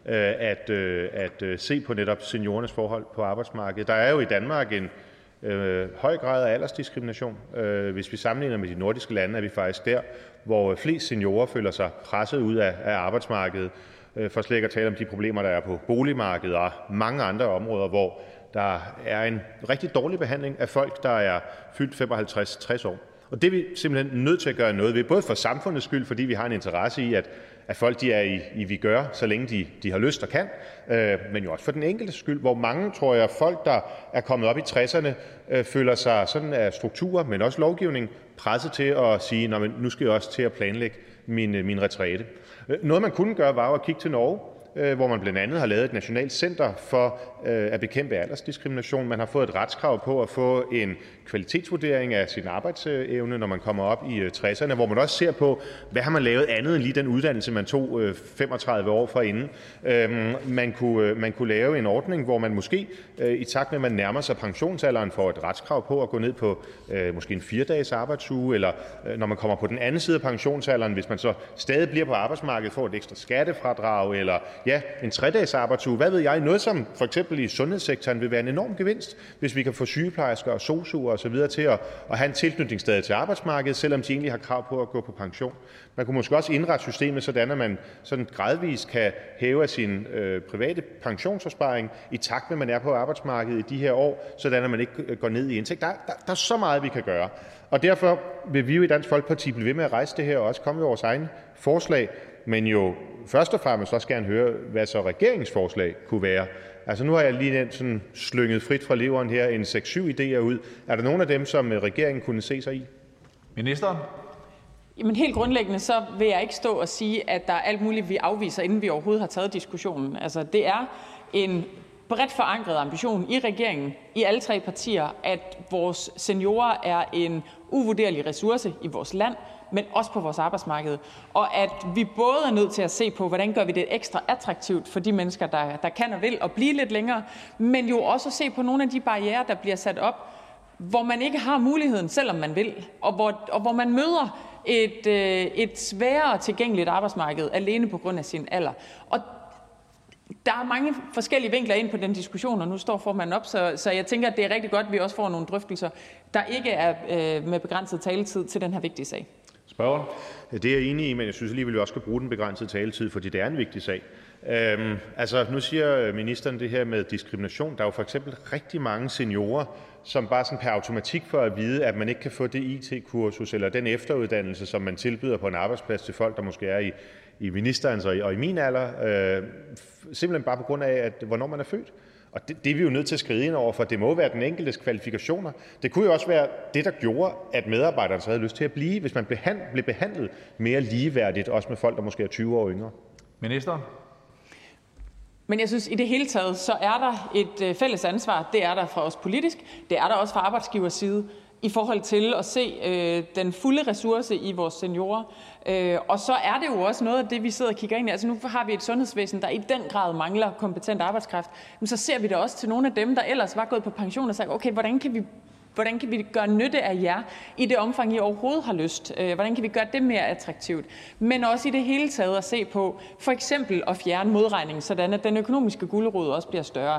at se på netop seniorernes forhold på arbejdsmarkedet. Der er jo i Danmark en høj grad af aldersdiskrimination. Hvis vi sammenligner med de nordiske lande, er vi faktisk der, hvor flest seniorer føler sig presset ud af arbejdsmarkedet, for slet ikke at tale om de problemer, der er på boligmarkedet og mange andre områder, hvor der er en rigtig dårlig behandling af folk, der er fyldt 55-60 år. Og det er vi simpelthen nødt til at gøre noget ved, både for samfundets skyld, fordi vi har en interesse i, at folk de er i vi gør, så længe de har lyst og kan, men jo også for den enkeltes skyld, hvor mange, tror jeg, folk, der er kommet op i 60'erne, føler sig sådan af strukturer, men også lovgivning, presset til at sige, men nu skal jeg også til at planlægge min retræte. Noget man kunne gøre, var jo at kigge til Norge, hvor man blandt andet har lavet et nationalt center for at bekæmpe aldersdiskrimination. Man har fået et retskrav på at få en kvalitetsvurdering af sin arbejdsevne, når man kommer op i 60'erne, hvor man også ser på, hvad har man lavet andet end lige den uddannelse, man tog 35 år forinden. Man kunne lave en ordning, hvor man måske i takt med, at man nærmer sig pensionsalderen, får et retskrav på at gå ned på måske en 4-dages arbejdsuge, eller når man kommer på den anden side af pensionsalderen, hvis man så stadig bliver på arbejdsmarkedet, får et ekstra skattefradrag, eller ja, en 3-dages arbejdsuge. Hvad ved jeg? Noget, som for eksempel i sundhedssektoren vil være en enorm gevinst, hvis vi kan få sygeplejersker og sosu'er og så videre til at have en tilknytning stadig til arbejdsmarkedet, selvom de egentlig har krav på at gå på pension. Man kunne måske også indrette systemet sådan, at man sådan gradvist kan hæve af sin private pensionsopsparing i takt med, at man er på arbejdsmarkedet i de her år, sådan at man ikke går ned i indtægt. Der er så meget, vi kan gøre. Og derfor vil vi jo i Dansk Folkeparti blive ved med at rejse det her og også komme med vores egne forslag, men jo først og fremmest også gerne høre, hvad så regeringsforslag kunne være. Altså nu har jeg lige sådan slynget frit fra leveren her en 6-7 idéer ud. Er der nogen af dem, som regeringen kunne se sig i? Ministeren? Jamen helt grundlæggende, så vil jeg ikke stå og sige, at der er alt muligt, vi afviser, inden vi overhovedet har taget diskussionen. Altså det er en bredt forankret ambition i regeringen, i alle 3 partier, at vores seniorer er en uvurderlig ressource i vores land, men også på vores arbejdsmarked. Og at vi både er nødt til at se på, hvordan gør vi det ekstra attraktivt for de mennesker, der kan og vil, og blive lidt længere, men jo også at se på nogle af de barrierer, der bliver sat op, hvor man ikke har muligheden, selvom man vil, og hvor man møder et sværere tilgængeligt arbejdsmarked alene på grund af sin alder. Og der er mange forskellige vinkler ind på den diskussion, og nu står formanden op, så jeg tænker, at det er rigtig godt, at vi også får nogle drøftelser, der ikke er med begrænset taletid til den her vigtige sag. Spørger? Det er jeg enig i, men jeg synes alligevel, vi også skal bruge den begrænsede taletid, fordi det er en vigtig sag. Altså, nu siger ministeren det her med diskrimination. Der er jo for eksempel rigtig mange seniorer, som bare sådan per automatik får at vide, at man ikke kan få det IT-kursus eller den efteruddannelse, som man tilbyder på en arbejdsplads til folk, der måske er i ministerens og i min alder, simpelthen bare på grund af, hvornår man er født. Og det er vi jo nødt til at skride ind over, for det må være den enkeltes kvalifikationer. Det kunne jo også være det, der gjorde, at medarbejderen så havde lyst til at blive, hvis man blev behandlet mere ligeværdigt, også med folk, der måske er 20 år yngre. Minister? Men jeg synes, i det hele taget, så er der et fælles ansvar. Det er der fra os politisk. Det er der også fra arbejdsgivers side. i forhold til at se den fulde ressource i vores seniorer. Og så er det jo også noget af det, vi sidder og kigger ind i. Altså nu har vi et sundhedsvæsen, der i den grad mangler kompetent arbejdskraft. Men så ser vi det også til nogle af dem, der ellers var gået på pension og sagde, okay, hvordan kan vi gøre nytte af jer i det omfang, I overhovedet har lyst? Hvordan kan vi gøre det mere attraktivt? Men også i det hele taget at se på, for eksempel at fjerne modregningen, sådan at den økonomiske gulerod også bliver større.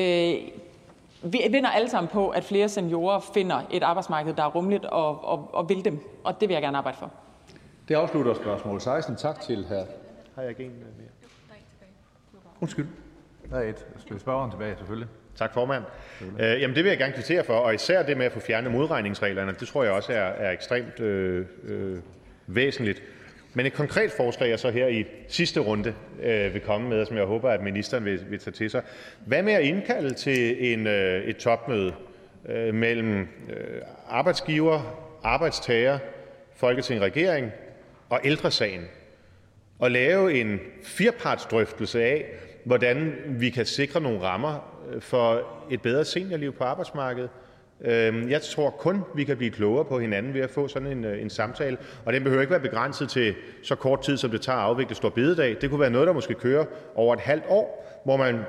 Vi vinder alle sammen på, at flere seniorer finder et arbejdsmarked, der er rummeligt og vil dem. Og det vil jeg gerne arbejde for. Det afslutter spørgsmål 16. Tak til hr. Har jeg ikke en mere? Undskyld. Der er et. Skal spørgeren tilbage, selvfølgelig. Tak, formand. Jamen, det vil jeg gerne kvittere for, og især det med at få fjernet modregningsreglerne, det tror jeg også er ekstremt væsentligt. Men et konkret forslag, jeg så her i sidste runde vil komme med, og som jeg håber, at ministeren vil tage til sig. Hvad med at indkalde til et topmøde mellem arbejdsgiver, arbejdstager, Folketing, regering og Ældresagen, og lave en firepartsdrøftelse af, hvordan vi kan sikre nogle rammer for et bedre seniorliv på arbejdsmarkedet. Jeg tror kun, vi kan blive klogere på hinanden ved at få sådan en samtale, og den behøver ikke være begrænset til så kort tid, som det tager at afvikle Store Bededag. Det kunne være noget, der måske kører over et halvt år, hvor man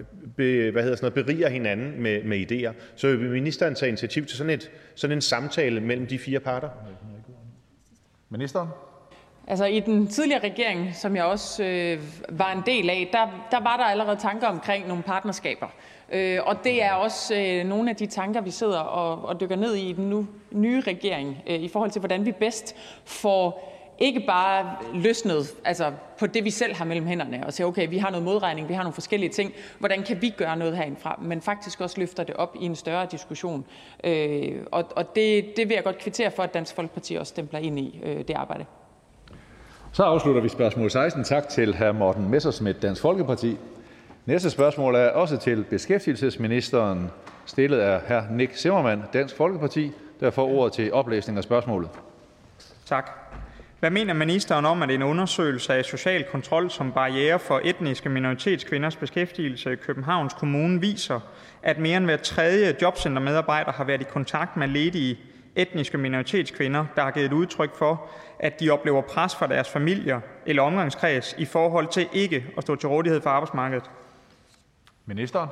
beriger hinanden med idéer. Så vil ministeren tage initiativ til sådan en samtale mellem de fire parter? Ministeren? Altså i den tidligere regering, som jeg også var en del af, der var der allerede tanker omkring nogle partnerskaber. Og det er også nogle af de tanker, vi sidder og dykker ned i den nye regering, i forhold til, hvordan vi bedst får ikke bare løsnet altså på det, vi selv har mellem hænderne, og siger, okay, vi har noget modregning, vi har nogle forskellige ting, hvordan kan vi gøre noget herindfra, men faktisk også løfter det op i en større diskussion. Og det vil jeg godt kvittere for, at Dansk Folkeparti også stempler ind i det arbejde. Så afslutter vi spørgsmål 16. Tak til hr. Morten Messerschmidt, Dansk Folkeparti. Næste spørgsmål er også til beskæftigelsesministeren, stillet af hr. Nick Zimmermann, Dansk Folkeparti, der får ordet til oplæsning af spørgsmålet. Tak. Hvad mener ministeren om, at en undersøgelse af social kontrol som barriere for etniske minoritetskvinders beskæftigelse i Københavns Kommune viser, at mere end hver tredje jobcentermedarbejder har været i kontakt med ledige etniske minoritetskvinder, der har givet udtryk for, at de oplever pres fra deres familier eller omgangskreds i forhold til ikke at stå til rådighed for arbejdsmarkedet? Ministeren?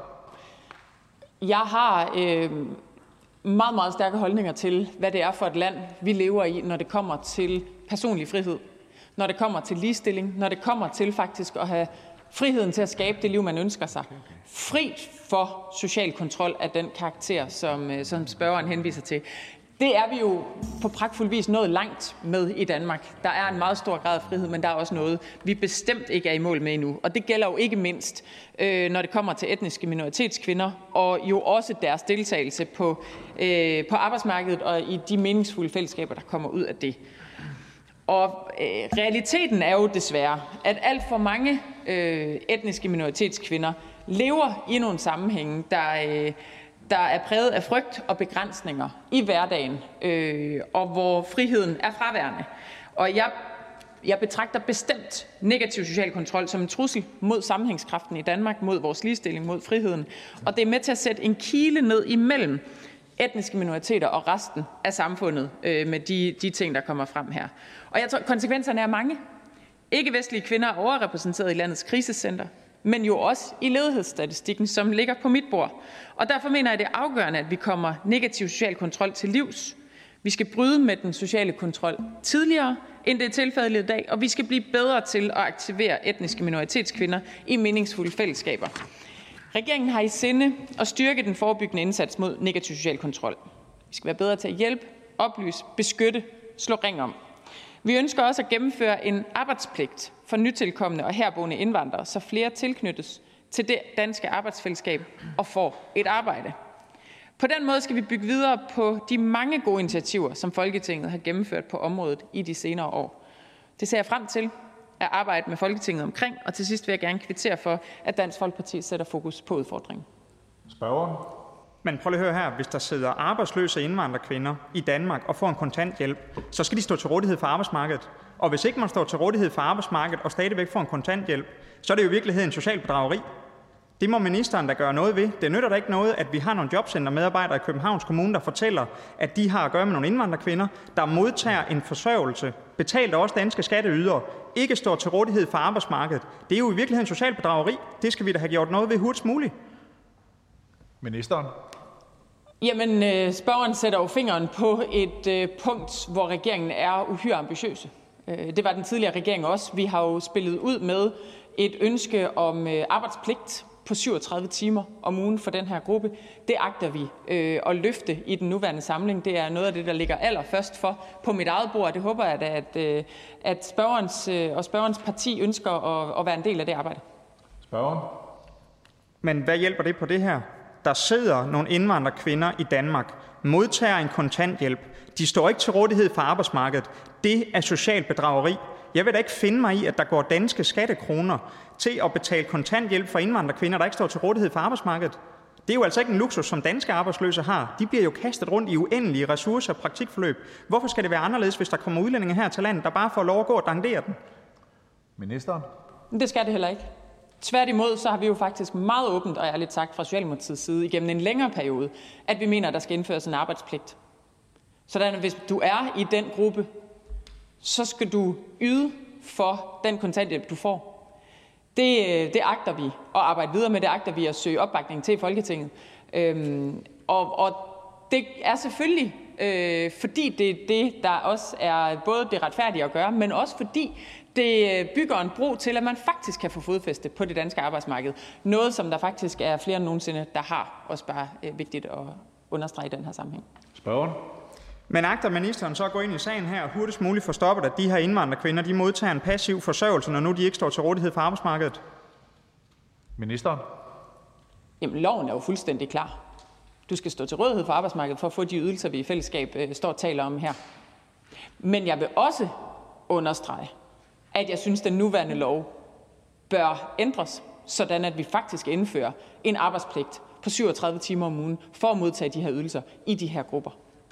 Jeg har meget, meget stærke holdninger til, hvad det er for et land, vi lever i, når det kommer til personlig frihed, når det kommer til ligestilling, når det kommer til faktisk at have friheden til at skabe det liv, man ønsker sig. Fri for social kontrol af den karakter, som spørgeren henviser til. Det er vi jo på pragtfuld vis nået langt med i Danmark. Der er en meget stor grad af frihed, men der er også noget, vi bestemt ikke er i mål med endnu. Og det gælder jo ikke mindst, når det kommer til etniske minoritetskvinder, og jo også deres deltagelse på arbejdsmarkedet og i de meningsfulde fællesskaber, der kommer ud af det. Og realiteten er jo desværre, at alt for mange etniske minoritetskvinder lever i nogle sammenhænge, der er præget af frygt og begrænsninger i hverdagen, og hvor friheden er fraværende. Og jeg betragter bestemt negativ social kontrol som en trussel mod sammenhængskraften i Danmark, mod vores ligestilling, mod friheden. Og det er med til at sætte en kile ned imellem etniske minoriteter og resten af samfundet med de ting, der kommer frem her. Og jeg tror, konsekvenserne er mange. Ikke-vestlige kvinder er overrepræsenteret i landets krisecenter, men jo også i ledighedsstatistikken, som ligger på mit bord. Og derfor mener jeg, det er afgørende, at vi kommer negativ social kontrol til livs. Vi skal bryde med den sociale kontrol tidligere, end det er tilfældet i dag, og vi skal blive bedre til at aktivere etniske minoritetskvinder i meningsfulde fællesskaber. Regeringen har i sinde at styrke den forebyggende indsats mod negativ social kontrol. Vi skal være bedre til at hjælpe, oplyse, beskytte, slå ring om. Vi ønsker også at gennemføre en arbejdspligt for nytilkommende og herboende indvandrere, så flere tilknyttes til det danske arbejdsfællesskab og får et arbejde. På den måde skal vi bygge videre på de mange gode initiativer, som Folketinget har gennemført på området i de senere år. Det ser jeg frem til at arbejde med Folketinget omkring, og til sidst vil jeg gerne kvittere for, at Dansk Folkeparti sætter fokus på udfordringen. Spørgeren? Men prøv lige at høre her. Hvis der sidder arbejdsløse indvandrerkvinder i Danmark og får en kontanthjælp, så skal de stå til rådighed for arbejdsmarkedet. Og hvis ikke man står til rådighed for arbejdsmarkedet og stadigvæk får en kontanthjælp, så er det jo i virkeligheden social bedrageri. Det må ministeren da gøre noget ved. Det nytter da ikke noget, at vi har nogle jobcentermedarbejdere i Københavns Kommune, der fortæller, at de har at gøre med nogle indvandrerkvinder, der modtager en forsørgelse, betalt af også danske skatteydere, ikke står til rådighed for arbejdsmarkedet. Det er jo i virkeligheden social bedrageri. Det skal vi da have gjort noget ved hurtigst muligt. Ministeren. Jamen, spørgeren sætter jo fingeren på et punkt, hvor regeringen er uhyre ambitiøse. Det var den tidligere regering også. Vi har jo spillet ud med et ønske om arbejdspligt på 37 timer om ugen for den her gruppe. Det agter vi at løfte i den nuværende samling. Det er noget af det, der ligger allerførst for på mit eget bord. Det håber jeg da, at spørgerens parti ønsker at være en del af det arbejde. Spørgeren. Men hvad hjælper det på det her? Der sidder nogle indvandrerkvinder i Danmark, modtager en kontanthjælp. De står ikke til rådighed for arbejdsmarkedet. Det er socialt bedrageri. Jeg vil da ikke finde mig i, at der går danske skattekroner til at betale kontanthjælp for indvandrerkvinder, der ikke står til rådighed for arbejdsmarkedet. Det er jo altså ikke en luksus, som danske arbejdsløse har. De bliver jo kastet rundt i uendelige ressourcer og praktikforløb. Hvorfor skal det være anderledes, hvis der kommer udlændinge her til landet, der bare får lov at gå og dandere den? Ministeren. Det skal det heller ikke. Tværtimod så har vi jo faktisk meget åbent og ærligt sagt fra Socialdemokratiets side igennem en længere periode, at vi mener, at der skal indføres en arbejdspligt. Sådan at hvis du er i den gruppe, så skal du yde for den kontanthjælp, du får. Det agter vi at arbejde videre med, det agter vi at søge opbakning til i Folketinget. Og det er selvfølgelig, fordi det er det, der også er både det retfærdige at gøre, men også fordi det bygger en bro til, at man faktisk kan få fodfæste på det danske arbejdsmarked. Noget, som der faktisk er flere end nogensinde, der har. Også bare vigtigt at understrege i den her sammenhæng. Spørgeren. Men agter ministeren så at gå ind i sagen her og hurtigst muligt få stoppet, at de her indvandrerkvinder, de modtager en passiv forsørgelse, når nu de ikke står til rådighed for arbejdsmarkedet? Ministeren. Jamen, loven er jo fuldstændig klar. Du skal stå til rådighed for arbejdsmarkedet for at få de ydelser, vi i fællesskab står og taler om her. Men jeg vil også understrege, at jeg synes, at den nuværende lov bør ændres, sådan at vi faktisk indfører en arbejdspligt på 37 timer om ugen for at modtage de her ydelser i de her grupper.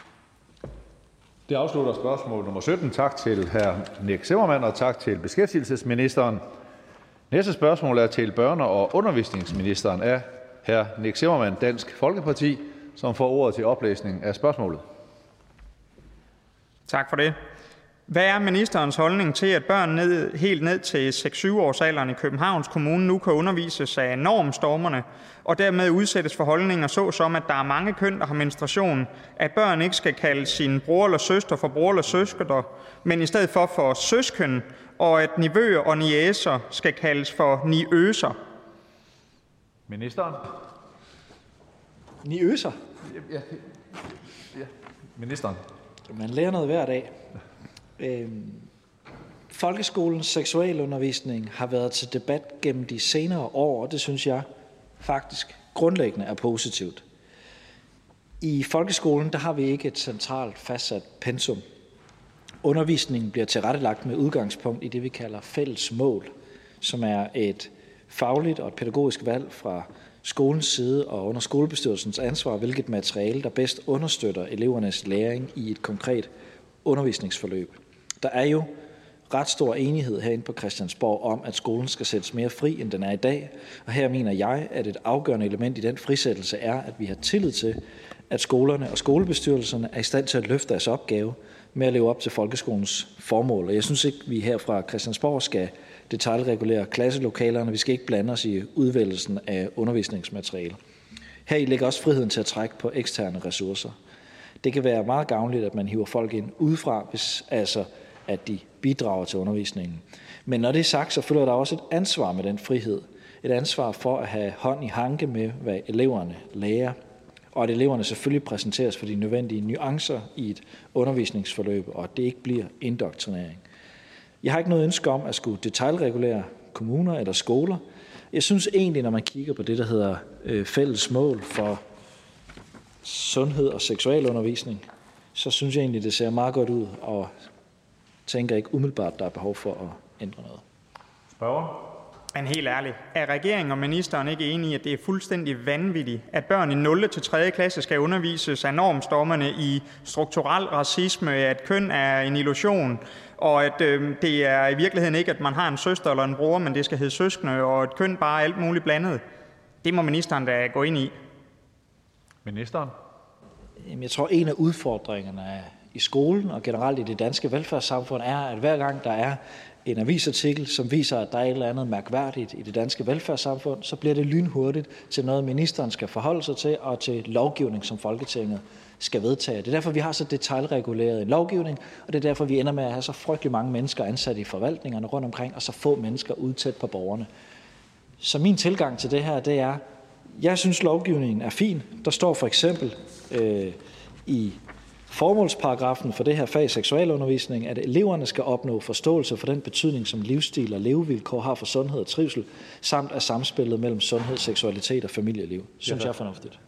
Det afslutter spørgsmål nummer 17. Tak til hr. Nick Zimmermann, og tak til beskæftigelsesministeren. Næste spørgsmål er til børne- og undervisningsministeren af hr. Nick Zimmermann, Dansk Folkeparti, som får ordet til oplæsning af spørgsmålet. Tak for det. Hvad er ministerens holdning til, at børn helt ned til 6-7 års alderen i Københavns Kommune nu kan undervises af normstormerne og dermed udsættes for holdninger såsom, at der er mange køn, der har menstruation, at børn ikke skal kalde sin bror eller søster for bror eller søskende, men i stedet for søsken, og at nivøer og niæser skal kaldes for niøser? Ministeren. Niøser? Ja. Ministeren. Man lærer noget hver dag. Folkeskolens seksualundervisning har været til debat gennem de senere år, og det synes jeg faktisk grundlæggende er positivt. I folkeskolen der har vi ikke et centralt fastsat pensum. Undervisningen bliver tilrettelagt med udgangspunkt i det, vi kalder fælles mål, som er et fagligt og et pædagogisk valg fra skolens side og under skolebestyrelsens ansvar, hvilket materiale, der bedst understøtter elevernes læring i et konkret undervisningsforløb. Der er jo ret stor enighed herinde på Christiansborg om, at skolen skal sættes mere fri, end den er i dag. Og her mener jeg, at et afgørende element i den frisættelse er, at vi har tillid til, at skolerne og skolebestyrelserne er i stand til at løfte deres opgave med at leve op til folkeskolens formål. Og jeg synes ikke, at vi her fra Christiansborg skal detaljregulere klasselokalerne. Vi skal ikke blande os i udvælgelsen af undervisningsmateriale. Her ligger også friheden til at trække på eksterne ressourcer. Det kan være meget gavnligt, at man hiver folk ind udefra, hvis at de bidrager til undervisningen. Men når det er sagt, så følger der også et ansvar med den frihed. Et ansvar for at have hånd i hanke med, hvad eleverne lærer. Og at eleverne selvfølgelig præsenteres for de nødvendige nuancer i et undervisningsforløb, og at det ikke bliver indoktrinering. Jeg har ikke noget ønske om at skulle detaljregulere kommuner eller skoler. Jeg synes egentlig, når man kigger på det, der hedder fælles mål for sundhed og seksualundervisning, så synes jeg egentlig, det ser meget godt ud, og tænker ikke umiddelbart, der er behov for at ændre noget. Spørger? Men helt ærligt, er regeringen og ministeren ikke enige i, at det er fuldstændig vanvittigt, at børn i 0. til 3. klasse skal undervises af normstormerne i strukturel racisme, at køn er en illusion, og at det er i virkeligheden ikke, at man har en søster eller en bror, men det skal hedde søskende, og et køn bare alt muligt blandet? Det må ministeren da gå ind i. Ministeren? Jamen, jeg tror, en af udfordringerne i skolen og generelt i det danske velfærdssamfund er, at hver gang der er en avisartikel, som viser, at der er et eller andet mærkværdigt i det danske velfærdssamfund, så bliver det lynhurtigt til noget, ministeren skal forholde sig til, og til lovgivning, som Folketinget skal vedtage. Det er derfor, vi har så detailreguleret en lovgivning, og det er derfor, vi ender med at have så frygtelig mange mennesker ansat i forvaltningerne rundt omkring, og så få mennesker ud tæt på borgerne. Så min tilgang til det her, det er, jeg synes, lovgivningen er fin. Der står for eksempel i formålsparagrafen for det her fag seksualundervisning, at eleverne skal opnå forståelse for den betydning, som livsstil og levevilkår har for sundhed og trivsel, samt af samspillet mellem sundhed, seksualitet og familieliv. Synes jeg er fornuftigt.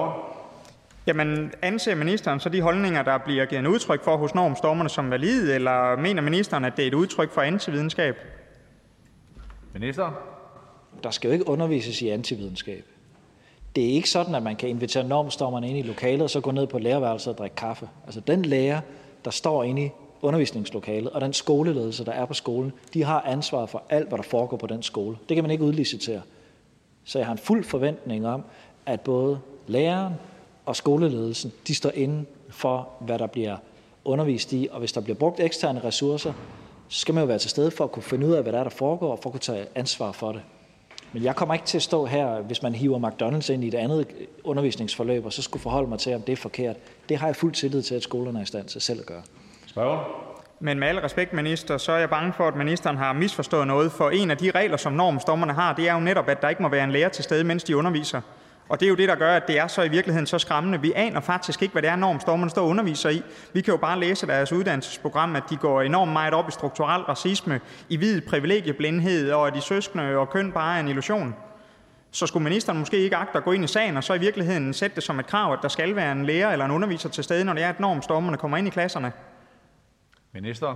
Jamen, anser ministeren så de holdninger, der bliver givet udtryk for hos normstormerne som valide, eller mener ministeren, at det er et udtryk for antividenskab? Minister? Der skal jo ikke undervises i antividenskab. Det er ikke sådan, at man kan invitere normstormerne ind i lokalet, og så gå ned på lærerværelset og drikke kaffe. Altså den lærer, der står inde i undervisningslokalet, og den skoleledelse, der er på skolen, de har ansvaret for alt, hvad der foregår på den skole. Det kan man ikke udlicitere. Så jeg har en fuld forventning om, at både læreren og skoleledelsen, de står inde for, hvad der bliver undervist i, og hvis der bliver brugt eksterne ressourcer, så skal man jo være til stede for at kunne finde ud af, hvad der foregår, og for at kunne tage ansvar for det. Men jeg kommer ikke til at stå her, hvis man hiver McDonald's ind i et andet undervisningsforløb, og så skulle forholde mig til, om det er forkert. Det har jeg fuld tillid til, at skolerne er i stand til selv at gøre. Spørger? Men med al respekt, minister, så er jeg bange for, at ministeren har misforstået noget, for en af de regler, som normstormerne har, det er jo netop, at der ikke må være en lærer til stede, mens de underviser. Og det er jo det, der gør, at det er så i virkeligheden så skræmmende. Vi aner faktisk ikke, hvad det er, normstormerne står og underviser i. Vi kan jo bare læse deres uddannelsesprogram, at de går enormt meget op i strukturel racisme, i hvid privilegieblindhed, og at de søskende og køn bare er en illusion. Så skulle ministeren måske ikke agte at gå ind i sagen, og så i virkeligheden sætte det som et krav, at der skal være en lærer eller en underviser til stede, når det er, at normstormerne kommer ind i klasserne? Minister?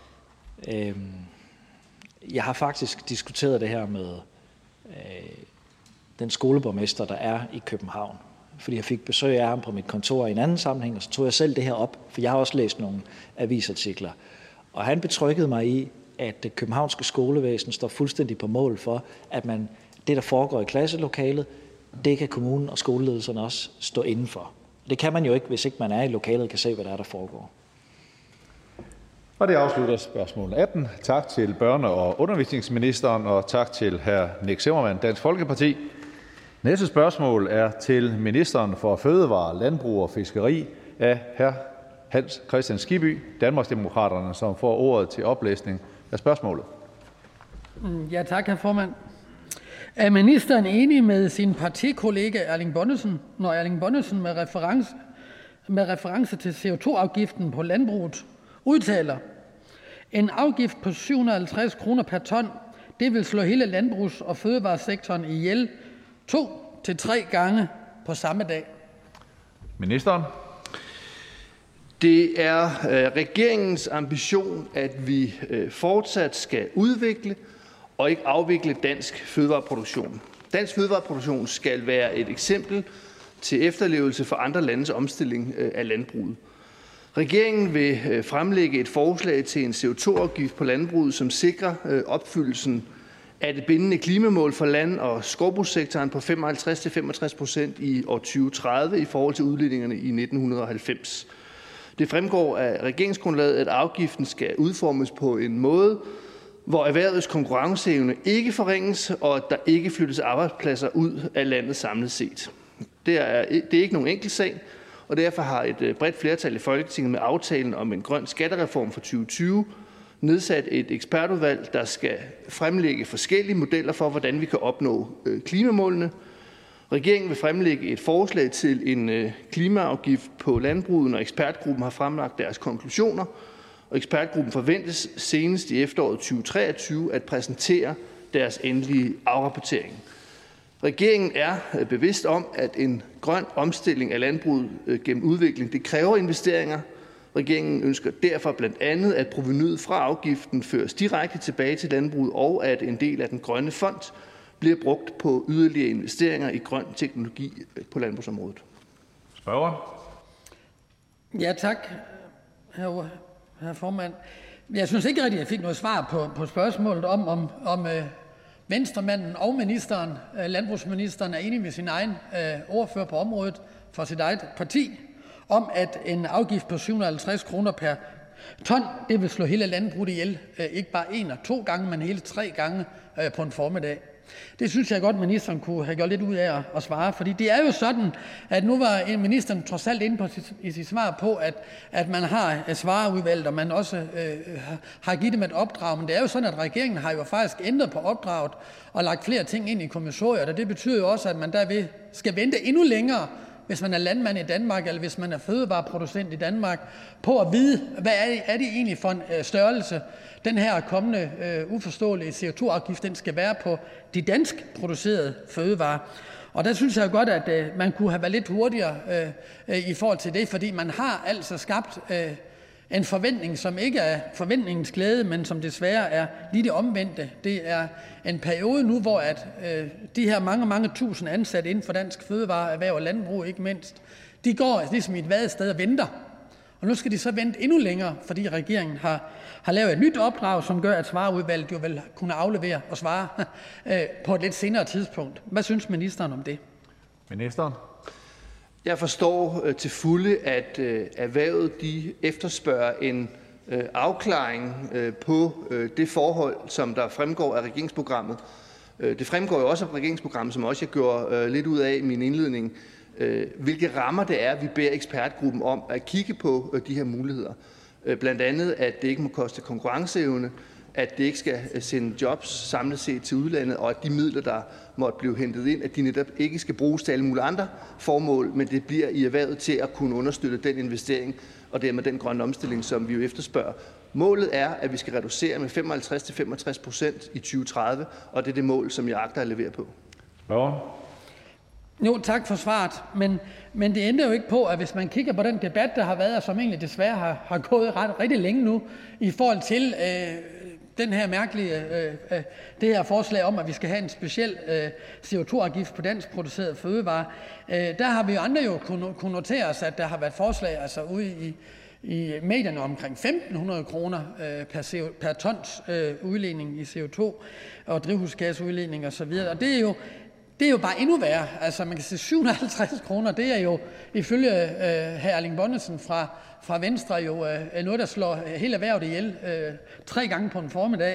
Jeg har faktisk diskuteret det her med den skoleborgmester, der er i København. Fordi jeg fik besøg af ham på mit kontor i en anden sammenhæng, og så tog jeg selv det her op, for jeg har også læst nogle avisartikler. Og han betryggede mig i, at det københavnske skolevæsen står fuldstændig på mål for, at det, der foregår i klasselokalet, det kan kommunen og skoleledelserne også stå indenfor. Det kan man jo ikke, hvis ikke man er i lokalet og kan se, hvad der foregår. Og det afslutter spørgsmål 18. Tak til børne- og undervisningsministeren, og tak til hr. Nick Zimmermann, Dansk Folkeparti. Næste spørgsmål er til ministeren for fødevare, landbrug og fiskeri af hr. Hans Kristian Skibby, Danmarksdemokraterne, som får ordet til oplæsning af spørgsmålet. Ja, tak, hr. formand. Er ministeren enig med sin partikollega Erling Bonnesen, når Erling Bonnesen med reference til CO2-afgiften på landbruget udtaler, en afgift på 750 kroner per ton, det vil slå hele landbrugs- og fødevaresektoren ihjel 2 til 3 gange på samme dag? Ministeren. Det er regeringens ambition, at vi fortsat skal udvikle og ikke afvikle dansk fødevareproduktion. Dansk fødevareproduktion skal være et eksempel til efterlevelse for andre landes omstilling af landbruget. Regeringen vil fremlægge et forslag til en CO2-afgift på landbruget, som sikrer opfyldelsen af det bindende klimamål for land- og skovbrugssektoren på 55-65% i år 2030 i forhold til udledningerne i 1990. Det fremgår af regeringsgrundlaget, at afgiften skal udformes på en måde, hvor erhvervets konkurrenceevne ikke forringes, og at der ikke flyttes arbejdspladser ud af landet samlet set. Det er ikke nogen enkel sag, og derfor har et bredt flertal i Folketinget med aftalen om en grøn skattereform for 2020 nedsat et ekspertudvalg, der skal fremlægge forskellige modeller for, hvordan vi kan opnå klimamålene. Regeringen vil fremlægge et forslag til en klimaafgift på landbruget, når ekspertgruppen har fremlagt deres konklusioner, og ekspertgruppen forventes senest i efteråret 2023 at præsentere deres endelige afrapportering. Regeringen er bevidst om, at en grøn omstilling af landbruget gennem udvikling, det kræver investeringer. Regeringen ønsker derfor blandt andet, at provenuet fra afgiften føres direkte tilbage til landbruget, og at en del af den grønne fond bliver brugt på yderligere investeringer i grøn teknologi på landbrugsområdet. Spørger? Ja, tak, herr formand. Jeg synes ikke rigtig, jeg fik noget svar på spørgsmålet om venstremanden og ministeren, landbrugsministeren, er enig med sin egen ordfører på området for sit eget parti, om at en afgift på 750 kroner per ton, det vil slå hele landbruget ihjel, ikke bare 1 og 2 gange, men hele 3 gange på en formiddag. Det synes jeg godt, ministeren kunne have gjort lidt ud af at svare, fordi det er jo sådan, at nu var ministeren trods alt inde på i sit svar på, at man har svareudvalget, og man også har givet dem et opdrag, men det er jo sådan, at regeringen har jo faktisk ændret på opdraget og lagt flere ting ind i kommissoriet, og det betyder jo også, at man derved skal vente endnu længere, hvis man er landmand i Danmark, eller hvis man er fødevareproducent i Danmark, på at vide, hvad er det egentlig for en størrelse, den her kommende uforståelige CO2-afgift, den skal være på de dansk producerede fødevarer. Og der synes jeg godt, at man kunne have været lidt hurtigere i forhold til det, fordi man har altså skabt en forventning, som ikke er forventningens glæde, men som desværre er lige det omvendte. Det er en periode nu, hvor at de her mange tusind ansatte inden for dansk fødevareerhverv og landbrug ikke mindst, de går ligesom i et vadested og venter. Og nu skal de så vente endnu længere, fordi regeringen har lavet et nyt opdrag, som gør, at svareudvalget jo vil kunne aflevere og svare på et lidt senere tidspunkt. Hvad synes ministeren om det? Ministeren? Jeg forstår til fulde, at erhvervet de efterspørger en afklaring på det forhold, som der fremgår af regeringsprogrammet. Det fremgår jo også af regeringsprogrammet, som også jeg gjorde lidt ud af i min indledning, hvilke rammer det er, vi beder ekspertgruppen om at kigge på de her muligheder. Blandt andet, at det ikke må koste konkurrenceevne, at det ikke skal sende jobs samlet set til udlandet, og at de midler, der måtte blive hentet ind, at de netop ikke skal bruges til alle mulige andre formål, men det bliver i erhvervet til at kunne understøtte den investering, og dermed den grønne omstilling, som vi jo efterspørger. Målet er, at vi skal reducere med 55-65% i 2030, og det er det mål, som jeg agter at levere på. Jo, tak for svaret, men det ændrer jo ikke på, at hvis man kigger på den debat, der har været, og som egentlig desværre har gået rigtig længe nu, i forhold til den her mærkelige, det her forslag om, at vi skal have en speciel CO2-afgift på dansk produceret fødevarer, der har vi jo andre jo kunne notere os, at der har været forslag altså ude i medierne omkring 1.500 kroner per tons udledning i CO2 og drivhusgasudledning osv., og det er jo bare endnu værre. Altså man kan sige 750 kroner, det er jo ifølge hr. Erling Bonnesen fra Venstre jo noget, der slår hele erhvervet ihjel 3 gange på en formiddag.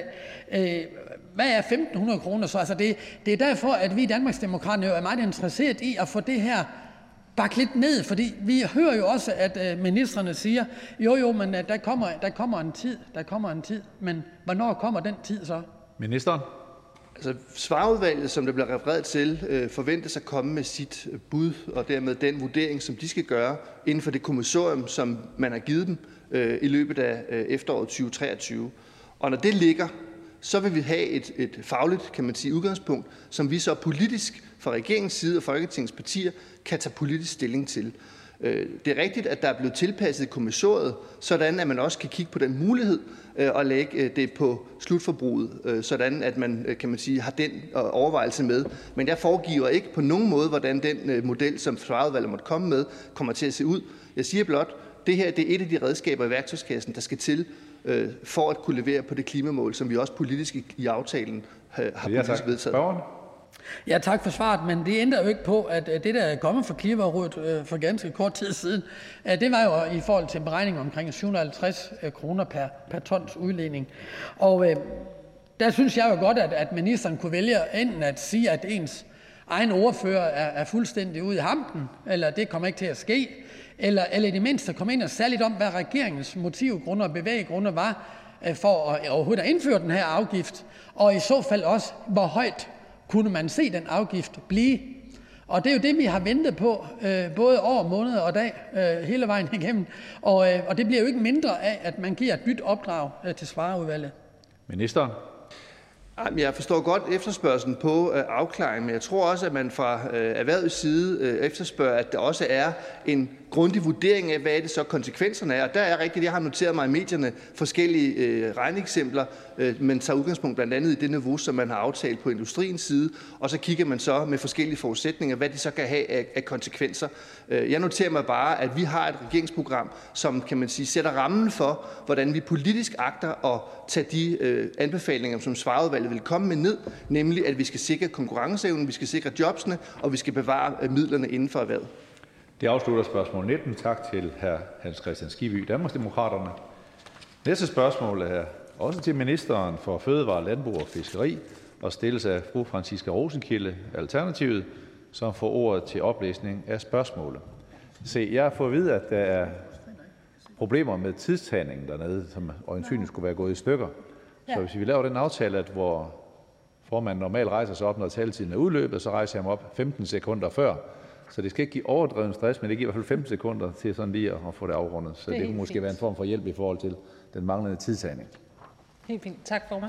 Hvad er 1.500 kroner så? Altså det er derfor, at vi i Danmarksdemokraterne jo er meget interesseret i at få det her bakke lidt ned, fordi vi hører jo også, at ministerne siger, jo, men der kommer en tid, men hvornår kommer den tid så? Ministeren? Altså, svareudvalget, som der bliver refereret til, forventes at komme med sit bud, og dermed den vurdering, som de skal gøre inden for det kommissorium, som man har givet dem i løbet af efteråret 2023. Og når det ligger, så vil vi have et fagligt, kan man sige, udgangspunkt, som vi så politisk fra regeringens side og Folketingets partier kan tage politisk stilling til. Det er rigtigt, at der er blevet tilpasset kommissoriet, sådan at man også kan kigge på den mulighed og lægge det på slutforbruget, sådan at man, kan man sige, har den overvejelse med. Men jeg foregiver ikke på nogen måde, hvordan den model, som svareudvalget måtte komme med, kommer til at se ud. Jeg siger blot, at det her det er et af de redskaber i værktøjskassen, der skal til for at kunne levere på det klimamål, som vi også politisk i aftalen har politisk vedtaget. Ja, tak for svaret, men det ændrer jo ikke på, at det, der er kommet fra Klimarådet for ganske kort tid siden, det var jo i forhold til en beregning omkring 750 kroner per tons udledning. Og der synes jeg jo godt, at ministeren kunne vælge enten at sige, at ens egen ordfører er fuldstændig ude i hampen, eller det kommer ikke til at ske, eller i det mindste komme ind og særligt om, hvad regeringens motivgrunde og bevæggrunde var for at overhovedet at indføre den her afgift, og i så fald også, hvor højt kunne man se den afgift blive. Og det er jo det, vi har ventet på, både år, måneder og dag, hele vejen igennem. Og det bliver jo ikke mindre af, at man giver et nyt opdrag til svareudvalget. Minister? Jeg forstår godt efterspørgselen på afklaring, men jeg tror også, at man fra erhvervets side efterspørger, at der også er en grundig vurdering af, hvad er det så konsekvenserne er. Og der er rigtigt, jeg har noteret mig i medierne forskellige regneeksempler, men tager udgangspunkt blandt andet i det niveau, som man har aftalt på industriens side, og så kigger man så med forskellige forudsætninger, hvad de så kan have af konsekvenser. Jeg noterer mig bare, at vi har et regeringsprogram, som, kan man sige, sætter rammen for, hvordan vi politisk agter at tage de anbefalinger, som svareudvalget udvalget vil komme med ned, nemlig at vi skal sikre konkurrenceevnen, vi skal sikre jobsene, og vi skal bevare midlerne inden for erhvervet. Det afslutter spørgsmål 19. Tak til hr. Hans Kristian Skibby, Danmarksdemokraterne. Næste spørgsmål er også til ministeren for Fødevare, Landbrug og Fiskeri, og stilles af fru Franciska Rosenkilde, Alternativet, som får ordet til oplæsning af spørgsmålet. Se, jeg har fået at vide, at der er problemer med tidstagningen dernede, som øjensynligt skulle være gået i stykker. Så hvis vi laver den aftale, at hvor formanden normalt rejser sig op, når taletiden er udløbet, så rejser jeg ham op 15 sekunder før. Så det skal ikke give overdreven stress, men det giver i hvert fald 15 sekunder til sådan lige at få det afrundet. Så det kunne måske være en form for hjælp i forhold til den manglende tidtagning. Helt fint. Tak, formand.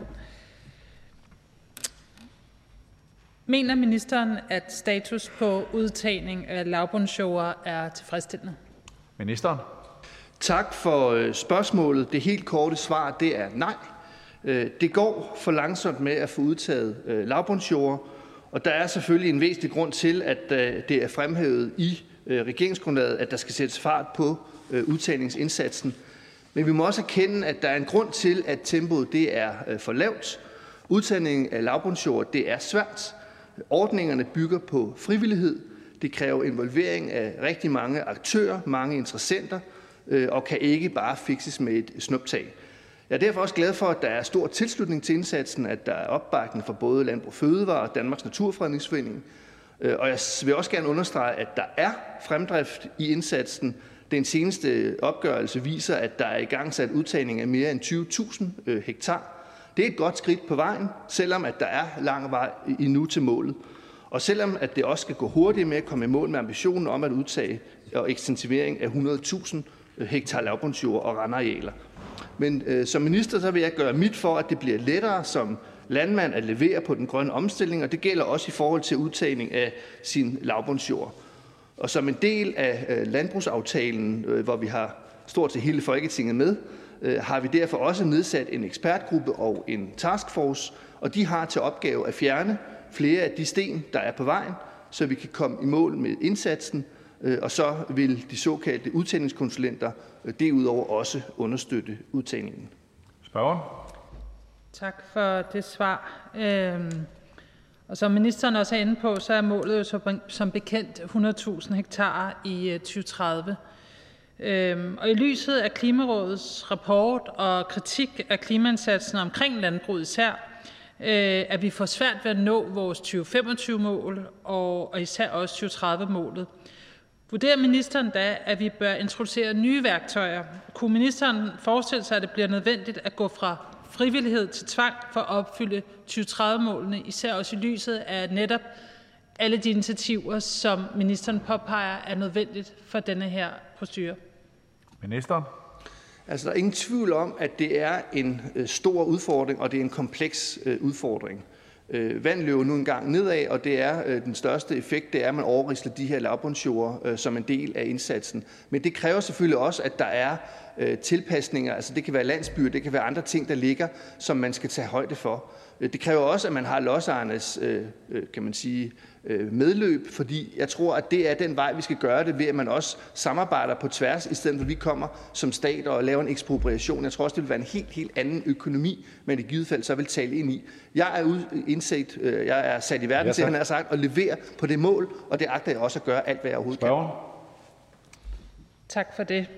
Mener ministeren, at status på udtagning af lavbundsjorder er tilfredsstillende? Ministeren. Tak for spørgsmålet. Det helt korte svar, det er nej. Det går for langsomt med at få udtaget lavbundsjorder, og der er selvfølgelig en væsentlig grund til, at det er fremhævet i regeringsgrundlaget, at der skal sættes fart på udtagningsindsatsen. Men vi må også erkende, at der er en grund til, at tempoet det er for lavt. Udtagningen af lavbundsjorder, det er svært. Ordningerne bygger på frivillighed. Det kræver involvering af rigtig mange aktører, mange interessenter, og kan ikke bare fikses med et snuptag. Jeg er derfor også glad for, at der er stor tilslutning til indsatsen, at der er opbakning fra både Landbrug Fødevare og Danmarks Naturfredningsforening. Og jeg vil også gerne understrege, at der er fremdrift i indsatsen. Den seneste opgørelse viser, at der er igangsat udtagning af mere end 20.000 hektar. Det er et godt skridt på vejen, selvom at der er lang vej endnu til målet. Og selvom at det også skal gå hurtigt med at komme i mål med ambitionen om at udtage og ekstensivering af 100.000 hektar lavbundsjord og randarealer. Men som minister så vil jeg gøre mit for, at det bliver lettere som landmand at levere på den grønne omstilling, og det gælder også i forhold til udtagning af sin lavbundsjord. Og som en del af landbrugsaftalen, hvor vi har stort set hele Folketinget med, har vi derfor også nedsat en ekspertgruppe og en taskforce, og de har til opgave at fjerne flere af de sten, der er på vejen, så vi kan komme i mål med indsatsen, og så vil de såkaldte udtagningskonsulenter derudover også understøtte udtagningen. Spørgeren. Tak for det svar. Og som ministeren også er inde på, så er målet jo som bekendt 100.000 hektar i 2030. Og i lyset af Klimarådets rapport og kritik af klimaindsatsen omkring landbruget især, at vi får svært ved at nå vores 2025-mål og især også 2030-målet. Vurderer ministeren da, at vi bør introducere nye værktøjer? Kunne ministeren forestille sig, at det bliver nødvendigt at gå fra frivillighed til tvang for at opfylde 2030-målene, især også i lyset af netop alle de initiativer, som ministeren påpeger er nødvendigt for denne her procedure? Ministeren. Altså, der er ingen tvivl om, at det er en stor udfordring, og det er en kompleks udfordring. Vand løber nu engang nedad, og det er den største effekt, det er, at man overrisler de her lavbundsjorder som en del af indsatsen. Men det kræver selvfølgelig også, at der er tilpasninger, altså det kan være landsbyer, det kan være andre ting, der ligger, som man skal tage højde for. Det kræver også, at man har lodsejernes, kan man sige, medløb, fordi jeg tror, at det er den vej, vi skal gøre det, ved at man også samarbejder på tværs, i stedet for at vi kommer som stat og laver en ekspropriation. Jeg tror også, det vil være en helt anden økonomi, men i givet fald så vil tale ind i. Jeg er sat i verden til, han har sagt, at levere på det mål, og det agter jeg også at gøre alt, hvad jeg overhovedet kan. Tak for det.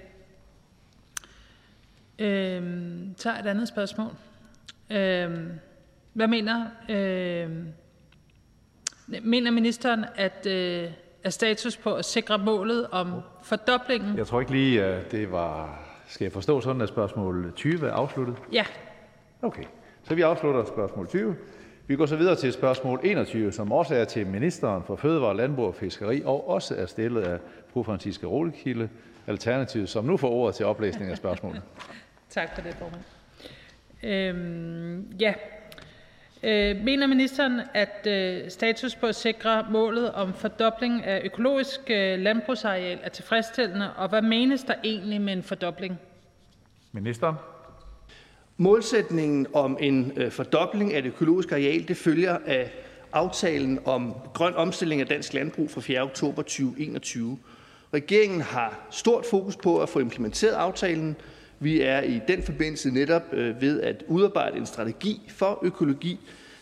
Så et andet spørgsmål. Hvad mener ministeren, at er status på at sikre målet om fordoblingen? Jeg tror ikke lige, at det var... Skal jeg forstå sådan, at spørgsmål 20 er afsluttet? Ja. Okay, så vi afslutter spørgsmål 20. Vi går så videre til spørgsmål 21, som også er til ministeren for Fødevare, Landbrug og Fiskeri, og også er stillet af fru Franciska Rosenkilde, Alternativet, som nu får ordet til oplæsning af spørgsmålet. Tak for det, formand. Mener ministeren, at status på at sikre målet om fordobling af økologisk landbrugsareal er tilfredsstillende, og hvad menes der egentlig med en fordobling? Ministeren. Målsætningen om en fordobling af det økologiske areal, det følger af aftalen om grøn omstilling af dansk landbrug fra 4. oktober 2021. Regeringen har stort fokus på at få implementeret aftalen. Vi er i den forbindelse netop ved at udarbejde en strategi for økologi.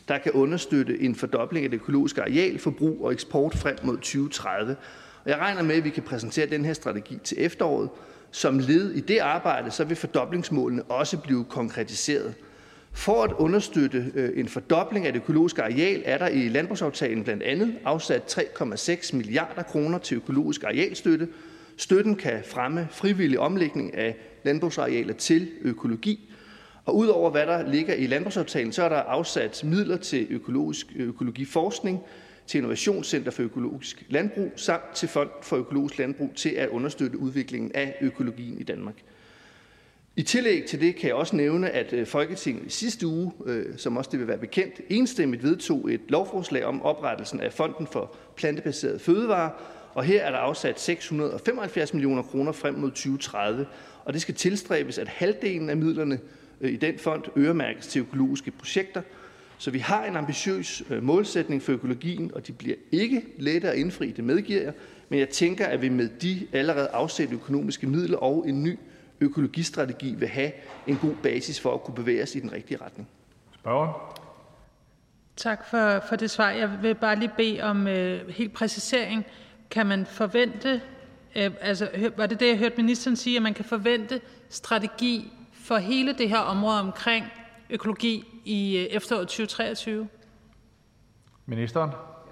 der kan understøtte en fordobling af det økologiske arealforbrug og eksport frem mod 2030. Og jeg regner med, at vi kan præsentere den her strategi til efteråret. Som led i det arbejde, så vil fordoblingsmålene også blive konkretiseret. For at understøtte en fordobling af det økologiske areal, er der i landbrugsaftalen blandt andet afsat 3,6 milliarder kroner til økologisk arealstøtte. Støtten kan fremme frivillig omlægning af landbrugsarealer til økologi. Og udover hvad der ligger i landbrugsaftalen, så er der afsat midler til økologiforskning, til Innovationscenter for Økologisk Landbrug samt til Fond for Økologisk Landbrug til at understøtte udviklingen af økologien i Danmark. I tillæg til det kan jeg også nævne, at Folketinget i sidste uge, som også det vil være bekendt, enstemmigt vedtog et lovforslag om oprettelsen af Fonden for Plantebaserede Fødevarer, og her er der afsat 675 millioner kroner frem mod 2030, og det skal tilstræbes, at halvdelen af midlerne i den fond øremærkes til økologiske projekter. Så vi har en ambitiøs målsætning for økologien, og de bliver ikke lette at indfri, det medgiver jeg, men jeg tænker, at vi med de allerede afsatte økonomiske midler og en ny økologistrategi vil have en god basis for at kunne bevæge os i den rigtige retning. Spørgen? Tak for det svar. Jeg vil bare lige bede om helt præcisering. Kan man forvente, var det det, jeg hørte ministeren sige, at man kan forvente strategi for hele det her område omkring økologi i efteråret 2023? Ministeren?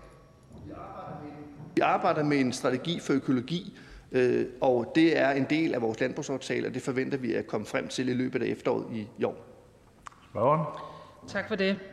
Vi arbejder med en strategi for økologi, og det er en del af vores landbrugsaftale, og det forventer vi at komme frem til i løbet af efteråret i år. Spørgen? Tak for det.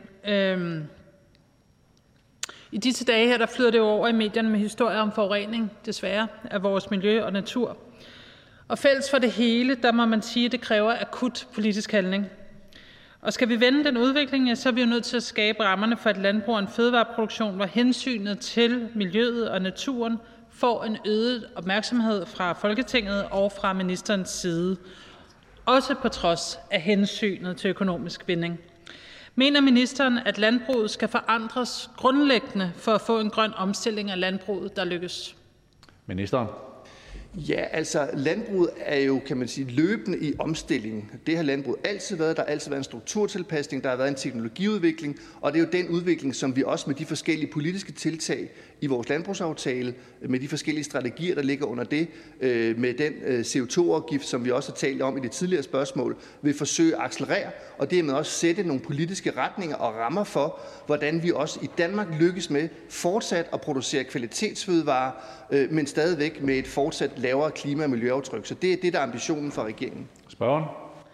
I disse dage her, der flyder det over i medierne med historier om forurening, desværre, af vores miljø og natur. Og fælles for det hele, der må man sige, at det kræver akut politisk handling. Og skal vi vende den udvikling, ja, så er vi jo nødt til at skabe rammerne for et landbrug og en fødevareproduktion, hvor hensynet til miljøet og naturen får en øget opmærksomhed fra Folketinget og fra ministerens side. Også på trods af hensynet til økonomisk vinding. Mener ministeren, at landbruget skal forandres grundlæggende for at få en grøn omstilling af landbruget, der lykkes? Ministeren? Ja, altså landbruget er jo, kan man sige, løbende i omstilling. Det har landbruget altid været. Der har altid været en strukturtilpasning, der har været en teknologiudvikling, og det er jo den udvikling, som vi også med de forskellige politiske tiltag i vores landbrugsaftale, med de forskellige strategier, der ligger under det, med den CO2-afgift, som vi også har talt om i det tidligere spørgsmål, vil forsøge at accelerere, og dermed også sætte nogle politiske retninger og rammer for, hvordan vi også i Danmark lykkes med fortsat at producere kvalitetsfødevarer, men stadigvæk med et fortsat lavere klima- og miljøaftryk. Så det er det, der er ambitionen for regeringen. Spørgen?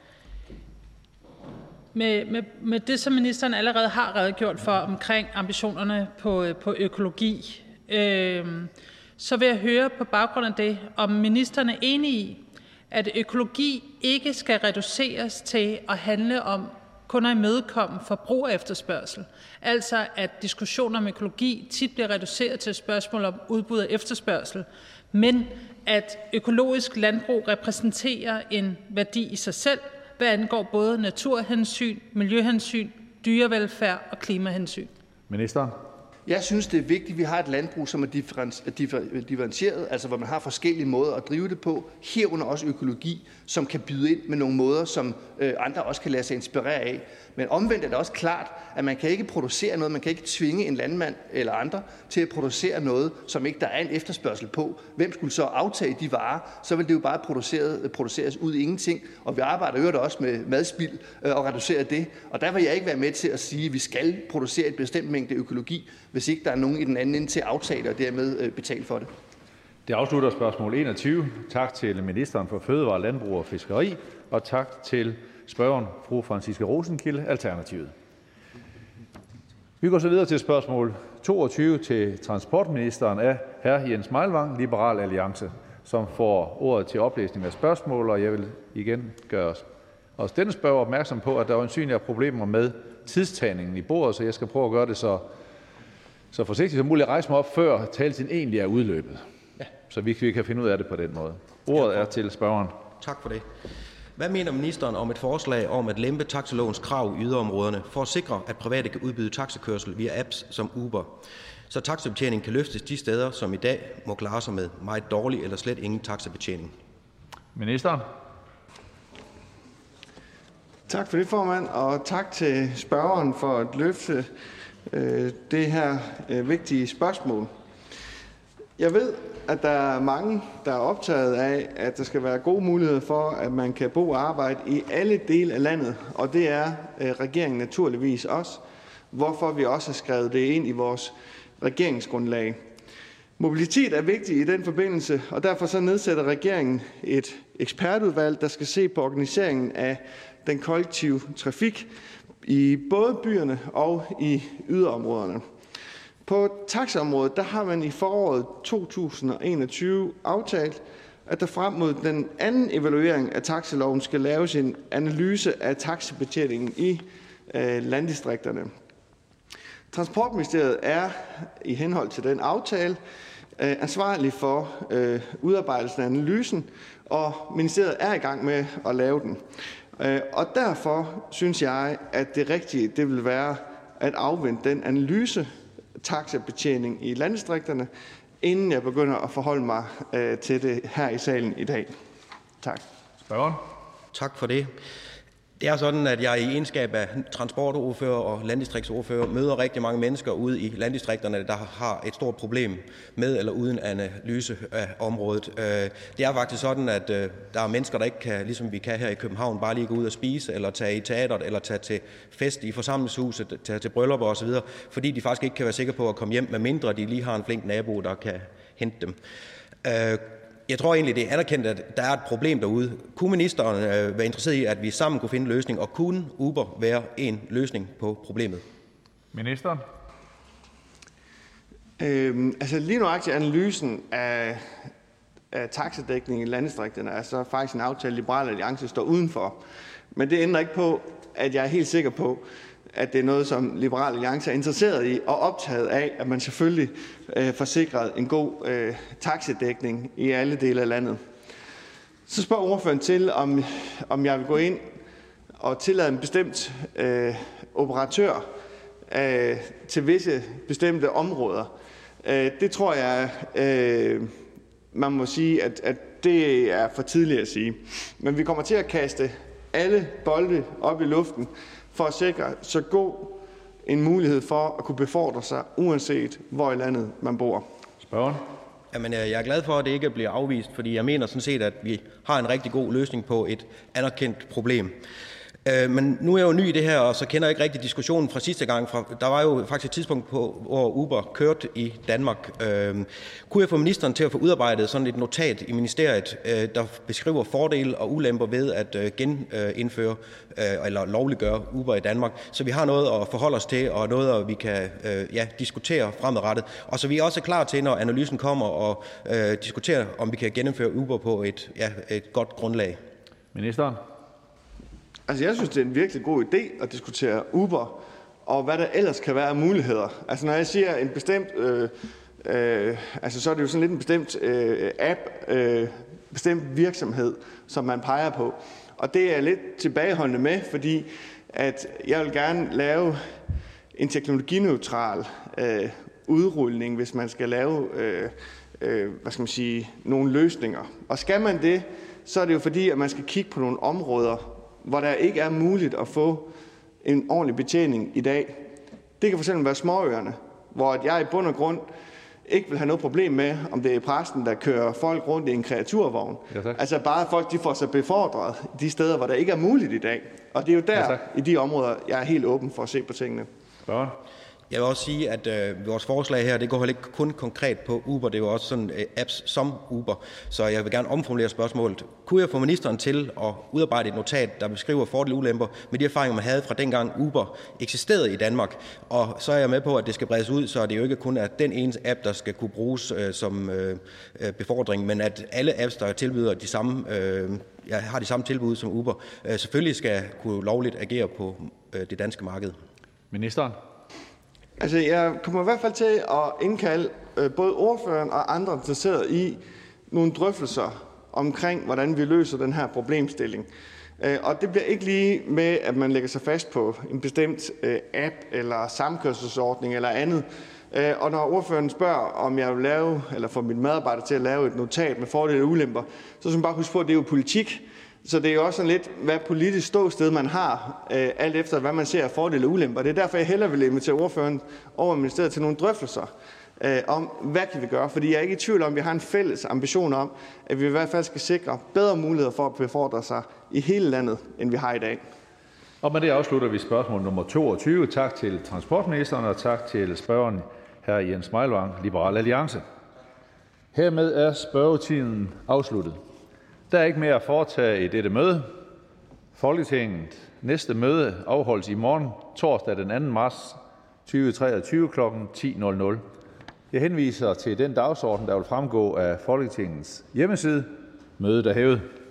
Med det, som ministeren allerede har redegjort for omkring ambitionerne på økologi, så vil jeg høre på baggrund af det, om ministeren er enig i, at økologi ikke skal reduceres til at handle om kun at imødekomme forbrug og efterspørgsel. Altså at diskussionen om økologi tit bliver reduceret til et spørgsmål om udbud og efterspørgsel, men at økologisk landbrug repræsenterer en værdi i sig selv, hvad angår både naturhensyn, miljøhensyn, dyrevelfærd og klimahensyn. Ministeren? Jeg synes, det er vigtigt, at vi har et landbrug, som er differentieret, altså hvor man har forskellige måder at drive det på, herunder også økologi, som kan byde ind med nogle måder, som andre også kan lade sig inspirere af. Men omvendt er det også klart, at man kan ikke producere noget, man kan ikke tvinge en landmand eller andre til at producere noget, som ikke der er en efterspørgsel på. Hvem skulle så aftage de varer? Så vil det jo bare produceres ud i ingenting, og vi arbejder jo også med madspild og reducere det. Og der vil jeg ikke være med til at sige, at vi skal producere et bestemt mængde økologi, hvis ikke der er nogen i den anden ende til at aftale det og dermed betale for det. Det afslutter spørgsmål 21. Tak til ministeren for Fødevare, Landbrug og Fiskeri, og tak til spørgeren, fru Franciska Rosenkilde, Alternativet. Vi går så videre til spørgsmål 22 til transportministeren af hr. Jens Meilvang, Liberal Alliance, som får ordet til oplæsning af spørgsmål, og jeg vil igen gøre os denne spørger opmærksom på, at der øjensynligt er problemer med tidstagningen i bordet, så jeg skal prøve at gøre det så forsigtigt som muligt at rejse mig op, før taletiden egentlig er udløbet. Ja. Så vi kan finde ud af det på den måde. Ordet er til spørgeren. Tak for det. Hvad mener ministeren om et forslag om at lempe taxalovens krav i yderområderne for at sikre, at private kan udbyde taxakørsel via apps som Uber, så taxabetjening kan løftes de steder, som i dag må klare sig med meget dårlig eller slet ingen taxabetjening? Ministeren? Tak for det, formand, og tak til spørgeren for at løfte det her vigtige spørgsmål. Jeg ved, at der er mange, der er optaget af, at der skal være gode muligheder for, at man kan bo og arbejde i alle dele af landet, og det er regeringen naturligvis også, hvorfor vi også har skrevet det ind i vores regeringsgrundlag. Mobilitet er vigtig i den forbindelse, og derfor så nedsætter regeringen et ekspertudvalg, der skal se på organiseringen af den kollektive trafik i både byerne og i yderområderne. På taxaområdet der har man i foråret 2021 aftalt, at der frem mod den anden evaluering af taxiloven skal laves en analyse af taxibetjeningen i landdistrikterne. Transportministeriet er i henhold til den aftale ansvarlig for udarbejdelsen af analysen, og ministeriet er i gang med at lave den. Og derfor synes jeg, at det rigtige det vil være at afvente den analyse, taxabetjening i landdistrikterne, inden jeg begynder at forholde mig til det her i salen i dag. Tak. Spørgeren. Tak for det. Det er sådan, at jeg i egenskab af transportordfører og landdistriktsordfører møder rigtig mange mennesker ude i landdistrikterne, der har et stort problem med eller uden analyse af området. Det er faktisk sådan, at der er mennesker, der ikke kan, ligesom vi kan her i København, bare lige gå ud og spise, eller tage i teateret, eller tage til fest i forsamlingshuset, tage til bryllupper osv., fordi de faktisk ikke kan være sikre på at komme hjem, medmindre de lige har en flink nabo, der kan hente dem. Jeg tror egentlig, det er anerkendt, at der er et problem derude. Kunne ministeren være interesseret i, at vi sammen kunne finde en løsning, og kunne Uber være en løsning på problemet? Ministeren? Altså lige nøjagtigt analysen af taxadækning i landdistrikterne er så faktisk en aftale, Liberal Alliance står udenfor. Men det ændrer ikke på, at jeg er helt sikker på, at det er noget, som Liberal Alliance er interesseret i og optaget af, at man selvfølgelig får sikret en god taxidækning i alle dele af landet. Så spørger ordføreren til, om jeg vil gå ind og tillade en bestemt operatør til visse bestemte områder. Det tror jeg, man må sige, at det er for tidligt at sige. Men vi kommer til at kaste alle bolde op i luften for at sikre så god en mulighed for at kunne befordre sig, uanset hvor i landet man bor. Spørgeren? Jamen, jeg er glad for, at det ikke bliver afvist, fordi jeg mener sådan set, at vi har en rigtig god løsning på et anerkendt problem. Men nu er jeg jo ny i det her, og så kender jeg ikke rigtig diskussionen fra sidste gang. Der var jo faktisk et tidspunkt, hvor Uber kørte i Danmark. Kunne jeg få ministeren til at få udarbejdet sådan et notat i ministeriet, der beskriver fordele og ulemper ved at genindføre eller lovliggøre Uber i Danmark, så vi har noget at forholde os til, og noget, vi kan diskutere fremadrettet. Og så vi er også klar til, når analysen kommer, og diskutere, om vi kan genindføre Uber på et godt grundlag. Ministeren? Altså, jeg synes, det er en virkelig god idé at diskutere Uber, og hvad der ellers kan være af muligheder. Altså, når jeg siger en bestemt, så er det jo sådan lidt en bestemt app, bestemt virksomhed, som man peger på. Og det er jeg lidt tilbageholdende med, fordi at jeg vil gerne lave en teknologineutral udrulning, hvis man skal lave, nogle løsninger. Og skal man det, så er det jo fordi, at man skal kigge på nogle områder, hvor der ikke er muligt at få en ordentlig betjening i dag. Det kan fx være småøerne, hvor jeg i bund og grund ikke vil have noget problem med, om det er præsten, der kører folk rundt i en kreaturvogn. Ja, altså bare folk, de får sig befordret de steder, hvor der ikke er muligt i dag. Og det er jo der, i de områder, jeg er helt åben for at se på tingene. Spørgen? Jeg vil også sige, at vores forslag her, det går heller ikke kun konkret på Uber, det er jo også sådan apps som Uber. Så jeg vil gerne omformulere spørgsmålet. Kunne jeg få ministeren til at udarbejde et notat, der beskriver fordele og ulemper med de erfaringer, man havde fra dengang Uber eksisterede i Danmark? Og så er jeg med på, at det skal bredes ud, så det jo ikke kun er den ene app, der skal kunne bruges som befordring, men at alle apps, der tilbyder de samme, har de samme tilbud som Uber, selvfølgelig skal kunne lovligt agere på det danske marked. Ministeren? Altså, jeg kommer i hvert fald til at indkalde både ordføreren og andre interesserede i nogle drøftelser omkring, hvordan vi løser den her problemstilling. Og det bliver ikke lige med, at man lægger sig fast på en bestemt app eller samkørselsordning eller andet. Og når ordføreren spørger, om jeg vil lave, eller få mine medarbejdere til at lave et notat med fordele og ulemper, så skal man bare huske på, at det er jo politik. Så det er jo også sådan lidt, hvad politisk ståsted man har, alt efter hvad man ser af fordele og ulemper. Det er derfor, jeg hellere vil invitere ordføreren over i ministeriet til nogle drøftelser om, hvad kan vi gøre. Fordi jeg er ikke i tvivl om, at vi har en fælles ambition om, at vi i hvert fald skal sikre bedre muligheder for at befordre sig i hele landet, end vi har i dag. Og med det afslutter vi spørgsmål nummer 22. Tak til transportministeren, og tak til spørgeren hr. Jens Meilvang, Liberal Alliance. Hermed er spørgetiden afsluttet. Der er ikke mere at foretage i dette møde. Folketinget næste møde afholdes i morgen, torsdag den 2. marts 2023 kl. 10.00. Jeg henviser til den dagsorden, der vil fremgå af Folketingets hjemmeside. Mødet er hævet.